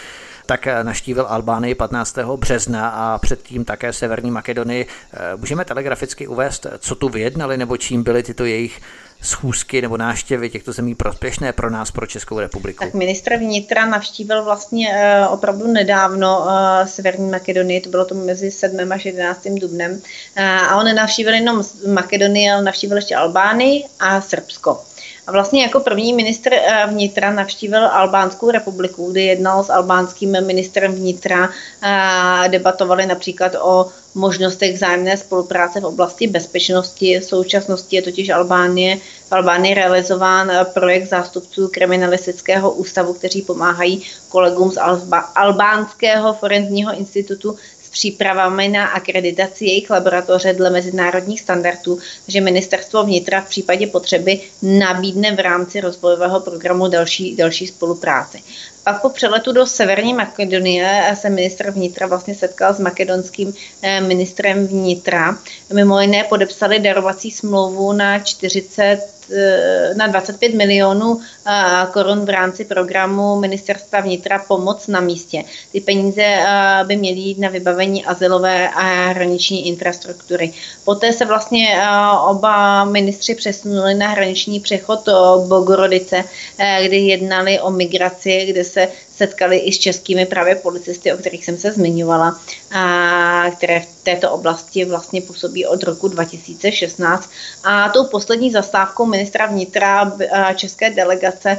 tak navštívil Albánii patnáctého března a předtím také Severní Makedonii. Můžeme telegraficky uvést, co tu vyjednali, nebo čím byly tyto jejich schůzky nebo návštěvy těchto zemí prospěšné pro nás, pro Českou republiku? Tak ministr vnitra navštívil vlastně uh, opravdu nedávno uh, Severní Makedonii, to bylo to mezi sedmým až jedenáctým dubnem. Uh, a on nenavštívil jenom Makedonii, ale navštívil ještě Albánii a Srbsko. A vlastně jako první ministr vnitra navštívil Albánskou republiku, kdy jednal s albánským ministrem vnitra, debatovali například o možnostech vzájemné spolupráce v oblasti bezpečnosti. V současnosti je totiž Albánie, v Albánii realizován projekt zástupců kriminalistického ústavu, kteří pomáhají kolegům z Alba- Albánského forenzního institutu přípravami na akreditaci jejich laboratoře dle mezinárodních standardů, že ministerstvo vnitra v případě potřeby nabídne v rámci rozvojového programu další, další spolupráci. Pak po přeletu do Severní Makedonie se ministr vnitra vlastně setkal s makedonským ministrem vnitra. Mimo jiné podepsali darovací smlouvu na čtyřicet na dvacet pět milionů korun v rámci programu ministerstva vnitra Pomoc na místě. Ty peníze by měly jít na vybavení azylové a hraniční infrastruktury. Poté se vlastně oba ministři přesunuli na hraniční přechod Bogorodice, kde jednali o migraci, kde se setkali i s českými právě policisty, o kterých jsem se zmiňovala, a které v této oblasti vlastně působí od roku dva tisíce šestnáct. A tou poslední zastávkou ministra vnitra české delegace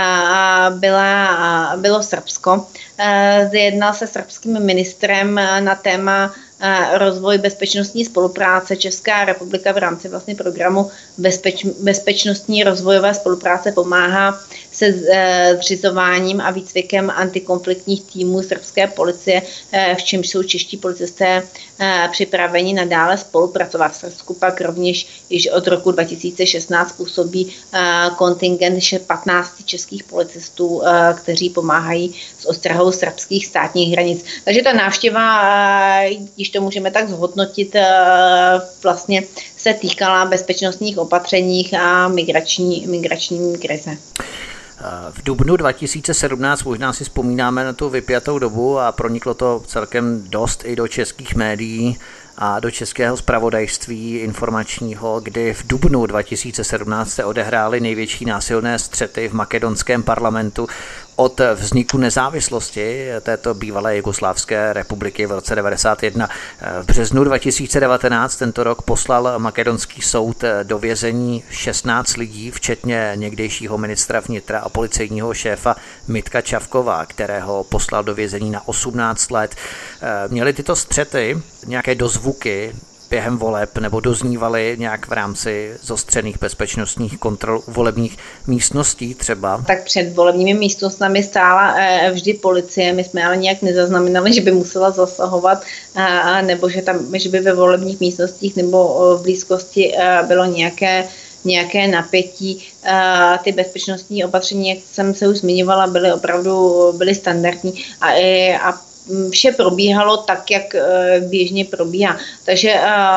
byla, bylo Srbsko. Jednal se srbským ministrem na téma rozvoj bezpečnostní spolupráce. Česká republika v rámci vlastně programu bezpeč, bezpečnostní rozvojové spolupráce pomáhá se zřizováním a výcvikem antikonfliktních týmů srbské policie, v čemž jsou čeští policisté připraveni nadále spolupracovat. V Srbsku pak rovněž již od roku dva tisíce šestnáct působí kontingent patnáct českých policistů, kteří pomáhají s ostrahou srbských státních hranic. Takže ta návštěva, když to můžeme tak zhodnotit, vlastně se týkala bezpečnostních opatřeních a migrační, migrační krize. V dubnu dva tisíce sedmnáct možná si vzpomínáme na tu vypjatou dobu a proniklo to celkem dost i do českých médií a do českého zpravodajství informačního, kdy v dubnu dva tisíce sedmnáct se odehrály největší násilné střety v makedonském parlamentu od vzniku nezávislosti této bývalé Jugoslávské republiky v roce devadesát jedna. V březnu dva tisíce devatenáct tento rok poslal makedonský soud do vězení šestnáct lidí, včetně někdejšího ministra vnitra a policejního šéfa Mitka Čavkova, kterého poslal do vězení na osmnáct let. Měly tyto střety nějaké dozvuky během voleb nebo doznívaly nějak v rámci zostřených bezpečnostních kontrol volebních místností třeba? Tak před volebními místnostmi stála vždy policie, my jsme ale nějak nezaznamenali, že by musela zasahovat nebo že, tam, že by ve volebních místnostích nebo v blízkosti bylo nějaké nějaké napětí. Ty bezpečnostní opatření, jak jsem se už zmiňovala, byly opravdu byly standardní a, a vše probíhalo tak, jak běžně probíhá. Takže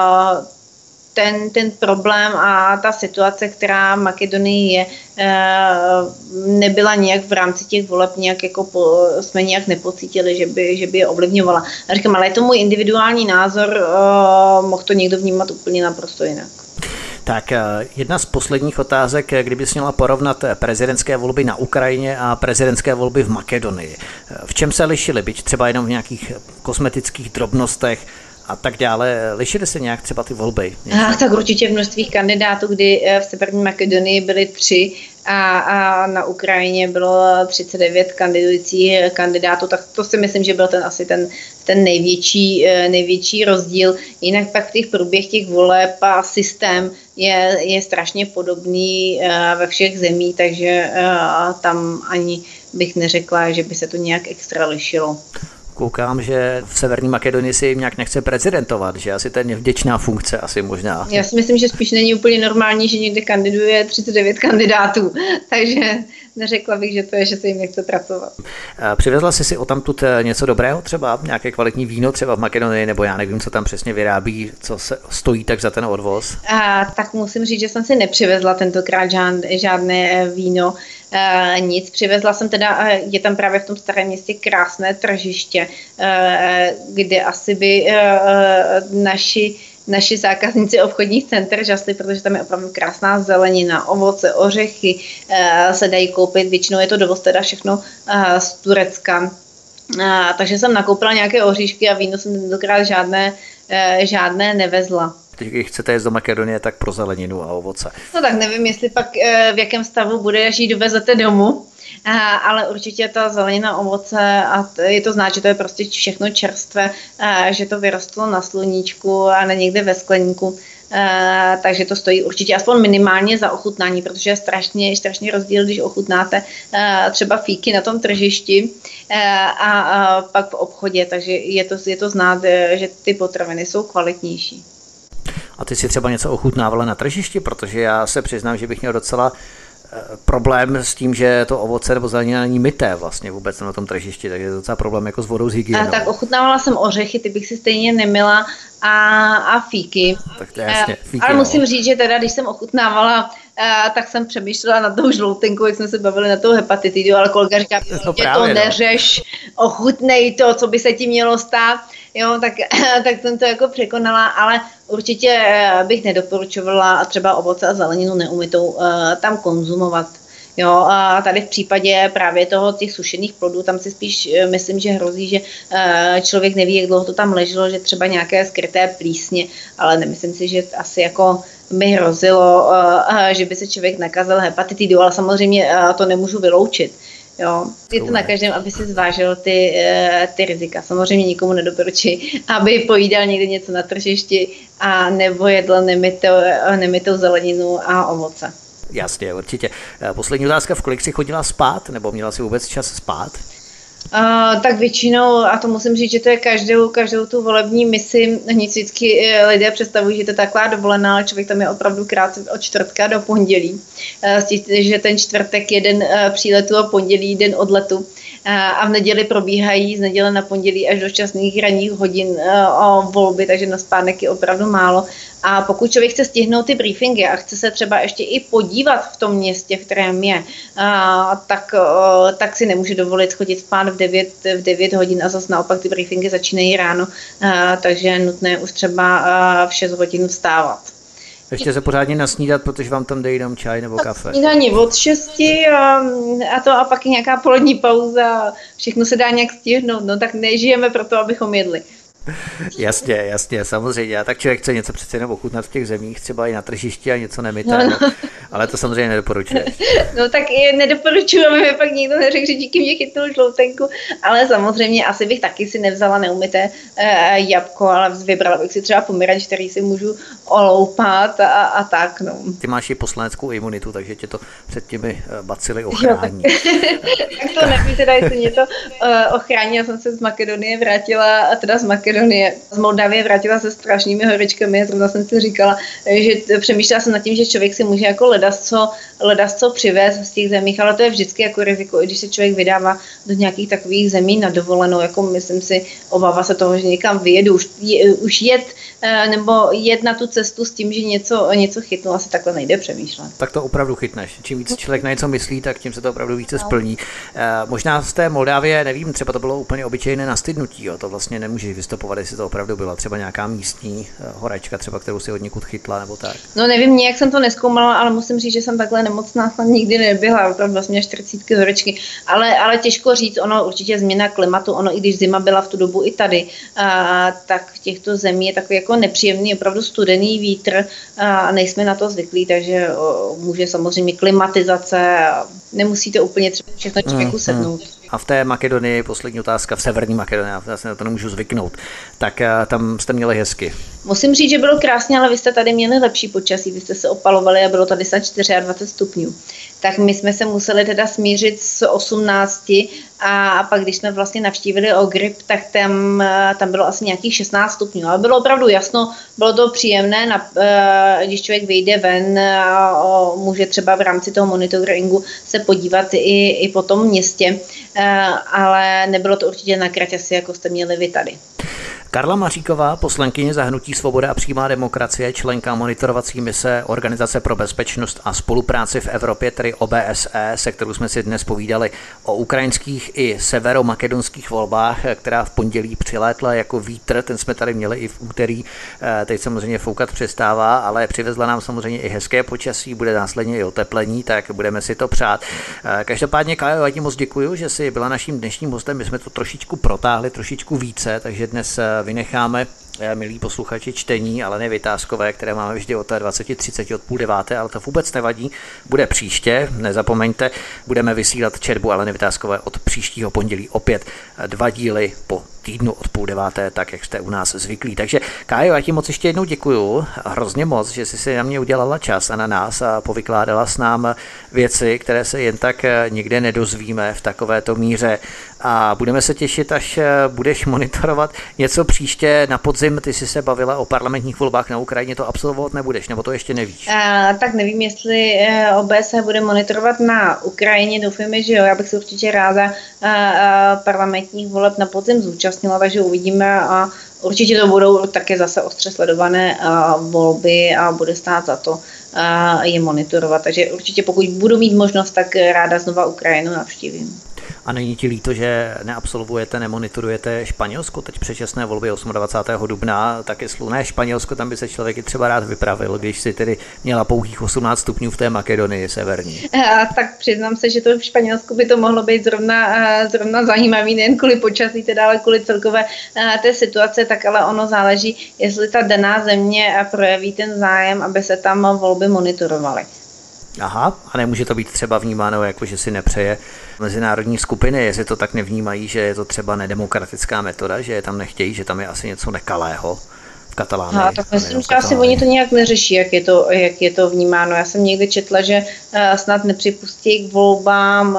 ten, ten problém a ta situace, která v Makedonii je, nebyla nějak v rámci těch voleb nějak jako po, jsme nějak nepocítili, že by, že by je ovlivňovala. A říkám, ale je to můj individuální názor, mohl to někdo vnímat úplně naprosto jinak. Tak jedna z posledních otázek, kdyby jsi měla porovnat prezidentské volby na Ukrajině a prezidentské volby v Makedonii. V čem se lišily, byť třeba jenom v nějakých kosmetických drobnostech a tak dále? Lišily se nějak třeba ty volby? A, tak určitě v množství kandidátů, kdy v Severní Makedonii byly tři a, a na Ukrajině bylo třicet devět kandidujících kandidátů, tak to si myslím, že byl ten asi ten, ten největší, největší rozdíl. Jinak pak v těch průběh těch voleb a systém je, je strašně podobný ve všech zemích, takže tam ani bych neřekla, že by se to nějak extra lišilo. Koukám, že v Severní Makedonii si jim nějak nechce prezidentovat, že asi to je nevděčná funkce, asi možná. Já si myslím, že spíš není úplně normální, že někde kandiduje třicet devět kandidátů, takže neřekla bych, že to je, že se jim nechce pracovat. Přivezla jsi si odtamtud něco dobrého, třeba nějaké kvalitní víno třeba v Makedonii, nebo já nevím, co tam přesně vyrábí, co se stojí tak za ten odvoz? A, tak musím říct, že jsem si nepřivezla tentokrát žádné, žádné víno. E, nic, přivezla jsem teda, je tam právě v tom starém městě krásné tržiště, e, kde asi by e, naši naši zákazníci obchodních center žasli, protože tam je opravdu krásná zelenina, ovoce, ořechy e, se dají koupit, většinou je to dovoz teda všechno e, z Turecka. E, takže jsem nakoupila nějaké oříšky a víno jsem tentokrát žádné, e, žádné nevezla. Teď, když chcete jít do Makedonie, tak pro zeleninu a ovoce. No tak nevím, jestli pak e, v jakém stavu bude, až ji dovezete domů. Uh, ale určitě ta zelenina, ovoce a t- je to znát, že to je prostě všechno čerstvé, uh, že to vyrostlo na sluníčku a ne někde ve skleníku, uh, takže to stojí určitě aspoň minimálně za ochutnání, protože je strašně, strašně rozdíl, když ochutnáte uh, třeba fíky na tom tržišti uh, a, a pak v obchodě, takže je to, je to znát, že ty potraviny jsou kvalitnější. A ty si třeba něco ochutnávala na tržišti, protože já se přiznám, že bych měl docela problém s tím, že to ovoce nebo zelenina není myté vlastně vůbec na tom tržišti, takže je to docela problém jako s vodou z hygienou. Tak ochutnávala jsem ořechy, ty bych si stejně nemila a, a fíky. Tak to je jasně, fíky, ale no. musím říct, že teda, když jsem ochutnávala, a, tak jsem přemýšlela na tou žloutenku, jak jsme se bavili na tou hepatitidu, ale kolega říká, no že to neřeš, no. Ochutnej to, co by se ti mělo stát. Jo, tak, tak jsem to jako překonala, ale určitě bych nedoporučovala třeba ovoce a zeleninu neumytou uh, tam konzumovat. Jo, a tady v případě právě toho těch sušených plodů, tam si spíš myslím, že hrozí, že uh, člověk neví, jak dlouho to tam leželo, že třeba nějaké skryté plísně, ale nemyslím si, že asi jako by hrozilo, uh, že by se člověk nakazil hepatitidou, ale samozřejmě uh, to nemůžu vyloučit. Jo, je to na každém, aby si zvážil ty, ty rizika. Samozřejmě nikomu nedoporučuji, aby pojídal někde něco na tržišti a nebo jedl nemytou, nemytou zeleninu a ovoce. Jasně, určitě. Poslední otázka, v kolik jsi chodila spát, nebo měla jsi vůbec čas spát? Uh, tak většinou, a to musím říct, že to je každou, každou tu volební misi, hned vždycky lidé představují, že to je taková dovolená, ale člověk tam je opravdu krátce od čtvrtka do pondělí. Uh, že ten čtvrtek jeden uh, příletu a pondělí den odletu. Uh, a v neděli probíhají z neděle na pondělí až do časných ranních hodin uh, o volby, takže na spánek je opravdu málo. A pokud člověk chce stihnout ty briefingy a chce se třeba ještě i podívat v tom městě, v kterém je, a, tak, a, tak si nemůže dovolit chodit spát v devět, v devět hodin a zase naopak ty briefingy začínají ráno, a, takže je nutné už třeba a, v šest hodin vstávat. Ještě se pořádně nasnídat, protože vám tam dejí jenom čaj nebo kafe. Snídaní od šesti a, a to a pak i nějaká polední pauza, všechno se dá nějak stihnout, no tak nežijeme proto, abychom jedli. Jasně, jasně, samozřejmě. A tak člověk chce něco přece jenom ochutnat v těch zemích, třeba i na tržišti a něco nemyté, no, no. Ale to samozřejmě nedoporučuje. No tak i nedoporučuji, aby mi pak nikdo neřekl, že díky mě chytnul žloutenku, ale samozřejmě asi bych taky si nevzala neumyté e, jabko, ale vybrala bych si třeba pomeranč, který si můžu oloupat a, a tak, no. Ty máš i poslaneckou imunitu, takže tě to před těmi bacily ochrání. Jo, tak, tak to neví, teda jestli mě to uh, ochrání. Já jsem se z Makedonie vrátila, teda z Makedonie, z Moldavie vrátila se strašnými horečkami. Zrovna jsem si říkala, že přemýšlela jsem nad tím, že člověk si může jako ledasco, ledasco přivést z těch zemích, ale to je vždycky jako riziko, i když se člověk vydává do nějakých takových zemí na dovolenou, jako myslím si, obává se toho, že někam vyjedu, už, je, už jet nebo jet na tu cestu s tím, že něco, něco chytnu, asi takhle nejde přemýšlet. Tak to opravdu chytneš. Čím víc člověk na něco myslí, tak tím se to opravdu více splní. E, možná z té Moldávie, nevím, třeba to bylo úplně obyčejné nastydnutí, jo? To vlastně nemůžeš vystopovat, jestli to opravdu byla třeba nějaká místní horečka, třeba kterou si od někud chytla nebo tak. No nevím, nějak jsem to nezkoumala, ale musím říct, že jsem takhle nemocná snad nikdy nebyla, opravdu vlastně až čtyřicítky horečky, ale, ale těžko říct, ono určitě změna klimatu, ono i když zima byla v tu dobu i tady, a, tak v těchto zemí je takový jako nepříjemný, opravdu studený vítr a nejsme na to zvyklí, takže o, může samozřejmě klimatizace, nemusíte úplně třeba všechno člověku sednout. A v té Makedonii, poslední otázka, v severní Makedonii, já se na to nemůžu zvyknout, tak tam jste měli hezky. Musím říct, že bylo krásně, ale vy jste tady měli lepší počasí, vy jste se opalovali a bylo tady snad dvacet čtyři stupňů. Tak my jsme se museli teda smířit s osmnácti a pak když jsme vlastně navštívili Ogrib, tak tam, tam bylo asi nějakých šestnáct stupňů, ale bylo opravdu jasno, bylo to příjemné, na, když člověk vyjde ven a může třeba v rámci toho monitoringu se podívat i, i po tom městě, ale nebylo to určitě na kraťasy, jako jste měli vy tady. Karla Maříková, poslankyně za hnutí Svoboda a přímá demokracie, členka monitorovací mise Organizace pro bezpečnost a spolupráci v Evropě, tedy O B S E, se kterou jsme si dnes povídali o ukrajinských i severomakedonských volbách, která v pondělí přilétla jako vítr, ten jsme tady měli i v úterý, teď samozřejmě foukat přestává, ale přivezla nám samozřejmě i hezké počasí, bude následně i oteplení, tak budeme si to přát. Každopádně, Kájo, já ti moc děkuju, že jsi byla naším dnešním hostem, my jsme to trošičku protáhli, trošičku více, takže dnes vynecháme, milí posluchači, čtení, ale ne vytázkové, které máme vždy od dvacet třicet od půl deváté, ale to vůbec nevadí. Bude příště, nezapomeňte, budeme vysílat četbu, ale nevytázkové od příštího pondělí opět dva díly po týdnu od půl deváté, tak jak jste u nás zvyklí. Takže Kájo, já ti moc ještě jednou děkuju, hrozně moc, že jsi si na mě udělala čas a na nás a povykládala s nám věci, které se jen tak nikde nedozvíme v takovéto míře. A budeme se těšit, až budeš monitorovat něco příště na podzim. Ty jsi se bavila o parlamentních volbách na Ukrajině, to absolvovat nebudeš, nebo to ještě nevíš? A, tak nevím, jestli O B S E bude monitorovat na Ukrajině, doufujeme, že jo, já bych se určitě ráda a, a parlamentních voleb na podzim zúčastnila, takže uvidíme a určitě to budou také zase ostře sledované a, volby a bude stát za to a, je monitorovat, takže určitě pokud budu mít možnost, tak ráda znova Ukrajinu navštívím. A není ti líto, že neabsolvujete, nemonitorujete Španělsko, teď předčasné volby dvacátého osmého dubna, taky slunné Španělsko, tam by se člověk i třeba rád vypravil, když si tedy měla pouhých osmnáct stupňů v té Makedonii severní. A, tak přiznám se, že to v Španělsku by to mohlo být zrovna, zrovna zajímavý, nejen kvůli počasí, teda, ale kvůli celkové té situace, tak ale ono záleží, jestli ta daná země projeví ten zájem, aby se tam volby monitorovaly. Aha, a nemůže to být třeba vnímáno jako, že si nepřeje mezinárodní skupiny, jestli to tak nevnímají, že je to třeba nedemokratická metoda, že je tam nechtějí, že tam je asi něco nekalého v Katalánii. Aha, tak myslím, že asi oni to nějak neřeší, jak je to, jak je to vnímáno. Já jsem někdy četla, že uh, snad nepřipustí k volbám uh,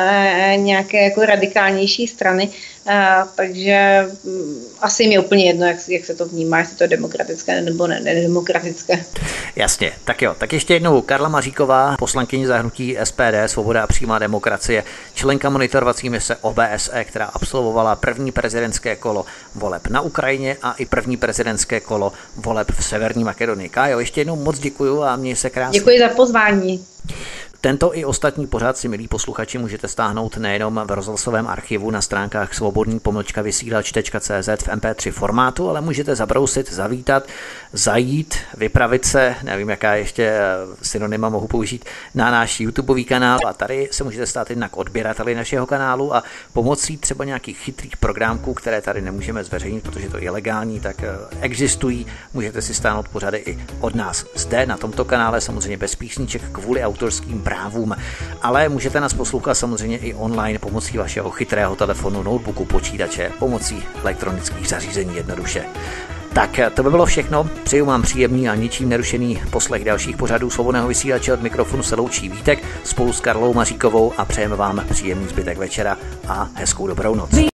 nějaké jako radikálnější strany, uh, takže um, asi mi je úplně jedno, jak, jak se to vnímá, jestli to je demokratické nebo ne, nedemokratické. Jasně, tak jo, tak ještě jednou Karla Maříková, poslankyně za hnutí S P D, Svoboda a přímá demokracie, členka monitorovací mise O B S E, která absolvovala první prezidentské kolo voleb na Ukrajině a i první prezidentské kolo voleb v Severní Makedonii. Kájo, ještě jednou moc děkuju a měj se krásně. Děkuji za pozvání. Tento i ostatní pořad si, milí posluchači, můžete stáhnout nejenom v rozhlasovém archivu na stránkách svobodný pomlčka vysílač tečka cé zet v em pé tři formátu, ale můžete zabrousit, zavítat, zajít, vypravit se, nevím, jaká ještě synonyma mohu použít, na náš YouTubeový kanál a tady se můžete stát jednak odběrateli našeho kanálu a pomocí třeba nějakých chytrých programků, které tady nemůžeme zveřejnit, protože to je ilegální, tak existují, můžete si stáhnout pořady i od nás zde na tomto kanále, samozřejmě bez písniček kvůli autorským právům, ale můžete nás poslouchat samozřejmě i online pomocí vašeho chytrého telefonu, notebooku, počítače, pomocí elektronických zařízení jednoduše. Tak to by bylo všechno. Přeju vám příjemný a ničím nerušený poslech dalších pořadů Svobodného vysílače. Od mikrofonu se loučí Vítek spolu s Karlou Maříkovou a přejeme vám příjemný zbytek večera a hezkou dobrou noc.